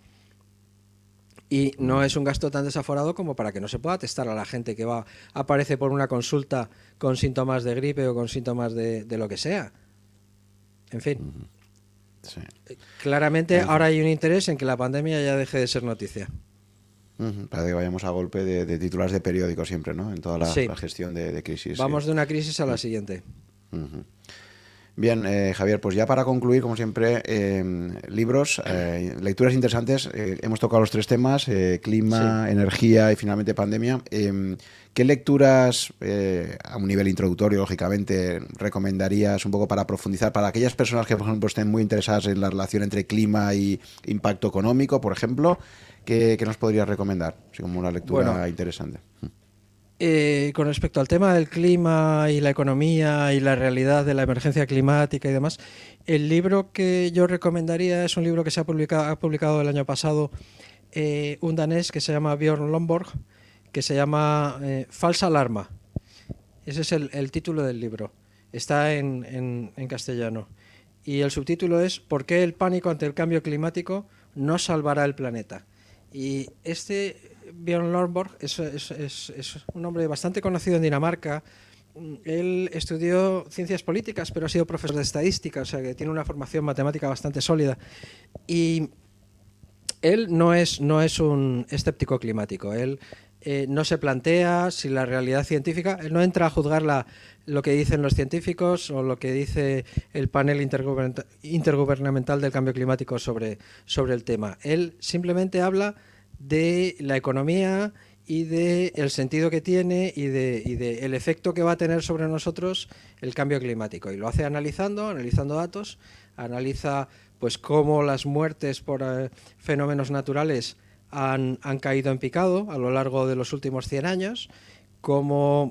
Y no es un gasto tan desaforado como para que no se pueda testar a la gente que va aparece por una consulta con síntomas de gripe o con síntomas de, de lo que sea. En fin. Sí. Claramente ahora hay un interés en que la pandemia ya deje de ser noticia. Uh-huh. Parece que vayamos a golpe de, de titulares de periódico siempre, ¿no? En toda la, sí. la gestión de, de crisis. Vamos sí. de una crisis a la siguiente. Uh-huh. Bien, eh, Javier, pues ya para concluir, como siempre, eh, libros, eh, lecturas interesantes. Eh, hemos tocado los tres temas, eh, clima, sí. energía y finalmente pandemia. Eh, ¿Qué lecturas, eh, a un nivel introductorio, lógicamente, recomendarías un poco para profundizar para aquellas personas que, por ejemplo, estén muy interesadas en la relación entre clima y impacto económico, por ejemplo? ¿Qué, qué nos podrías recomendar? Así como una lectura bueno, interesante. Eh, con respecto al tema del clima y la economía y la realidad de la emergencia climática y demás, el libro que yo recomendaría es un libro que se ha publicado, ha publicado el año pasado eh, un danés que se llama Bjørn Lomborg, que se llama eh, Falsa alarma. Ese es el, el título del libro. Está en, en, en castellano. Y el subtítulo es ¿Por qué el pánico ante el cambio climático no salvará el planeta? Y este Bjørn Lomborg es, es, es, es un hombre bastante conocido en Dinamarca. Él estudió ciencias políticas, pero ha sido profesor de estadística, o sea que tiene una formación matemática bastante sólida. Y él no es, no es un escéptico climático. Él eh, no se plantea si la realidad científica, él no entra a juzgar la, lo que dicen los científicos o lo que dice el panel intergubernamental, intergubernamental del cambio climático sobre, sobre el tema. Él simplemente habla de la economía y de el sentido que tiene y de, y de el efecto que va a tener sobre nosotros el cambio climático. Y lo hace analizando, analizando datos, analiza pues cómo las muertes por eh, fenómenos naturales han, han caído en picado a lo largo de los últimos cien años, cómo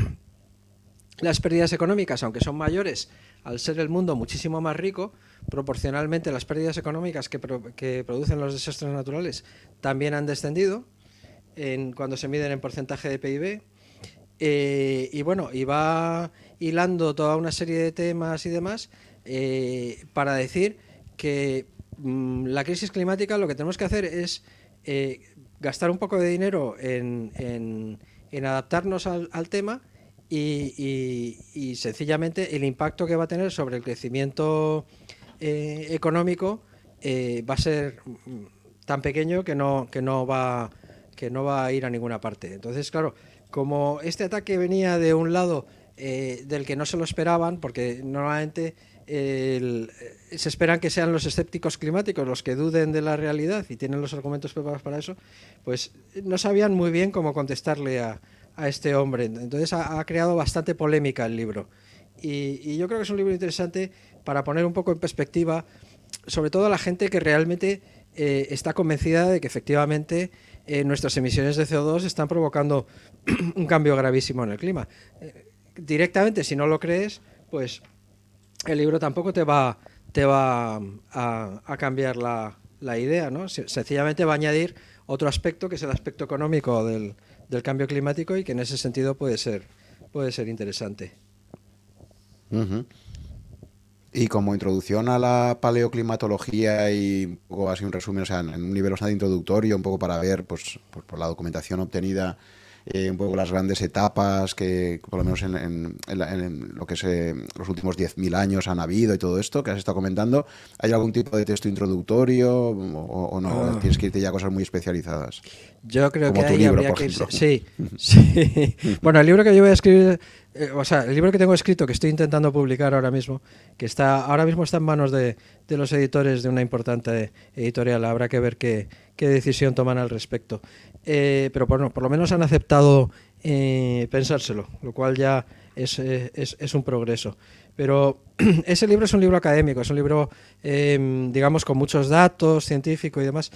las pérdidas económicas, aunque son mayores, al ser el mundo muchísimo más rico, proporcionalmente las pérdidas económicas que, pro, que producen los desastres naturales también han descendido en, cuando se miden en porcentaje de P I B. Eh, y bueno, y va hilando toda una serie de temas y demás eh, para decir que mmm, la crisis climática lo que tenemos que hacer es eh, gastar un poco de dinero en, en, en adaptarnos al, al tema y, y, y sencillamente el impacto que va a tener sobre el crecimiento eh, económico eh, va a ser tan pequeño que no, que no va, que no va a ir a ninguna parte. Entonces, claro, como este ataque venía de un lado eh, del que no se lo esperaban, porque normalmente eh, el, se esperan que sean los escépticos climáticos los que duden de la realidad y tienen los argumentos preparados para eso, pues no sabían muy bien cómo contestarle a, a este hombre. Entonces ha, ha creado bastante polémica el libro. Y, y yo creo que es un libro interesante para poner un poco en perspectiva, sobre todo a la gente que realmente eh, está convencida de que efectivamente eh, nuestras emisiones de C O dos están provocando un cambio gravísimo en el clima. Eh, directamente, si no lo crees, pues el libro tampoco te va, te va a, a cambiar la, la idea, ¿no? Sencillamente va a añadir otro aspecto, que es el aspecto económico del, del cambio climático, y que en ese sentido puede ser, puede ser interesante. Uh-huh. Y como introducción a la paleoclimatología y un poco así un resumen, o sea, en un nivel bastante introductorio, un poco para ver, pues, por, por la documentación obtenida, eh, un poco las grandes etapas que, por lo menos en, en, en, la, en lo que es eh, los últimos diez mil años han habido y todo esto que has estado comentando. ¿Hay algún tipo de texto introductorio o, o no? Oh. ¿Tienes que irte ya a cosas muy especializadas? Yo creo Como que tu ahí libro, habría por que ejemplo. irse. Sí, sí. Bueno, el libro que yo voy a escribir, eh, o sea, el libro que tengo escrito, que estoy intentando publicar ahora mismo, que está ahora mismo está en manos de, de los editores de una importante editorial. Habrá que ver qué, qué decisión toman al respecto. Eh, pero bueno, por lo menos han aceptado eh, pensárselo, lo cual ya es, eh, es, es un progreso. Pero ese libro es un libro académico, es un libro, eh, digamos, con muchos datos científicos y demás.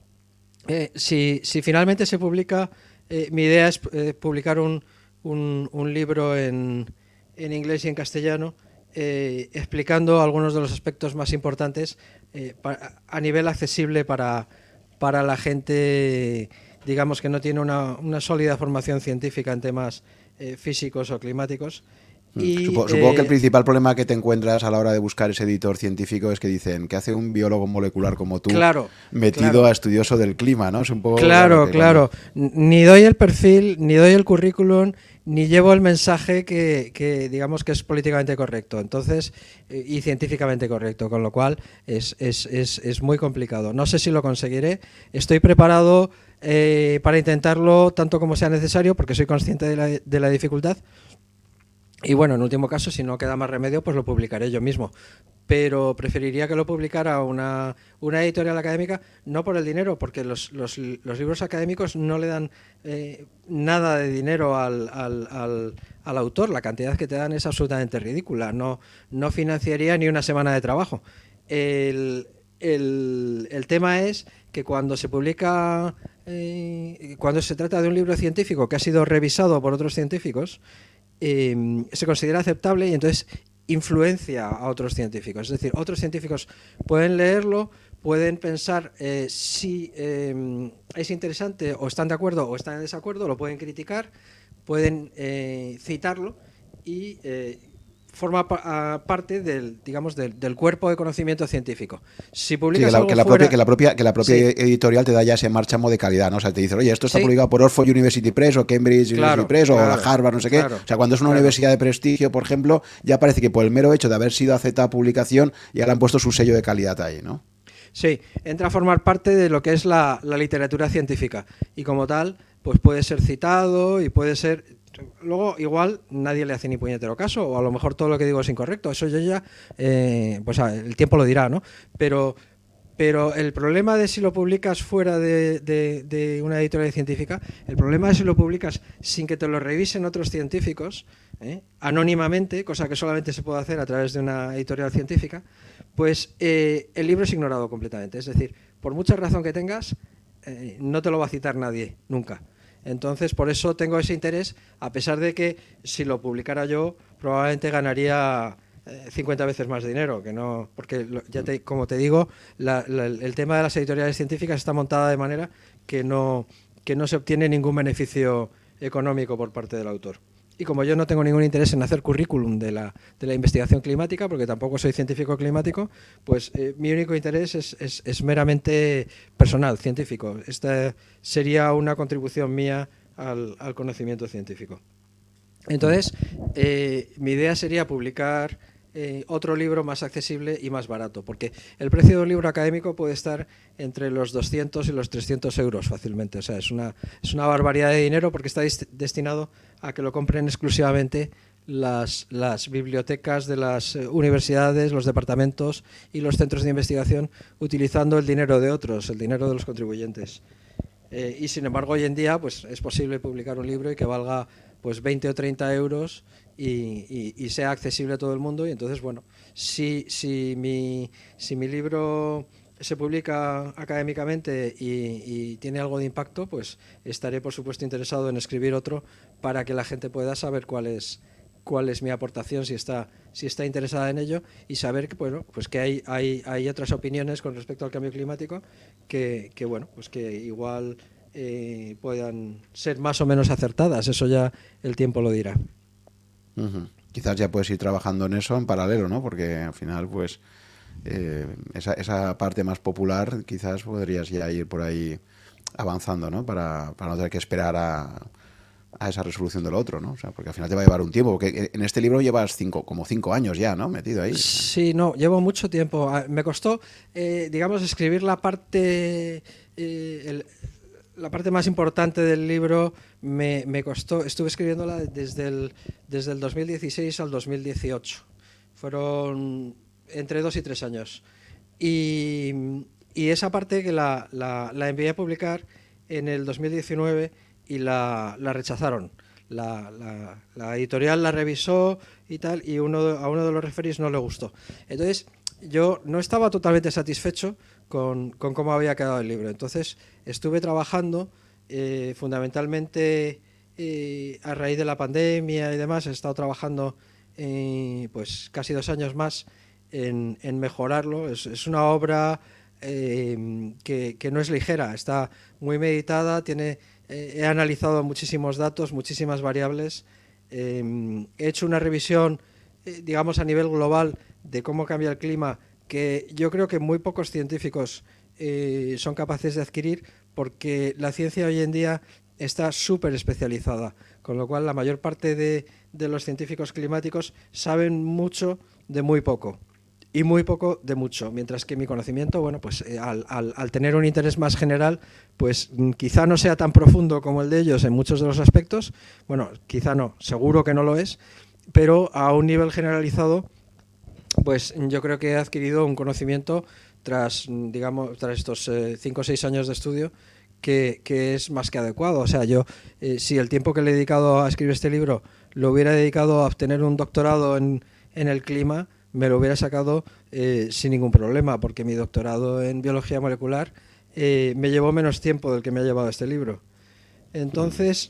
Eh, si, si finalmente se publica, eh, mi idea es eh, publicar un, un, un libro en, en inglés y en castellano, eh, explicando algunos de los aspectos más importantes eh, para, a nivel accesible para, para la gente, digamos, que no tiene una, una sólida formación científica en temas eh, físicos o climáticos. Y, supongo, supongo eh, que el principal problema que te encuentras a la hora de buscar ese editor científico es que dicen que hace un biólogo molecular como tú, claro, metido claro. a estudioso del clima, ¿no? Es un poco claro, claro. Cuando... Ni doy el perfil, ni doy el currículum, ni llevo el mensaje que, que digamos que es políticamente correcto, entonces y científicamente correcto, con lo cual es, es, es, es muy complicado. No sé si lo conseguiré. Estoy preparado eh, para intentarlo tanto como sea necesario, porque soy consciente de la, de la dificultad. Y bueno, en último caso, si no queda más remedio, pues lo publicaré yo mismo. Pero preferiría que lo publicara una, una editorial académica, no por el dinero, porque los, los, los libros académicos no le dan eh, nada de dinero al, al, al, al autor. La cantidad que te dan es absolutamente ridícula. No, no financiaría ni una semana de trabajo. El, el, el tema es que cuando se publica, eh, cuando se trata de un libro científico que ha sido revisado por otros científicos, Eh, se considera aceptable y entonces influencia a otros científicos. Es decir, otros científicos pueden leerlo, pueden pensar eh, si eh, es interesante o están de acuerdo o están en desacuerdo, lo pueden criticar, pueden eh, citarlo y eh, forma pa parte del, digamos, del, del cuerpo de conocimiento científico. Si publicas sí, que, la, algo que, la fuera, propia, que la propia, que la propia sí. editorial te da ya ese marchamo de calidad, ¿no? O sea, te dice, oye, esto está sí. publicado por Oxford University Press o Cambridge claro, University Press claro, o la Harvard, no sé claro, qué. O sea, cuando es una claro. universidad de prestigio, por ejemplo, ya parece que por el mero hecho de haber sido aceptada publicación ya le han puesto su sello de calidad ahí, ¿no? Sí, entra a formar parte de lo que es la, la literatura científica y como tal, pues puede ser citado y puede ser... Luego, igual, nadie le hace ni puñetero caso, o a lo mejor todo lo que digo es incorrecto. Eso yo ya, eh, pues el tiempo lo dirá, ¿no? Pero Pero el problema de si lo publicas fuera de, de, de una editorial científica, el problema de si lo publicas sin que te lo revisen otros científicos, ¿eh? anónimamente, cosa que solamente se puede hacer a través de una editorial científica, pues eh, el libro es ignorado completamente. Es decir, por mucha razón que tengas, eh, no te lo va a citar nadie, nunca. Entonces, por eso tengo ese interés, a pesar de que si lo publicara yo, probablemente ganaría cincuenta veces más dinero, que no, porque ya te, como te digo, la, la, el tema de las editoriales científicas está montada de manera que no, que no se obtiene ningún beneficio económico por parte del autor. Y como yo no tengo ningún interés en hacer currículum de la, de la investigación climática, porque tampoco soy científico climático, pues eh, mi único interés es, es, es meramente personal, científico. Esta sería una contribución mía al, al conocimiento científico. Entonces, eh, mi idea sería publicar Eh, otro libro más accesible y más barato, porque el precio de un libro académico puede estar entre los doscientos y los trescientos euros fácilmente. O sea, es una, es una barbaridad de dinero porque está destinado a que lo compren exclusivamente las, las bibliotecas de las universidades, los departamentos y los centros de investigación, utilizando el dinero de otros, el dinero de los contribuyentes. Eh, y sin embargo, hoy en día pues, es posible publicar un libro y que valga pues veinte o treinta euros y, y, y sea accesible a todo el mundo. Y entonces, bueno, si, si, mi, si mi libro se publica académicamente y, y tiene algo de impacto, pues estaré, por supuesto, interesado en escribir otro para que la gente pueda saber cuál es, cuál es mi aportación, si está, si está interesada en ello, y saber que, bueno, pues que hay, hay, hay otras opiniones con respecto al cambio climático que, que bueno, pues que igual eh, puedan ser más o menos acertadas. Eso ya el tiempo lo dirá. Uh-huh. Quizás ya puedes ir trabajando en eso en paralelo, ¿no? Porque al final, pues, eh, esa, esa parte más popular quizás podrías ya ir por ahí avanzando, ¿no? Para, para no tener que esperar a, a esa resolución de lo otro, ¿no? O sea, porque al final te va a llevar un tiempo. Porque en este libro llevas cinco, como cinco años ya, ¿no? Metido ahí. Sí, no, llevo mucho tiempo. Me costó, eh, digamos, escribir la parte... Eh, el, la parte más importante del libro me, me costó, estuve escribiéndola desde el, desde el dos mil dieciséis al dos mil dieciocho. Fueron entre dos y tres años. Y, y esa parte que la, la, la envié a publicar en el dos mil diecinueve y la, la rechazaron. La, la, la editorial la revisó y tal, y uno, a uno de los referees no le gustó. Entonces, yo no estaba totalmente satisfecho con, con cómo había quedado el libro. Entonces estuve trabajando eh, fundamentalmente eh, a raíz de la pandemia y demás. He estado trabajando eh, pues casi dos años más en, en mejorarlo. Es, es una obra eh, que, que no es ligera, está muy meditada, tiene, eh, he analizado muchísimos datos, muchísimas variables, eh, he hecho una revisión eh, digamos a nivel global de cómo cambia el clima, que yo creo que muy pocos científicos eh, son capaces de adquirir, porque la ciencia hoy en día está súper especializada, con lo cual la mayor parte de, de los científicos climáticos saben mucho de muy poco y muy poco de mucho, mientras que mi conocimiento, bueno, pues eh, al, al, al tener un interés más general, pues quizá no sea tan profundo como el de ellos en muchos de los aspectos, bueno, quizá no, seguro que no lo es, pero a un nivel generalizado, pues yo creo que he adquirido un conocimiento tras, digamos, tras estos eh, cinco o seis años de estudio que, que es más que adecuado. O sea, yo, eh, si el tiempo que le he dedicado a escribir este libro lo hubiera dedicado a obtener un doctorado en, en el clima, me lo hubiera sacado eh, sin ningún problema, porque mi doctorado en biología molecular eh, me llevó menos tiempo del que me ha llevado este libro. Entonces,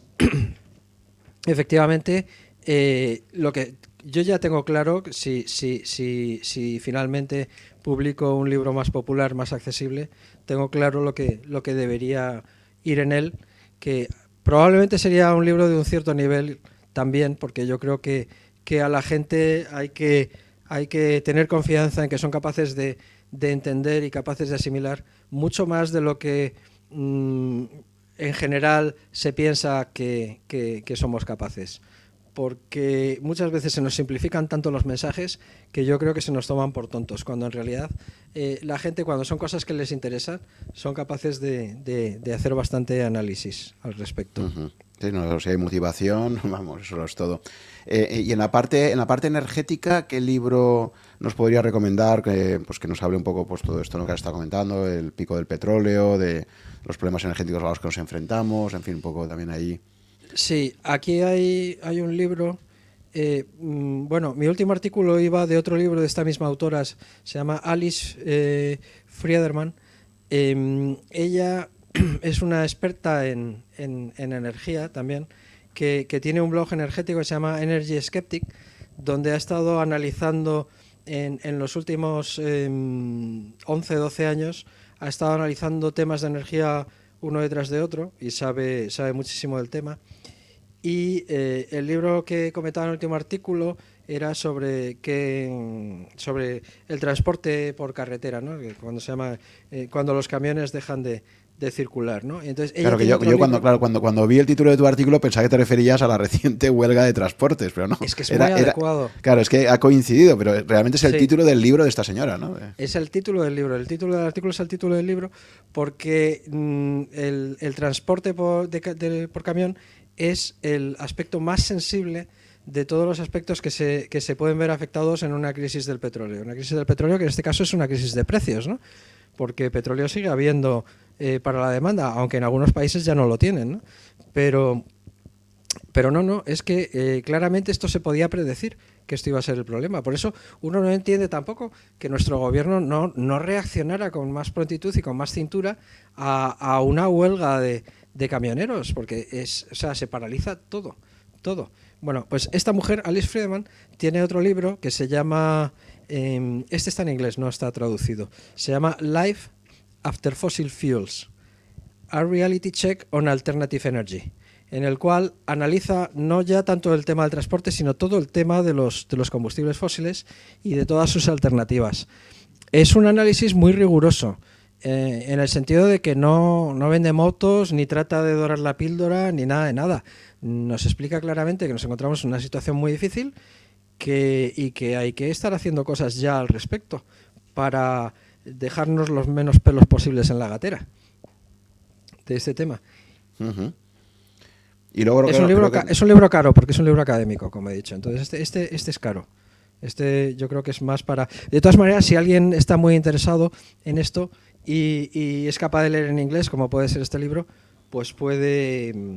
efectivamente, eh, lo que yo ya tengo claro, si, si, si, si finalmente publico un libro más popular, más accesible, tengo claro lo que, lo que debería ir en él, que probablemente sería un libro de un cierto nivel también, porque yo creo que, que a la gente hay que, hay que tener confianza en que son capaces de, de entender y capaces de asimilar mucho más de lo que mmm, en general se piensa que, que, que somos capaces. Porque muchas veces se nos simplifican tanto los mensajes que yo creo que se nos toman por tontos, cuando en realidad eh, la gente, cuando son cosas que les interesan, son capaces de, de, de hacer bastante análisis al respecto. Uh-huh. Sí, no, si hay motivación, vamos, eso lo es todo. Eh, y en la parte, en la parte energética, ¿qué libro nos podría recomendar que, pues, que nos hable un poco pues todo esto, ¿no?, que has estado comentando, el pico del petróleo, de los problemas energéticos a los que nos enfrentamos, en fin, un poco también ahí? Sí, aquí hay, hay un libro. Eh, mm, bueno, mi último artículo iba de otro libro de esta misma autora, se llama Alice eh, Friederman. Eh, ella es una experta en, en, en energía también, que, que tiene un blog energético que se llama Energy Skeptic, donde ha estado analizando en, en los últimos eh, once, doce años, ha estado analizando temas de energía uno detrás de otro y sabe, sabe muchísimo del tema. Y eh, el libro que comentaba en el último artículo era sobre que, sobre el transporte por carretera, ¿no? Que cuando se llama eh, cuando los camiones dejan de, de circular, ¿no? Entonces, ella Claro que yo, yo cuando, claro, cuando, cuando vi el título de tu artículo pensaba que te referías a la reciente huelga de transportes, pero no. Es que es era, muy era, adecuado. Claro, es que ha coincidido, pero realmente es el Sí. título del libro de esta señora, ¿no? Es el título del libro. El título del artículo es el título del libro porque mmm, el, el transporte por, de, de, por camión es el aspecto más sensible de todos los aspectos que se, que se pueden ver afectados en una crisis del petróleo. Una crisis del petróleo que en este caso es una crisis de precios, ¿no? Porque petróleo sigue habiendo eh, para la demanda, aunque en algunos países ya no lo tienen, ¿no? Pero, pero no, no, es que eh, claramente esto se podía predecir, que esto iba a ser el problema. Por eso uno no entiende tampoco que nuestro gobierno no, no reaccionara con más prontitud y con más cintura a, a una huelga de, de camioneros, porque es, o sea, se paraliza todo, todo. Bueno, pues esta mujer, Alice Friedman, tiene otro libro que se llama, eh, este está en inglés, no está traducido, se llama Life After Fossil Fuels, A Reality Check on Alternative Energy, en el cual analiza no ya tanto el tema del transporte, sino todo el tema de los, de los combustibles fósiles y de todas sus alternativas. Es un análisis muy riguroso, eh, en el sentido de que no, no vende motos, ni trata de dorar la píldora, ni nada de nada. Nos explica claramente que nos encontramos en una situación muy difícil que, y que hay que estar haciendo cosas ya al respecto para dejarnos los menos pelos posibles en la gatera de este tema. Uh-huh. Y luego, es, creo, un libro creo que... es un libro caro, porque es un libro académico, como he dicho. Entonces este, este, este es caro. Este yo creo que es más para... De todas maneras, si alguien está muy interesado en esto y, y es capaz de leer en inglés, como puede ser este libro, pues puede,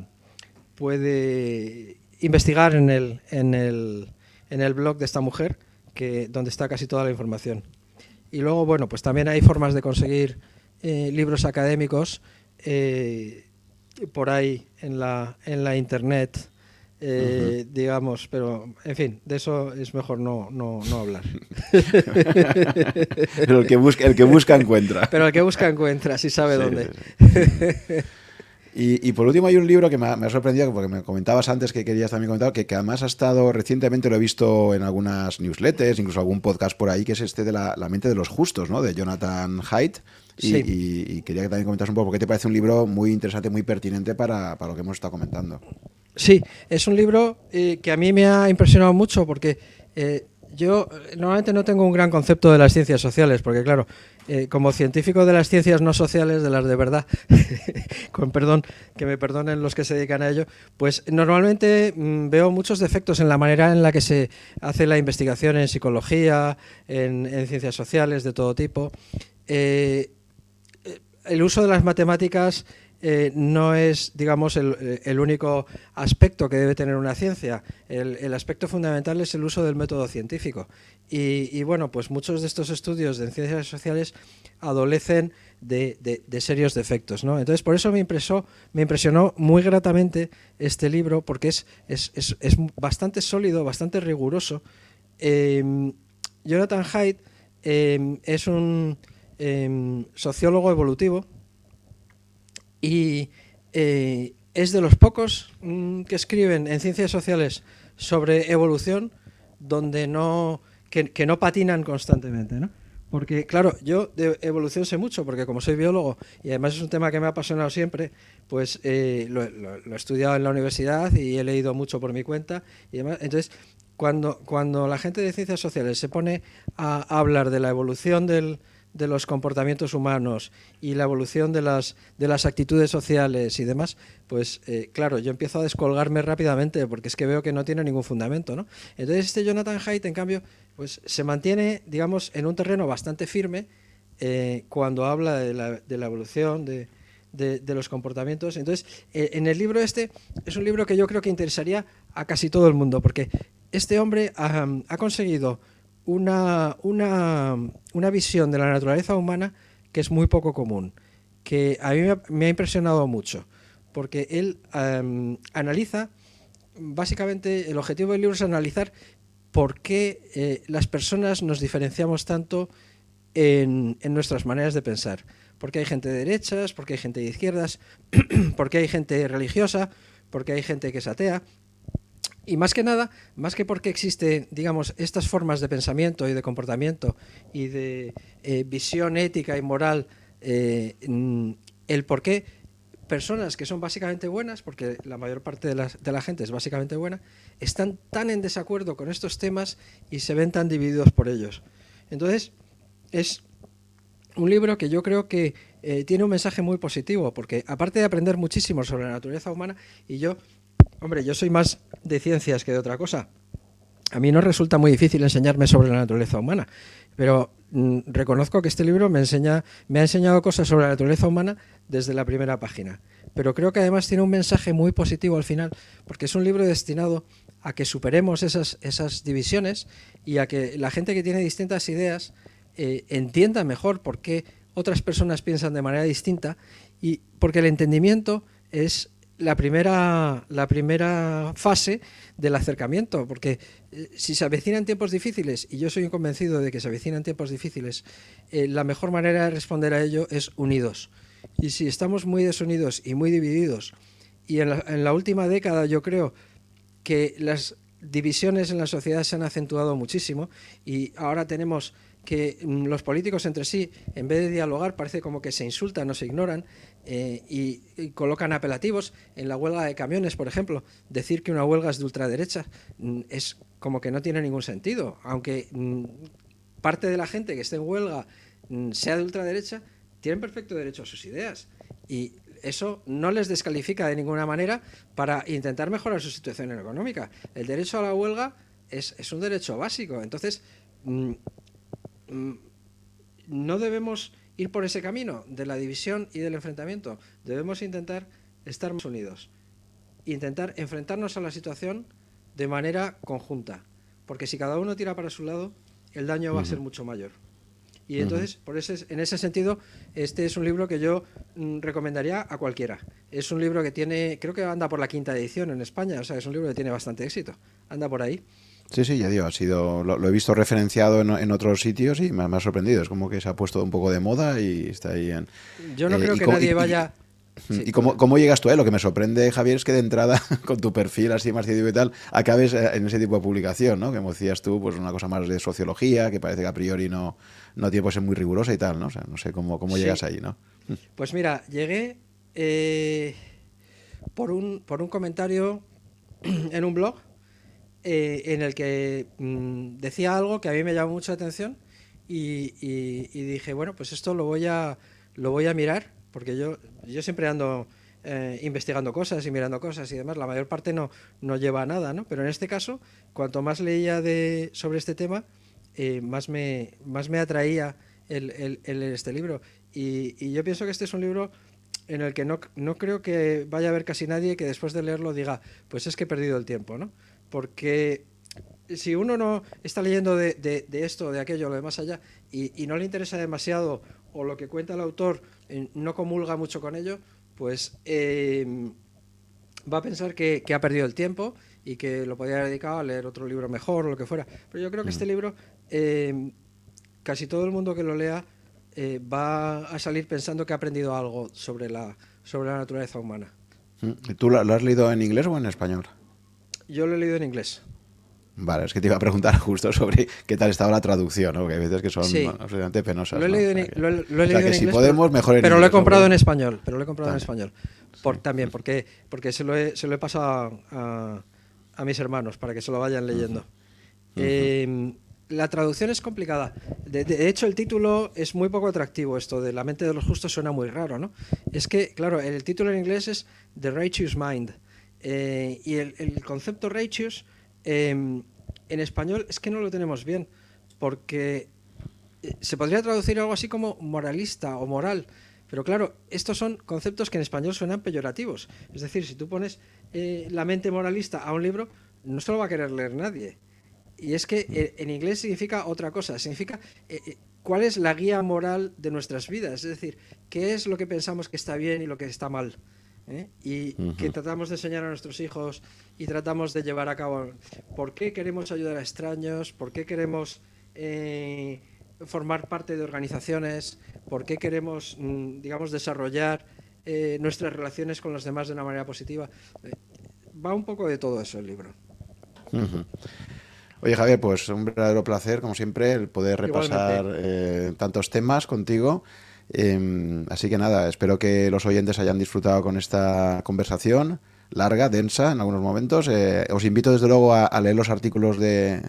puede investigar en el, en, el, en el blog de esta mujer, que, donde está casi toda la información. Y luego, bueno, pues también hay formas de conseguir eh, libros académicos eh, por ahí en la, en la internet, eh, uh-huh. digamos, pero en fin, de eso es mejor no, no, no hablar. Pero el que busca, el que busca encuentra. Pero el que busca encuentra, si sabe sí, dónde. Sí, sí. Y, y por último hay un libro que me ha, me ha sorprendido, porque me comentabas antes que querías también comentar, que, que además ha estado recientemente, lo he visto en algunas newsletters, incluso algún podcast por ahí, que es este de la, la mente de los justos, ¿no?, de Jonathan Haidt. Y, sí. y, y quería que también comentaras un poco, porque te parece un libro muy interesante, muy pertinente para, para lo que hemos estado comentando. Sí, es un libro eh, que a mí me ha impresionado mucho, porque eh, yo normalmente no tengo un gran concepto de las ciencias sociales, porque claro, eh, como científico de las ciencias no sociales, de las de verdad, con perdón, que me perdonen los que se dedican a ello, pues normalmente mmm, veo muchos defectos en la manera en la que se hace la investigación en psicología, en, en ciencias sociales de todo tipo. Eh, el uso de las matemáticas Eh, no es, digamos, el, el único aspecto que debe tener una ciencia. El, el aspecto fundamental es el uso del método científico. Y, y bueno, pues muchos de estos estudios de ciencias sociales adolecen de, de, de serios defectos, ¿no? Entonces, por eso me impresó, me impresionó muy gratamente este libro, porque es, es, es, es bastante sólido, bastante riguroso. Eh, Jonathan Haidt eh, es un eh, sociólogo evolutivo, y eh, es de los pocos mmm, que escriben en ciencias sociales sobre evolución donde no que, que no patinan constantemente, ¿no? Porque claro, yo de evolución sé mucho, porque como soy biólogo y además es un tema que me ha apasionado siempre, pues eh, lo, lo, lo he estudiado en la universidad y he leído mucho por mi cuenta y demás. Entonces, cuando, cuando la gente de ciencias sociales se pone a, a hablar de la evolución del de los comportamientos humanos y la evolución de las, de las actitudes sociales y demás, pues eh, claro, yo empiezo a descolgarme rápidamente porque es que veo que no tiene ningún fundamento, ¿no? Entonces este Jonathan Haidt, en cambio, pues se mantiene, digamos, en un terreno bastante firme eh, cuando habla de la, de la evolución de, de, de los comportamientos. Entonces, eh, en el libro este es un libro que yo creo que interesaría a casi todo el mundo, porque este hombre ha, ha conseguido Una, una, una visión de la naturaleza humana que es muy poco común, que a mí me ha, me ha impresionado mucho, porque él um, analiza, básicamente el objetivo del libro es analizar por qué eh, las personas nos diferenciamos tanto en, en nuestras maneras de pensar, por qué hay gente de derechas, por qué hay gente de izquierdas, por qué hay gente religiosa, por qué hay gente que es atea. Y más que nada, más que porque existen, digamos, estas formas de pensamiento y de comportamiento y de eh, visión ética y moral, eh, el por qué personas que son básicamente buenas, porque la mayor parte de la, de la gente es básicamente buena, están tan en desacuerdo con estos temas y se ven tan divididos por ellos. Entonces, es un libro que yo creo que eh, tiene un mensaje muy positivo, porque aparte de aprender muchísimo sobre la naturaleza humana, y yo... Hombre, yo soy más de ciencias que de otra cosa. A mí no resulta muy difícil enseñarme sobre la naturaleza humana, pero mmm, reconozco que este libro me enseña, me ha enseñado cosas sobre la naturaleza humana desde la primera página. Pero creo que además tiene un mensaje muy positivo al final, porque es un libro destinado a que superemos esas, esas divisiones y a que la gente que tiene distintas ideas eh, entienda mejor por qué otras personas piensan de manera distinta, y porque el entendimiento es La primera, la primera fase del acercamiento, porque eh, si se avecinan tiempos difíciles, y yo soy un convencido de que se avecinan tiempos difíciles, eh, la mejor manera de responder a ello es unidos. Y si estamos muy desunidos y muy divididos, y en la, en la última década yo creo que las divisiones en la sociedad se han acentuado muchísimo, y ahora tenemos que mm, los políticos entre sí, en vez de dialogar, parece como que se insultan o se ignoran, eh, y, y colocan apelativos. En la huelga de camiones, por ejemplo, decir que una huelga es de ultraderecha mm, es como que no tiene ningún sentido, aunque mm, parte de la gente que esté en huelga mm, sea de ultraderecha, tienen perfecto derecho a sus ideas, y eso no les descalifica de ninguna manera para intentar mejorar su situación económica. El derecho a la huelga es, es un derecho básico. Entonces, mmm, no debemos ir por ese camino de la división y del enfrentamiento. Debemos intentar estar más unidos, intentar enfrentarnos a la situación de manera conjunta, porque si cada uno tira para su lado, el daño va uh-huh. a ser mucho mayor. Y entonces, uh-huh. por ese, en ese sentido, este es un libro que yo mm, recomendaría a cualquiera. Es un libro que tiene, creo que anda por la quinta edición en España, o sea, es un libro que tiene bastante éxito, anda por ahí. Sí, sí, ya digo, ha sido, lo, lo he visto referenciado en, en otros sitios y me, me ha sorprendido. Es como que se ha puesto un poco de moda y está ahí en... Yo no eh, creo que cómo, nadie y, vaya... ¿Y, sí, y cómo, cómo llegas tú a él? Lo que me sorprende, Javier, es que de entrada, con tu perfil así más científico y tal, acabes en ese tipo de publicación, ¿no? Que como decías tú, pues una cosa más de sociología, que parece que a priori no, no tiene por ser muy rigurosa y tal, ¿no? O sea, no sé cómo, cómo sí. llegas ahí, ¿no? Pues mira, llegué eh, por, un, por un comentario en un blog eh, en el que mmm, decía algo que a mí me llamó mucho la atención y, y, y dije, bueno, pues esto lo voy a, lo voy a mirar, porque yo, yo siempre ando eh, investigando cosas y mirando cosas y demás, la mayor parte no, no lleva a nada, ¿no? Pero en este caso, cuanto más leía de, sobre este tema, eh, más, me, más me atraía el, el, el este libro. Y, y yo pienso que este es un libro en el que no, no creo que vaya a haber casi nadie que después de leerlo diga, pues es que he perdido el tiempo, ¿no? Porque si uno no está leyendo de, de, de esto, de aquello, lo de más allá, y, y no le interesa demasiado, o lo que cuenta el autor eh, no comulga mucho con ello, pues eh, va a pensar que, que ha perdido el tiempo y que lo podría haber dedicado a leer otro libro mejor o lo que fuera. Pero yo creo que este libro, eh, casi todo el mundo que lo lea eh, va a salir pensando que ha aprendido algo sobre la, sobre la naturaleza humana. ¿Tú lo has leído en inglés o en español? Yo lo he leído en inglés. Vale, es que te iba a preguntar justo sobre qué tal estaba la traducción, ¿no? Porque hay veces que son sí. absolutamente penosas. Lo he leído, ¿no? en, o sea, que, lo, lo he o sea, leído que en si inglés, podemos, pero, mejor en pero inglés. lo he comprado ¿no? en español, pero lo he comprado también. en español. Por, sí. También, porque, porque se, lo he, se lo he pasado a, a mis hermanos para que se lo vayan leyendo. Uh-huh. Eh, la traducción es complicada. De, de hecho, el título es muy poco atractivo. Esto de La mente de los justos suena muy raro, ¿no? Es que, claro, el título en inglés es The Righteous Mind. Eh, y el, el concepto righteous eh, en español es que no lo tenemos bien, porque se podría traducir algo así como moralista o moral. Pero claro, estos son conceptos que en español suenan peyorativos. Es decir, si tú pones eh, la mente moralista a un libro, no se lo va a querer leer nadie. Y es que eh, en inglés significa otra cosa. Significa eh, eh, cuál es la guía moral de nuestras vidas. Es decir, qué es lo que pensamos que está bien y lo que está mal. ¿eh? Y uh-huh. que tratamos de enseñar a nuestros hijos y tratamos de llevar a cabo. ¿Por qué queremos ayudar a extraños? ¿Por qué queremos... Eh, formar parte de organizaciones? ¿Por qué queremos, digamos, desarrollar eh, nuestras relaciones con los demás de una manera positiva? Eh, va un poco de todo eso el libro. Uh-huh. Oye, Javier, pues un verdadero placer, como siempre, el poder repasar eh, tantos temas contigo. Eh, así que nada, espero que los oyentes hayan disfrutado con esta conversación larga, densa en algunos momentos. Eh, os invito desde luego a, a leer los artículos de...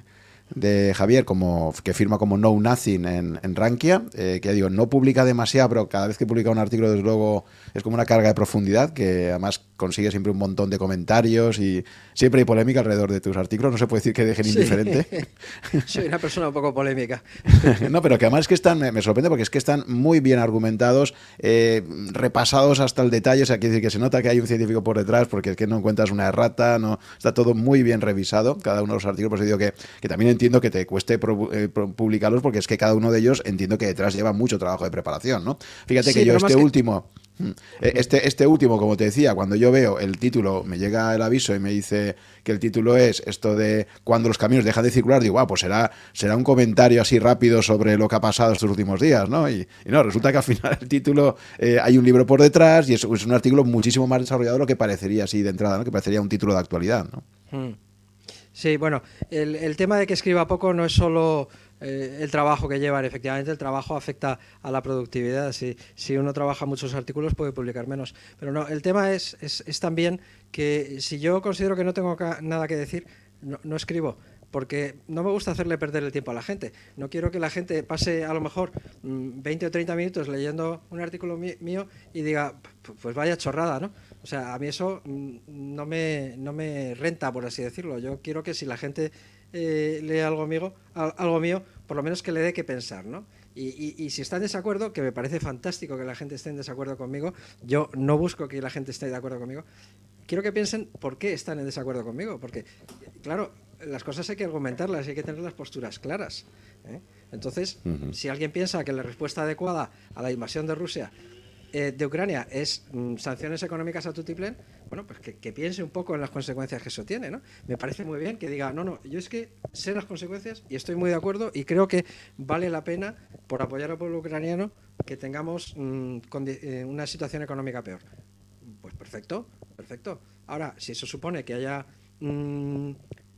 de Javier, como que firma como Know Nothing en, en Rankia, eh, que digo, no publica demasiado, pero cada vez que publica un artículo, desde luego, es como una carga de profundidad, que además consigue siempre un montón de comentarios y siempre hay polémica alrededor de tus artículos, no se puede decir que dejen sí. indiferente. Soy una persona un poco polémica. No, pero que además es que están, me sorprende porque es que están muy bien argumentados, eh, repasados hasta el detalle, o sea, quiere decir que se nota que hay un científico por detrás, porque es que no encuentras una errata, no, está todo muy bien revisado, cada uno de los artículos, por eso digo que, que también entiendo que te cueste pro, eh, pro, publicarlos, porque es que cada uno de ellos entiendo que detrás lleva mucho trabajo de preparación, ¿no? Fíjate sí, que yo este último... Que... Este, este último, como te decía, cuando yo veo el título, me llega el aviso y me dice que el título es esto de cuando los camiones dejan de circular, digo, ah, pues será, será un comentario así rápido sobre lo que ha pasado estos últimos días, ¿no? Y, y no, resulta que al final el título, eh, hay un libro por detrás y es, es un artículo muchísimo más desarrollado de lo que parecería así de entrada, ¿no? Que parecería un título de actualidad, ¿no? Hmm. Sí, bueno, el, el tema de que escriba poco no es solo eh, el trabajo que llevan, efectivamente el trabajo afecta a la productividad, si, si uno trabaja muchos artículos puede publicar menos, pero no, el tema es, es, es también que si yo considero que no tengo nada que decir, no, no escribo, porque no me gusta hacerle perder el tiempo a la gente, no quiero que la gente pase a lo mejor veinte o treinta minutos leyendo un artículo mío y diga, pues vaya chorrada, ¿no? O sea, a mí eso no me, no me renta, por así decirlo. Yo quiero que si la gente eh, lee algo mío, algo mío, por lo menos que le dé que pensar, ¿no? Y, y, y si está en desacuerdo, que me parece fantástico que la gente esté en desacuerdo conmigo, yo no busco que la gente esté de acuerdo conmigo, quiero que piensen por qué están en desacuerdo conmigo, porque, claro, las cosas hay que argumentarlas y hay que tener las posturas claras, ¿eh? Entonces, uh-huh. si alguien piensa que la respuesta adecuada a la invasión de Rusia Eh, de Ucrania es mm, sanciones económicas a tutiplén, bueno, pues que, que piense un poco en las consecuencias que eso tiene, ¿no? Me parece muy bien que diga, no, no, yo es que sé las consecuencias y estoy muy de acuerdo y creo que vale la pena, por apoyar al pueblo ucraniano, que tengamos mm, condi- eh, una situación económica peor. Pues perfecto, perfecto. Ahora, si eso supone que haya mmm,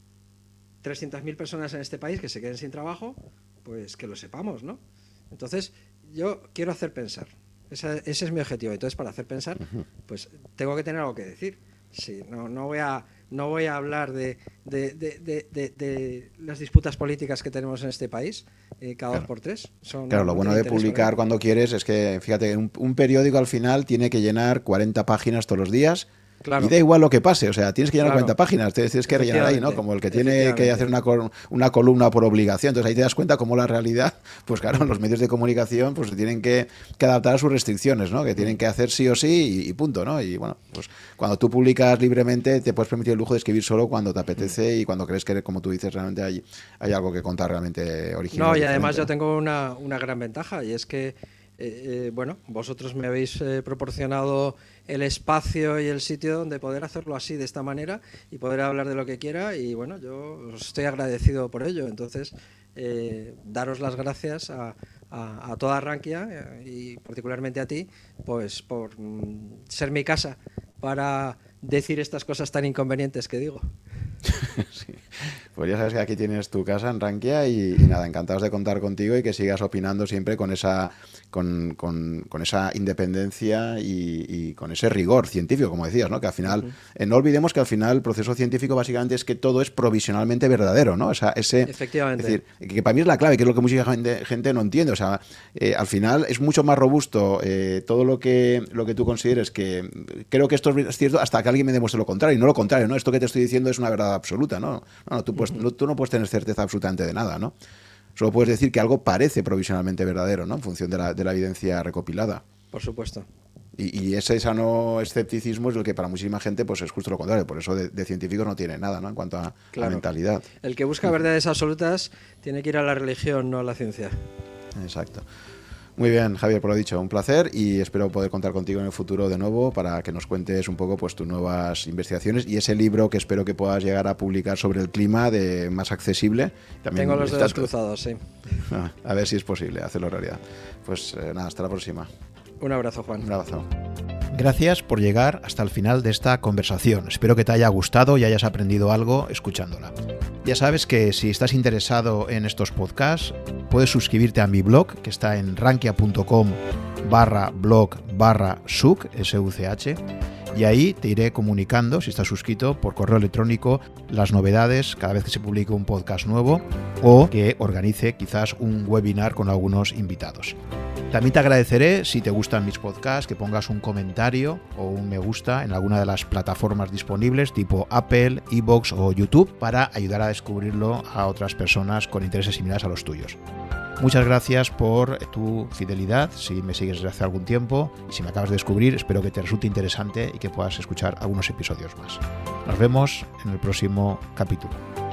trescientas mil personas en este país que se queden sin trabajo, pues que lo sepamos, ¿no? Entonces, yo quiero hacer pensar. Esa, ese es mi objetivo. Entonces, para hacer pensar, pues tengo que tener algo que decir. Sí, no, no voy a no voy a hablar de, de, de, de, de, de las disputas políticas que tenemos en este país eh, cada claro. dos por tres. Son claro, lo bueno de publicar cuando quieres es que, fíjate, un, un periódico al final tiene que llenar cuarenta páginas todos los días. Claro. Y da igual lo que pase, o sea, tienes que llenar claro. cuarenta páginas, tienes que rellenar ahí, ¿no? Como el que tiene que hacer una, col- una columna por obligación. Entonces ahí te das cuenta cómo la realidad, pues claro, los medios de comunicación pues tienen que, que adaptar a sus restricciones, ¿no? Que tienen que hacer sí o sí y, y punto, ¿no? Y bueno, pues cuando tú publicas libremente te puedes permitir el lujo de escribir solo cuando te apetece y cuando crees que, como tú dices, realmente hay, hay algo que contar realmente original. No, y además yo tengo una, una gran ventaja y es que Eh, eh, bueno, vosotros me habéis eh, proporcionado el espacio y el sitio donde poder hacerlo así, de esta manera, y poder hablar de lo que quiera, y bueno, yo os estoy agradecido por ello. Entonces, eh, daros las gracias a, a, a toda Rankia eh, y particularmente a ti, pues por mm, ser mi casa para decir estas cosas tan inconvenientes que digo. Sí. Pues ya sabes que aquí tienes tu casa en Rankia y, y nada, encantados de contar contigo y que sigas opinando siempre con esa, con, con, con esa independencia y, y con ese rigor científico, como decías, ¿no? Que al final, uh-huh. eh, no olvidemos que al final el proceso científico básicamente es que todo es provisionalmente verdadero, ¿no? O sea, ese, Efectivamente. Es decir, que para mí es la clave, que es lo que mucha gente, gente no entiende. O sea, eh, al final es mucho más robusto eh, todo lo que, lo que tú consideres que creo que esto es cierto hasta que alguien me demuestre lo contrario, y no lo contrario, ¿no? Esto que te estoy diciendo es una verdad absoluta, ¿no? No, no, tú, puedes, no, tú no puedes tener certeza absolutamente de nada, ¿no? Solo puedes decir que algo parece provisionalmente verdadero, ¿no? En función de la, de la evidencia recopilada. Por supuesto. Y, y ese sano escepticismo es lo que para muchísima gente pues es justo lo contrario. Por eso de, de científicos no tiene nada, ¿no? En cuanto a, claro. a mentalidad. El que busca verdades absolutas tiene que ir a la religión, no a la ciencia. Exacto. Muy bien, Javier, por lo dicho, un placer y espero poder contar contigo en el futuro de nuevo para que nos cuentes un poco pues tus nuevas investigaciones y ese libro que espero que puedas llegar a publicar sobre el clima de más accesible. También Tengo los dedos cruzados, sí. A ver si es posible hacerlo realidad. Pues eh, nada, hasta la próxima. Un abrazo, Juan. Un abrazo. Gracias por llegar hasta el final de esta conversación. Espero que te haya gustado y hayas aprendido algo escuchándola. Ya sabes que si estás interesado en estos podcasts, puedes suscribirte a mi blog, que está en rankia.com barra blog barra such, S U C H, y ahí te iré comunicando, si estás suscrito, por correo electrónico, las novedades cada vez que se publique un podcast nuevo o que organice quizás un webinar con algunos invitados. También te agradeceré, si te gustan mis podcasts, que pongas un comentario o un me gusta en alguna de las plataformas disponibles tipo Apple, iVoox o YouTube para ayudar a descubrirlo a otras personas con intereses similares a los tuyos. Muchas gracias por tu fidelidad, si me sigues desde hace algún tiempo y si me acabas de descubrir, espero que te resulte interesante y que puedas escuchar algunos episodios más. Nos vemos en el próximo capítulo.